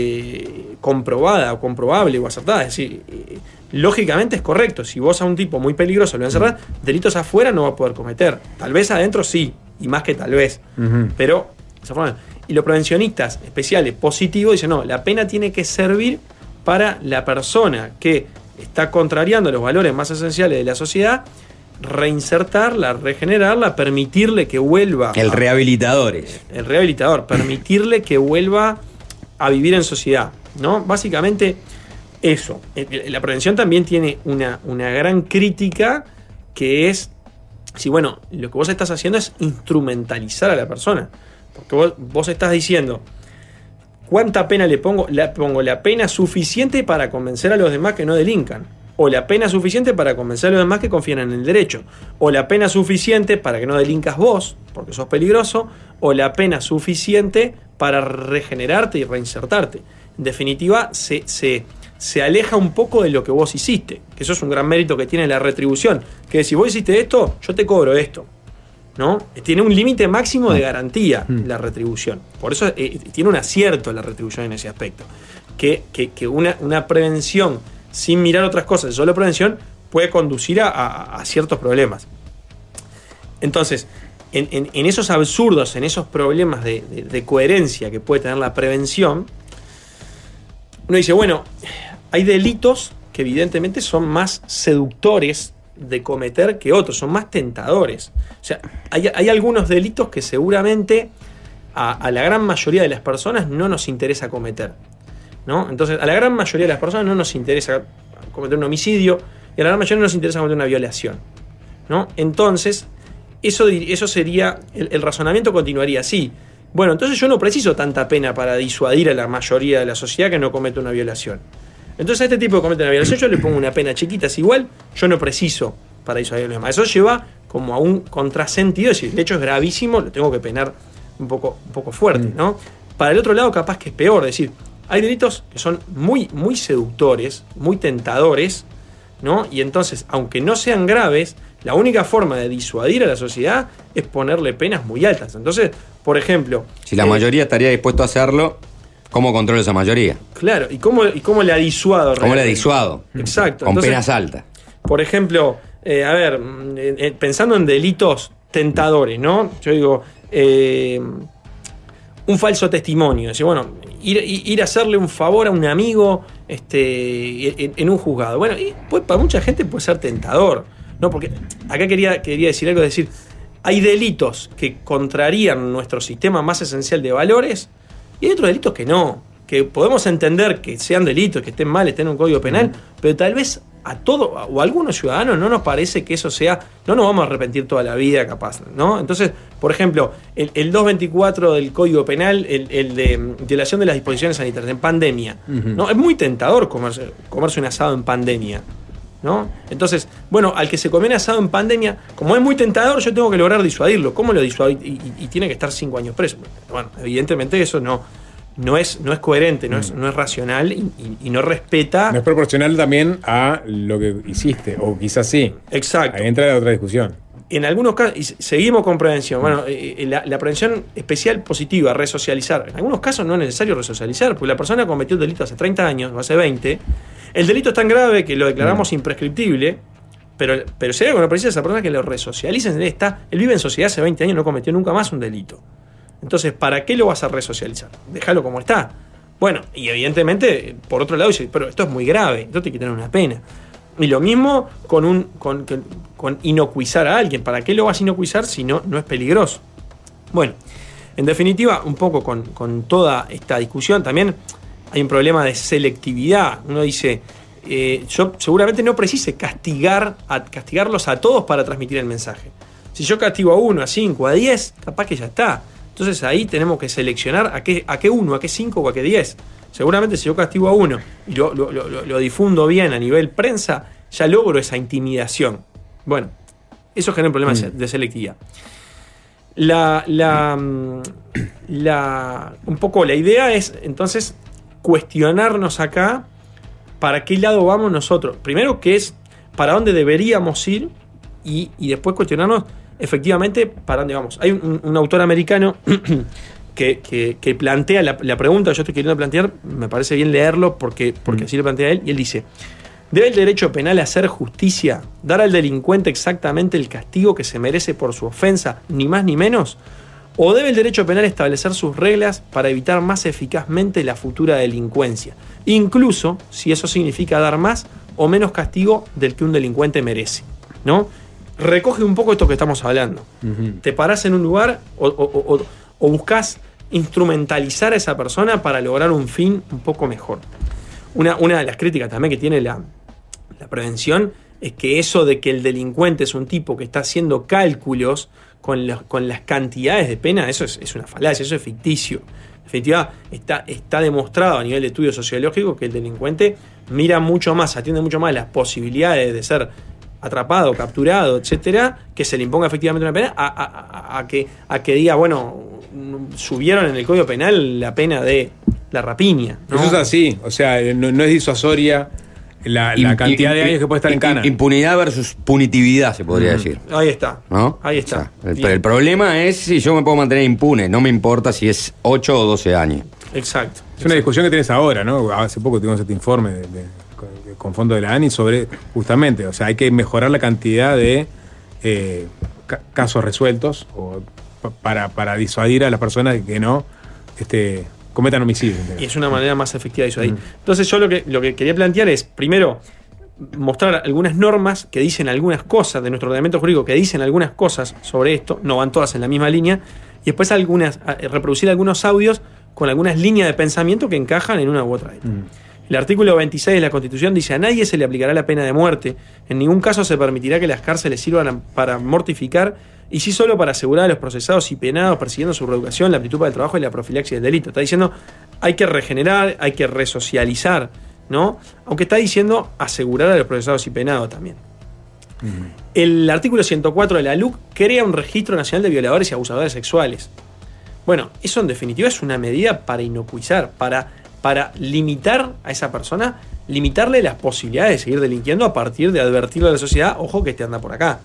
comprobada o comprobable o acertada. Es decir, lógicamente es correcto. Si vos a un tipo muy peligroso lo encerrás, delitos afuera no va a poder cometer. Tal vez adentro sí, y más que tal vez. Pero, de esa forma. Y los prevencionistas especiales positivos dicen, no, la pena tiene que servir para la persona que está contrariando los valores más esenciales de la sociedad, reinsertarla, regenerarla, permitirle que vuelva. El rehabilitador, permitirle que vuelva a vivir en sociedad, ¿no? Básicamente eso. La prevención también tiene una gran crítica, que es, si bueno, lo que vos estás haciendo es instrumentalizar a la persona, porque vos estás diciendo, ¿cuánta pena le pongo? Pongo la pena suficiente para convencer a los demás que no delincan. O la pena suficiente para convencer a los demás que confían en el derecho. O la pena suficiente para que no delincas vos, porque sos peligroso. O la pena suficiente para regenerarte y reinsertarte. En definitiva, se aleja un poco de lo que vos hiciste. Que eso es un gran mérito que tiene la retribución. Que si vos hiciste esto, yo te cobro esto, ¿no? Tiene un límite máximo de garantía la retribución. Por eso tiene un acierto la retribución en ese aspecto. Que una prevención sin mirar otras cosas, solo prevención, puede conducir a ciertos problemas. Entonces, en esos absurdos, en esos problemas de coherencia que puede tener la prevención, uno dice, bueno, hay delitos que evidentemente son más seductores de cometer que otros, son más tentadores. O sea, hay algunos delitos que seguramente a la gran mayoría de las personas no nos interesa cometer, ¿no? Entonces, a la gran mayoría de las personas no nos interesa cometer un homicidio y a la gran mayoría no nos interesa cometer una violación, ¿no? Entonces, eso sería, el razonamiento continuaría así. Bueno, entonces yo no preciso tanta pena para disuadir a la mayoría de la sociedad que no comete una violación. Entonces a este tipo que comete una violación yo le pongo una pena chiquita, es igual, yo no preciso para disuadir a los demás. Eso lleva como a un contrasentido, es decir, el hecho es gravísimo, lo tengo que penar un poco fuerte, ¿no? Para el otro lado capaz que es peor, es decir, hay delitos que son muy seductores, muy tentadores, ¿no? Y entonces, aunque no sean graves, la única forma de disuadir a la sociedad es ponerle penas muy altas. Entonces, por ejemplo, si la mayoría estaría dispuesto a hacerlo, ¿cómo controlo esa mayoría? Claro, ¿y cómo la disuado? ¿Cómo la disuado? Exacto. Con Entonces, penas altas. Por ejemplo, pensando en delitos tentadores, ¿no? Yo digo, un falso testimonio. Decir, bueno, ir a hacerle un favor a un amigo en un juzgado. Bueno, y para mucha gente puede ser tentador, ¿no? Porque acá quería decir algo, es decir, hay delitos que contrarían nuestro sistema más esencial de valores y hay otros delitos que no, que podemos entender que sean delitos, que estén mal, estén en un código penal, pero tal vez a todo o a algunos ciudadanos no nos parece que eso sea, no nos vamos a arrepentir toda la vida capaz, ¿no? Entonces, por ejemplo, el 224 del Código Penal, el de violación de las disposiciones sanitarias en pandemia, ¿no? Es muy tentador comerse un asado en pandemia, ¿no? Entonces, bueno, al que se come un asado en pandemia, como es muy tentador, yo tengo que lograr disuadirlo. ¿Cómo lo disuado? Y tiene que estar 5 años preso. Bueno, evidentemente eso no es coherente, no es racional y no respeta. No es proporcional también a lo que hiciste, o quizás sí. Exacto. Ahí entra la otra discusión. En algunos casos, y seguimos con prevención. Bueno, la prevención especial positiva, resocializar. En algunos casos no es necesario resocializar, porque la persona cometió un delito hace 30 años o hace 20. El delito es tan grave que lo declaramos imprescriptible, pero si hay algo que no precisa esa persona que lo resocialicen. Él vive en sociedad hace 20 años y no cometió nunca más un delito. Entonces, ¿para qué lo vas a resocializar? Déjalo como está. Bueno, y evidentemente, por otro lado, dice, pero esto es muy grave, esto tiene que tener una pena. Y lo mismo con inocuizar a alguien. ¿Para qué lo vas a inocuizar si no es peligroso? Bueno, en definitiva, un poco con toda esta discusión, también hay un problema de selectividad. Uno dice, yo seguramente no precise castigarlos a todos para transmitir el mensaje. Si yo castigo a 1, a 5, a 10, capaz que ya está. Entonces ahí tenemos que seleccionar a qué 1, a qué 5 o a qué 10. Seguramente si yo castigo a 1 y lo difundo bien a nivel prensa, ya logro esa intimidación. Bueno, eso genera un problema de selectividad. Un poco la idea es entonces cuestionarnos acá para qué lado vamos nosotros. Primero, qué es, para dónde deberíamos ir y después cuestionarnos efectivamente para dónde vamos. Hay un autor americano que plantea la pregunta que yo estoy queriendo plantear, me parece bien leerlo porque así lo plantea él, y él dice: ¿debe el derecho penal hacer justicia, dar al delincuente exactamente el castigo que se merece por su ofensa, ni más ni menos? ¿O debe el derecho penal establecer sus reglas para evitar más eficazmente la futura delincuencia, incluso si eso significa dar más o menos castigo del que un delincuente merece? ¿No? Recoge un poco esto que estamos hablando. Te parás en un lugar o buscas instrumentalizar a esa persona para lograr un fin un poco mejor. Una de las críticas también que tiene la prevención es que eso de que el delincuente es un tipo que está haciendo cálculos con las cantidades de pena, eso es una falacia, eso es ficticio. En definitiva, está demostrado a nivel de estudio sociológico que el delincuente mira mucho más, atiende mucho más las posibilidades de ser atrapado, capturado, etcétera, que se le imponga efectivamente una pena, a que diga, bueno, subieron en el Código Penal la pena de la rapiña, ¿no? Eso es así, o sea, no es disuasoria la cantidad de años que puede estar en cana. Impunidad versus punitividad, se podría decir. Ahí está, ¿no? Ahí está. O sea, el problema es si yo me puedo mantener impune, no me importa si es 8 o 12 años. Exacto. Es una discusión que tienes ahora, ¿no? Hace poco tuvimos este informe con fondos de la ANI sobre, justamente, o sea, hay que mejorar la cantidad de casos resueltos para disuadir a las personas que no cometan homicidios. Y es una manera más efectiva de disuadir. Entonces yo lo que quería plantear es, primero, mostrar algunas normas que dicen algunas cosas de nuestro ordenamiento jurídico, que dicen algunas cosas sobre esto, no van todas en la misma línea, y después reproducir algunos audios con algunas líneas de pensamiento que encajan en una u otra. El artículo 26 de la Constitución dice: a nadie se le aplicará la pena de muerte, en ningún caso se permitirá que las cárceles sirvan para mortificar, y sí solo para asegurar a los procesados y penados, persiguiendo su reeducación, la aptitud para el trabajo y la profilaxis del delito. Está diciendo, hay que regenerar, hay que resocializar, ¿no? Aunque está diciendo asegurar a los procesados y penados también. El artículo 104 de la LUC crea un registro nacional de violadores y abusadores sexuales. Bueno, eso en definitiva es una medida para inocuizar, para limitar a esa persona, limitarle las posibilidades de seguir delinquiendo a partir de advertirle a la sociedad: ojo que anda por acá.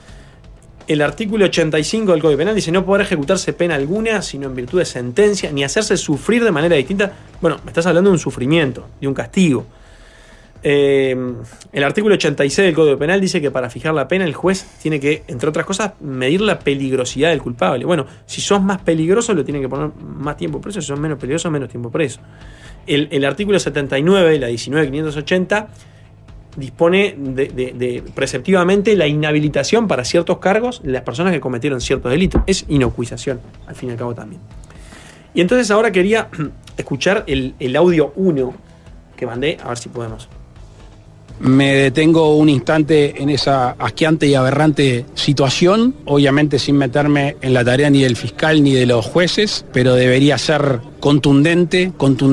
El artículo 85 del Código Penal dice: no podrá ejecutarse pena alguna sino en virtud de sentencia, ni hacerse sufrir de manera distinta. Bueno, me estás hablando de un sufrimiento, de un castigo. El artículo 86 del Código Penal dice que para fijar la pena el juez tiene que, entre otras cosas, medir la peligrosidad del culpable. Bueno, si sos más peligroso, lo tienen que poner más tiempo preso; si sos menos peligroso, menos tiempo preso. El artículo 79, la 19.580, dispone de preceptivamente la inhabilitación para ciertos cargos de las personas que cometieron ciertos delitos. Es inocuización, al fin y al cabo también. Y entonces ahora quería escuchar el audio 1 que mandé, a ver si podemos. Me detengo un instante en esa asqueante y aberrante situación, obviamente sin meterme en la tarea ni del fiscal ni de los jueces, pero debería ser contundente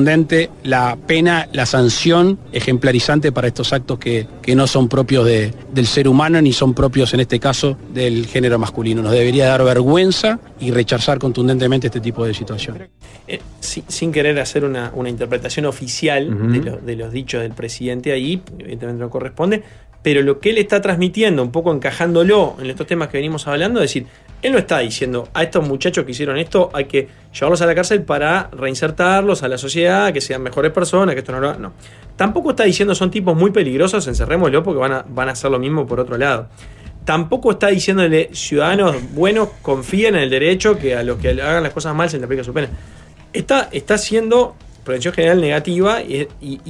la pena, la sanción ejemplarizante para estos actos que no son propios del ser humano ni son propios, en este caso, del género masculino. Nos debería dar vergüenza y rechazar contundentemente este tipo de situaciones. Sin querer hacer una interpretación oficial de los dichos del presidente ahí, evidentemente no corresponde, pero lo que él está transmitiendo, un poco encajándolo en estos temas que venimos hablando, es decir, él no está diciendo a estos muchachos que hicieron esto hay que llevarlos a la cárcel para reinsertarlos a la sociedad, que sean mejores personas, que esto no lo hagan. No. Tampoco está diciendo son tipos muy peligrosos, encerrémoslo porque van a hacer lo mismo por otro lado. Tampoco está diciéndole ciudadanos buenos confíen en el derecho, que a los que hagan las cosas mal se les aplica su pena. Está haciendo prevención general negativa y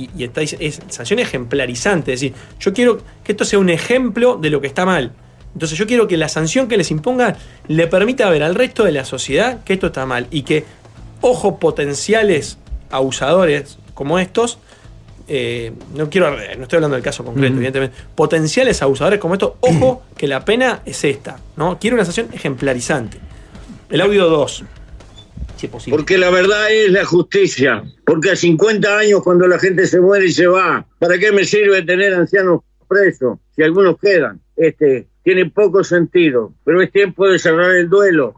es sanción ejemplarizante. Es decir, yo quiero que esto sea un ejemplo de lo que está mal. Entonces yo quiero que la sanción que les imponga le permita ver al resto de la sociedad que esto está mal y que, ojo, potenciales abusadores como estos, no estoy hablando del caso concreto, evidentemente, potenciales abusadores como estos, ojo, que la pena es esta, ¿no? Quiero una sanción ejemplarizante. El audio 2. Si es posible. Porque la verdad es la justicia. Porque a 50 años, cuando la gente se muere y se va, ¿para qué me sirve tener ancianos presos si algunos quedan? Tiene poco sentido, pero es tiempo de cerrar el duelo.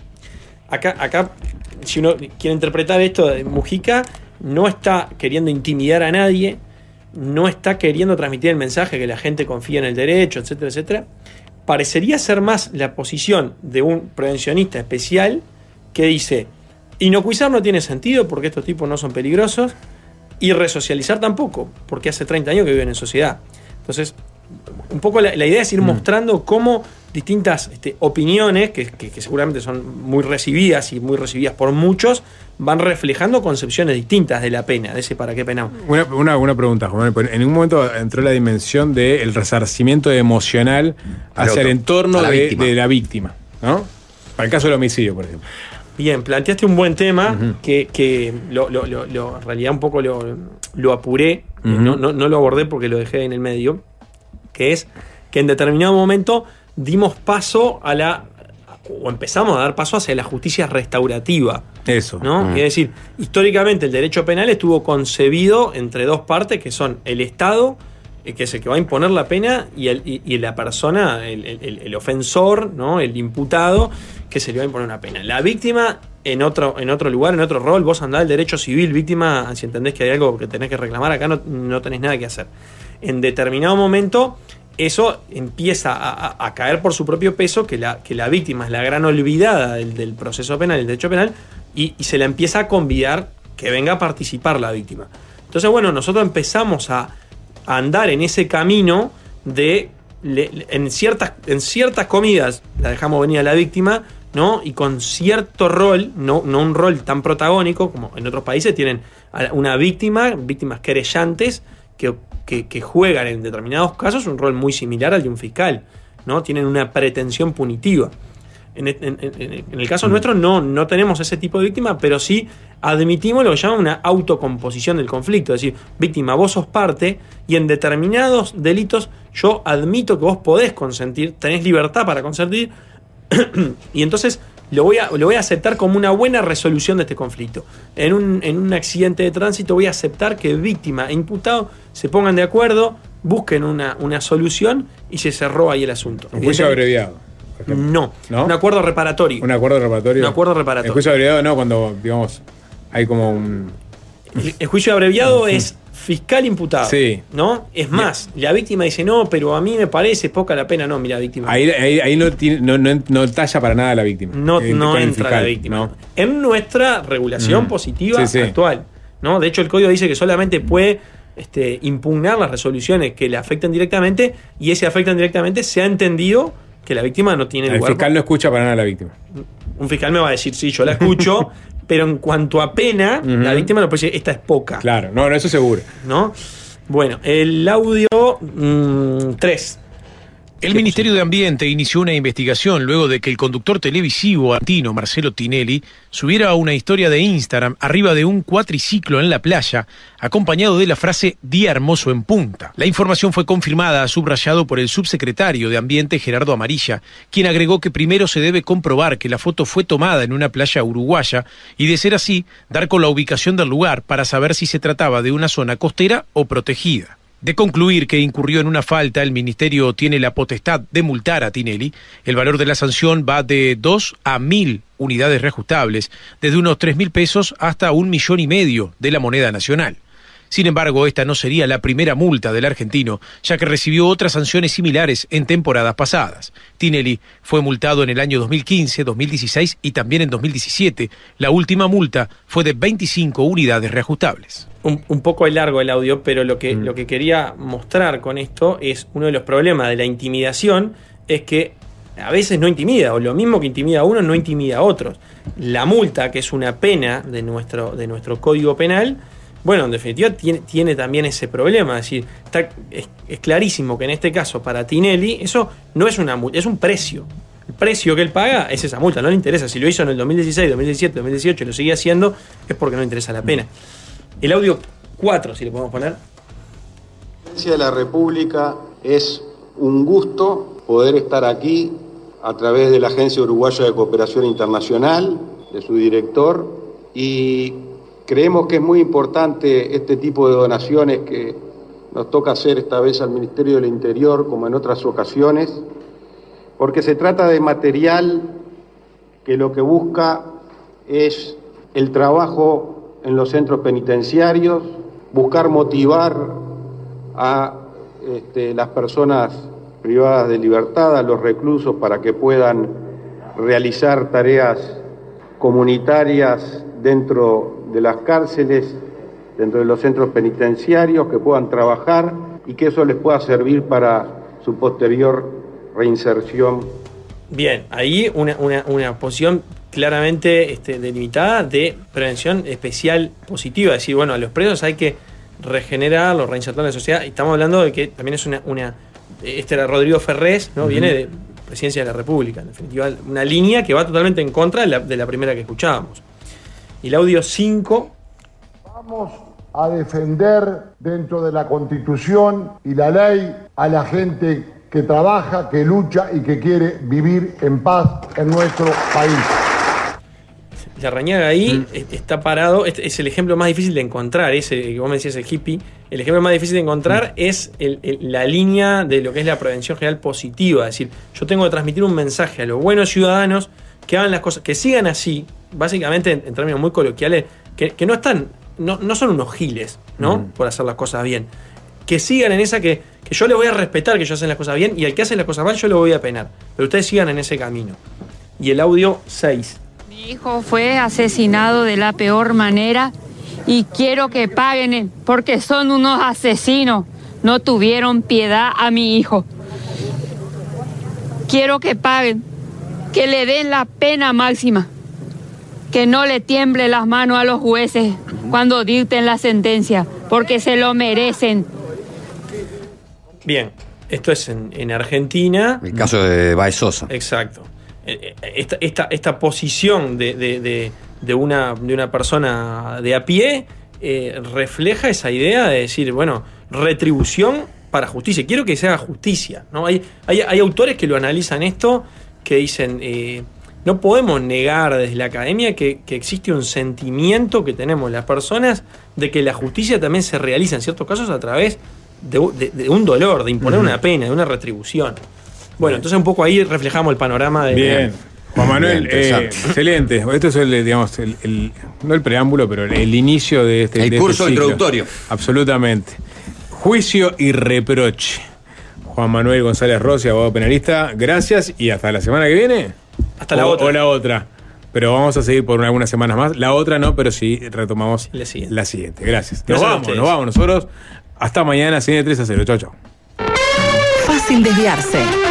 Acá, si uno quiere interpretar esto de Mujica, no está queriendo intimidar a nadie, no está queriendo transmitir el mensaje que la gente confía en el derecho, etcétera, etcétera. Parecería ser más la posición de un prevencionista especial que dice: inocuizar no tiene sentido porque estos tipos no son peligrosos, y resocializar tampoco, porque hace 30 años que viven en sociedad. Entonces, un poco la idea es ir mostrando cómo distintas opiniones, que seguramente son muy recibidas y muy recibidas por muchos, van reflejando concepciones distintas de la pena, de ese para qué penamos. Una pregunta, Juan. En un momento entró la dimensión del resarcimiento emocional hacia el entorno de la víctima, ¿no? Para el caso del homicidio, por ejemplo. Bien, planteaste un buen tema que en realidad un poco lo apuré, no lo abordé porque lo dejé en el medio, que es que en determinado momento dimos paso o empezamos a dar paso hacia la justicia restaurativa. Eso. ¿No? Es decir, históricamente el derecho penal estuvo concebido entre dos partes, que son el Estado, que es el que va a imponer la pena, y la persona, el ofensor, ¿no? El imputado, que se le va a imponer una pena. La víctima, en otro lugar, en otro rol, vos andás al derecho civil, víctima, si entendés que hay algo que tenés que reclamar, acá no tenés nada que hacer. En determinado momento, eso empieza a caer por su propio peso, que la víctima es la gran olvidada del proceso penal, del derecho penal, y se la empieza a convidar que venga a participar la víctima. Entonces, bueno, nosotros empezamos a andar en ese camino en ciertas comidas la dejamos venir a la víctima, ¿no? Y con cierto rol, no un rol tan protagónico como en otros países tienen una víctimas querellantes que juegan en determinados casos un rol muy similar al de un fiscal, ¿no? Tienen una pretensión punitiva. En el caso nuestro no tenemos ese tipo de víctima, pero sí admitimos lo que llaman una autocomposición del conflicto. Es decir, víctima, vos sos parte y en determinados delitos yo admito que vos podés consentir, tenés libertad para consentir y entonces lo voy a aceptar como una buena resolución de este conflicto. En un accidente de tránsito voy a aceptar que víctima e imputado se pongan de acuerdo, busquen una solución y se cerró ahí el asunto. Un juicio abreviado. No, un acuerdo reparatorio. Un acuerdo reparatorio. Un acuerdo reparatorio. El juicio abreviado no, cuando, digamos, hay como un... El juicio abreviado es fiscal imputado. Sí. ¿No? Es más, la víctima dice, no, pero a mí me parece poca la pena. No, mira, víctima. Ahí no talla para nada la víctima. No entra la víctima. ¿No? En nuestra regulación positiva actual. ¿No? De hecho, el código dice que solamente puede impugnar las resoluciones que le afectan directamente, y ese afectan directamente se ha entendido que la víctima no tiene lugar. El fiscal no escucha para nada a la víctima. Un fiscal me va a decir, sí, yo la escucho, pero en cuanto a pena, la víctima no puede decir, esta es poca. Claro, no, eso seguro. ¿No? Bueno, el audio 3. El Ministerio de Ambiente inició una investigación luego de que el conductor televisivo argentino Marcelo Tinelli subiera una historia de Instagram arriba de un cuatriciclo en la playa, acompañado de la frase "Día hermoso en Punta". La información fue confirmada, subrayado por el subsecretario de Ambiente Gerardo Amarilla, quien agregó que primero se debe comprobar que la foto fue tomada en una playa uruguaya y, de ser así, dar con la ubicación del lugar para saber si se trataba de una zona costera o protegida. De concluir que incurrió en una falta, el Ministerio tiene la potestad de multar a Tinelli. El valor de la sanción va de 2 a 1.000 unidades reajustables, desde unos 3.000 pesos hasta 1,5 millones de la moneda nacional. Sin embargo, esta no sería la primera multa del argentino, ya que recibió otras sanciones similares en temporadas pasadas. Tinelli fue multado en el año 2015, 2016 y también en 2017. La última multa fue de 25 unidades reajustables. Un poco largo el audio, pero lo que quería mostrar con esto es uno de los problemas de la intimidación, es que a veces no intimida, o lo mismo que intimida a uno no intimida a otros. La multa, que es una pena de nuestro Código Penal, bueno, en definitiva tiene también ese problema. Es decir, es clarísimo que en este caso para Tinelli eso no es una multa, es un precio. El precio que él paga es esa multa, no le interesa. Si lo hizo en el 2016, 2017, 2018 y lo sigue haciendo, es porque no le interesa la pena. El audio 4, si le podemos poner. La Presidencia de la República, es un gusto poder estar aquí a través de la Agencia Uruguaya de Cooperación Internacional, de su director, y creemos que es muy importante este tipo de donaciones que nos toca hacer esta vez al Ministerio del Interior, como en otras ocasiones, porque se trata de material que lo que busca es el trabajo en los centros penitenciarios, buscar motivar a las personas privadas de libertad, a los reclusos, para que puedan realizar tareas comunitarias dentro de las cárceles, dentro de los centros penitenciarios, que puedan trabajar y que eso les pueda servir para su posterior reinserción. Bien, ahí una posición claramente delimitada de prevención especial positiva, es decir, bueno, a los presos hay que regenerarlos, reinsertar en la sociedad. Y estamos hablando de que también es este era Rodrigo Ferrés, ¿no? Viene de Presidencia de la República, en definitiva, una línea que va totalmente en contra de la primera que escuchábamos. Y el audio 5. Vamos a defender dentro de la Constitución y la ley a la gente que trabaja, que lucha y que quiere vivir en paz en nuestro país. Larrañaga ahí está parado, es el ejemplo más difícil de encontrar, ese que vos me decías, el hippie. El ejemplo más difícil de encontrar es la línea de lo que es la prevención general positiva. Es decir, yo tengo que transmitir un mensaje a los buenos ciudadanos que hagan las cosas, que sigan así, básicamente en términos muy coloquiales, que no son unos giles, ¿no? Por hacer las cosas bien. Que sigan en esa que yo les voy a respetar que ellos hacen las cosas bien, y al que hace las cosas mal yo lo voy a penar. Pero ustedes sigan en ese camino. Y el audio 6. Mi hijo fue asesinado de la peor manera y quiero que paguen porque son unos asesinos. No tuvieron piedad a mi hijo. Quiero que paguen, que le den la pena máxima, que no le tiemble las manos a los jueces cuando dicten la sentencia, porque se lo merecen. Bien, esto es en Argentina. El caso de Baez Sosa. Exacto. Esta posición de una persona de a pie refleja esa idea de decir, bueno, retribución para justicia. Quiero que se haga justicia, ¿no? Hay autores que lo analizan esto, que dicen, no podemos negar desde la academia que existe un sentimiento que tenemos las personas de que la justicia también se realiza en ciertos casos a través de un dolor, de imponer una pena, de una retribución. Bueno, entonces un poco ahí reflejamos el panorama de... Bien. Juan Manuel, excelente. Esto es no el preámbulo, pero el inicio de este El curso ciclo. Introductorio. Absolutamente. Juicio y reproche. Juan Manuel González Rossi, abogado penalista, gracias y hasta la semana que viene. Hasta la otra. O la otra. Pero vamos a seguir por algunas semanas más. La otra no, pero sí retomamos la siguiente. Gracias. Nos vamos nosotros Hasta mañana, CN 3-0. Chau, chau. Fácil desviarse.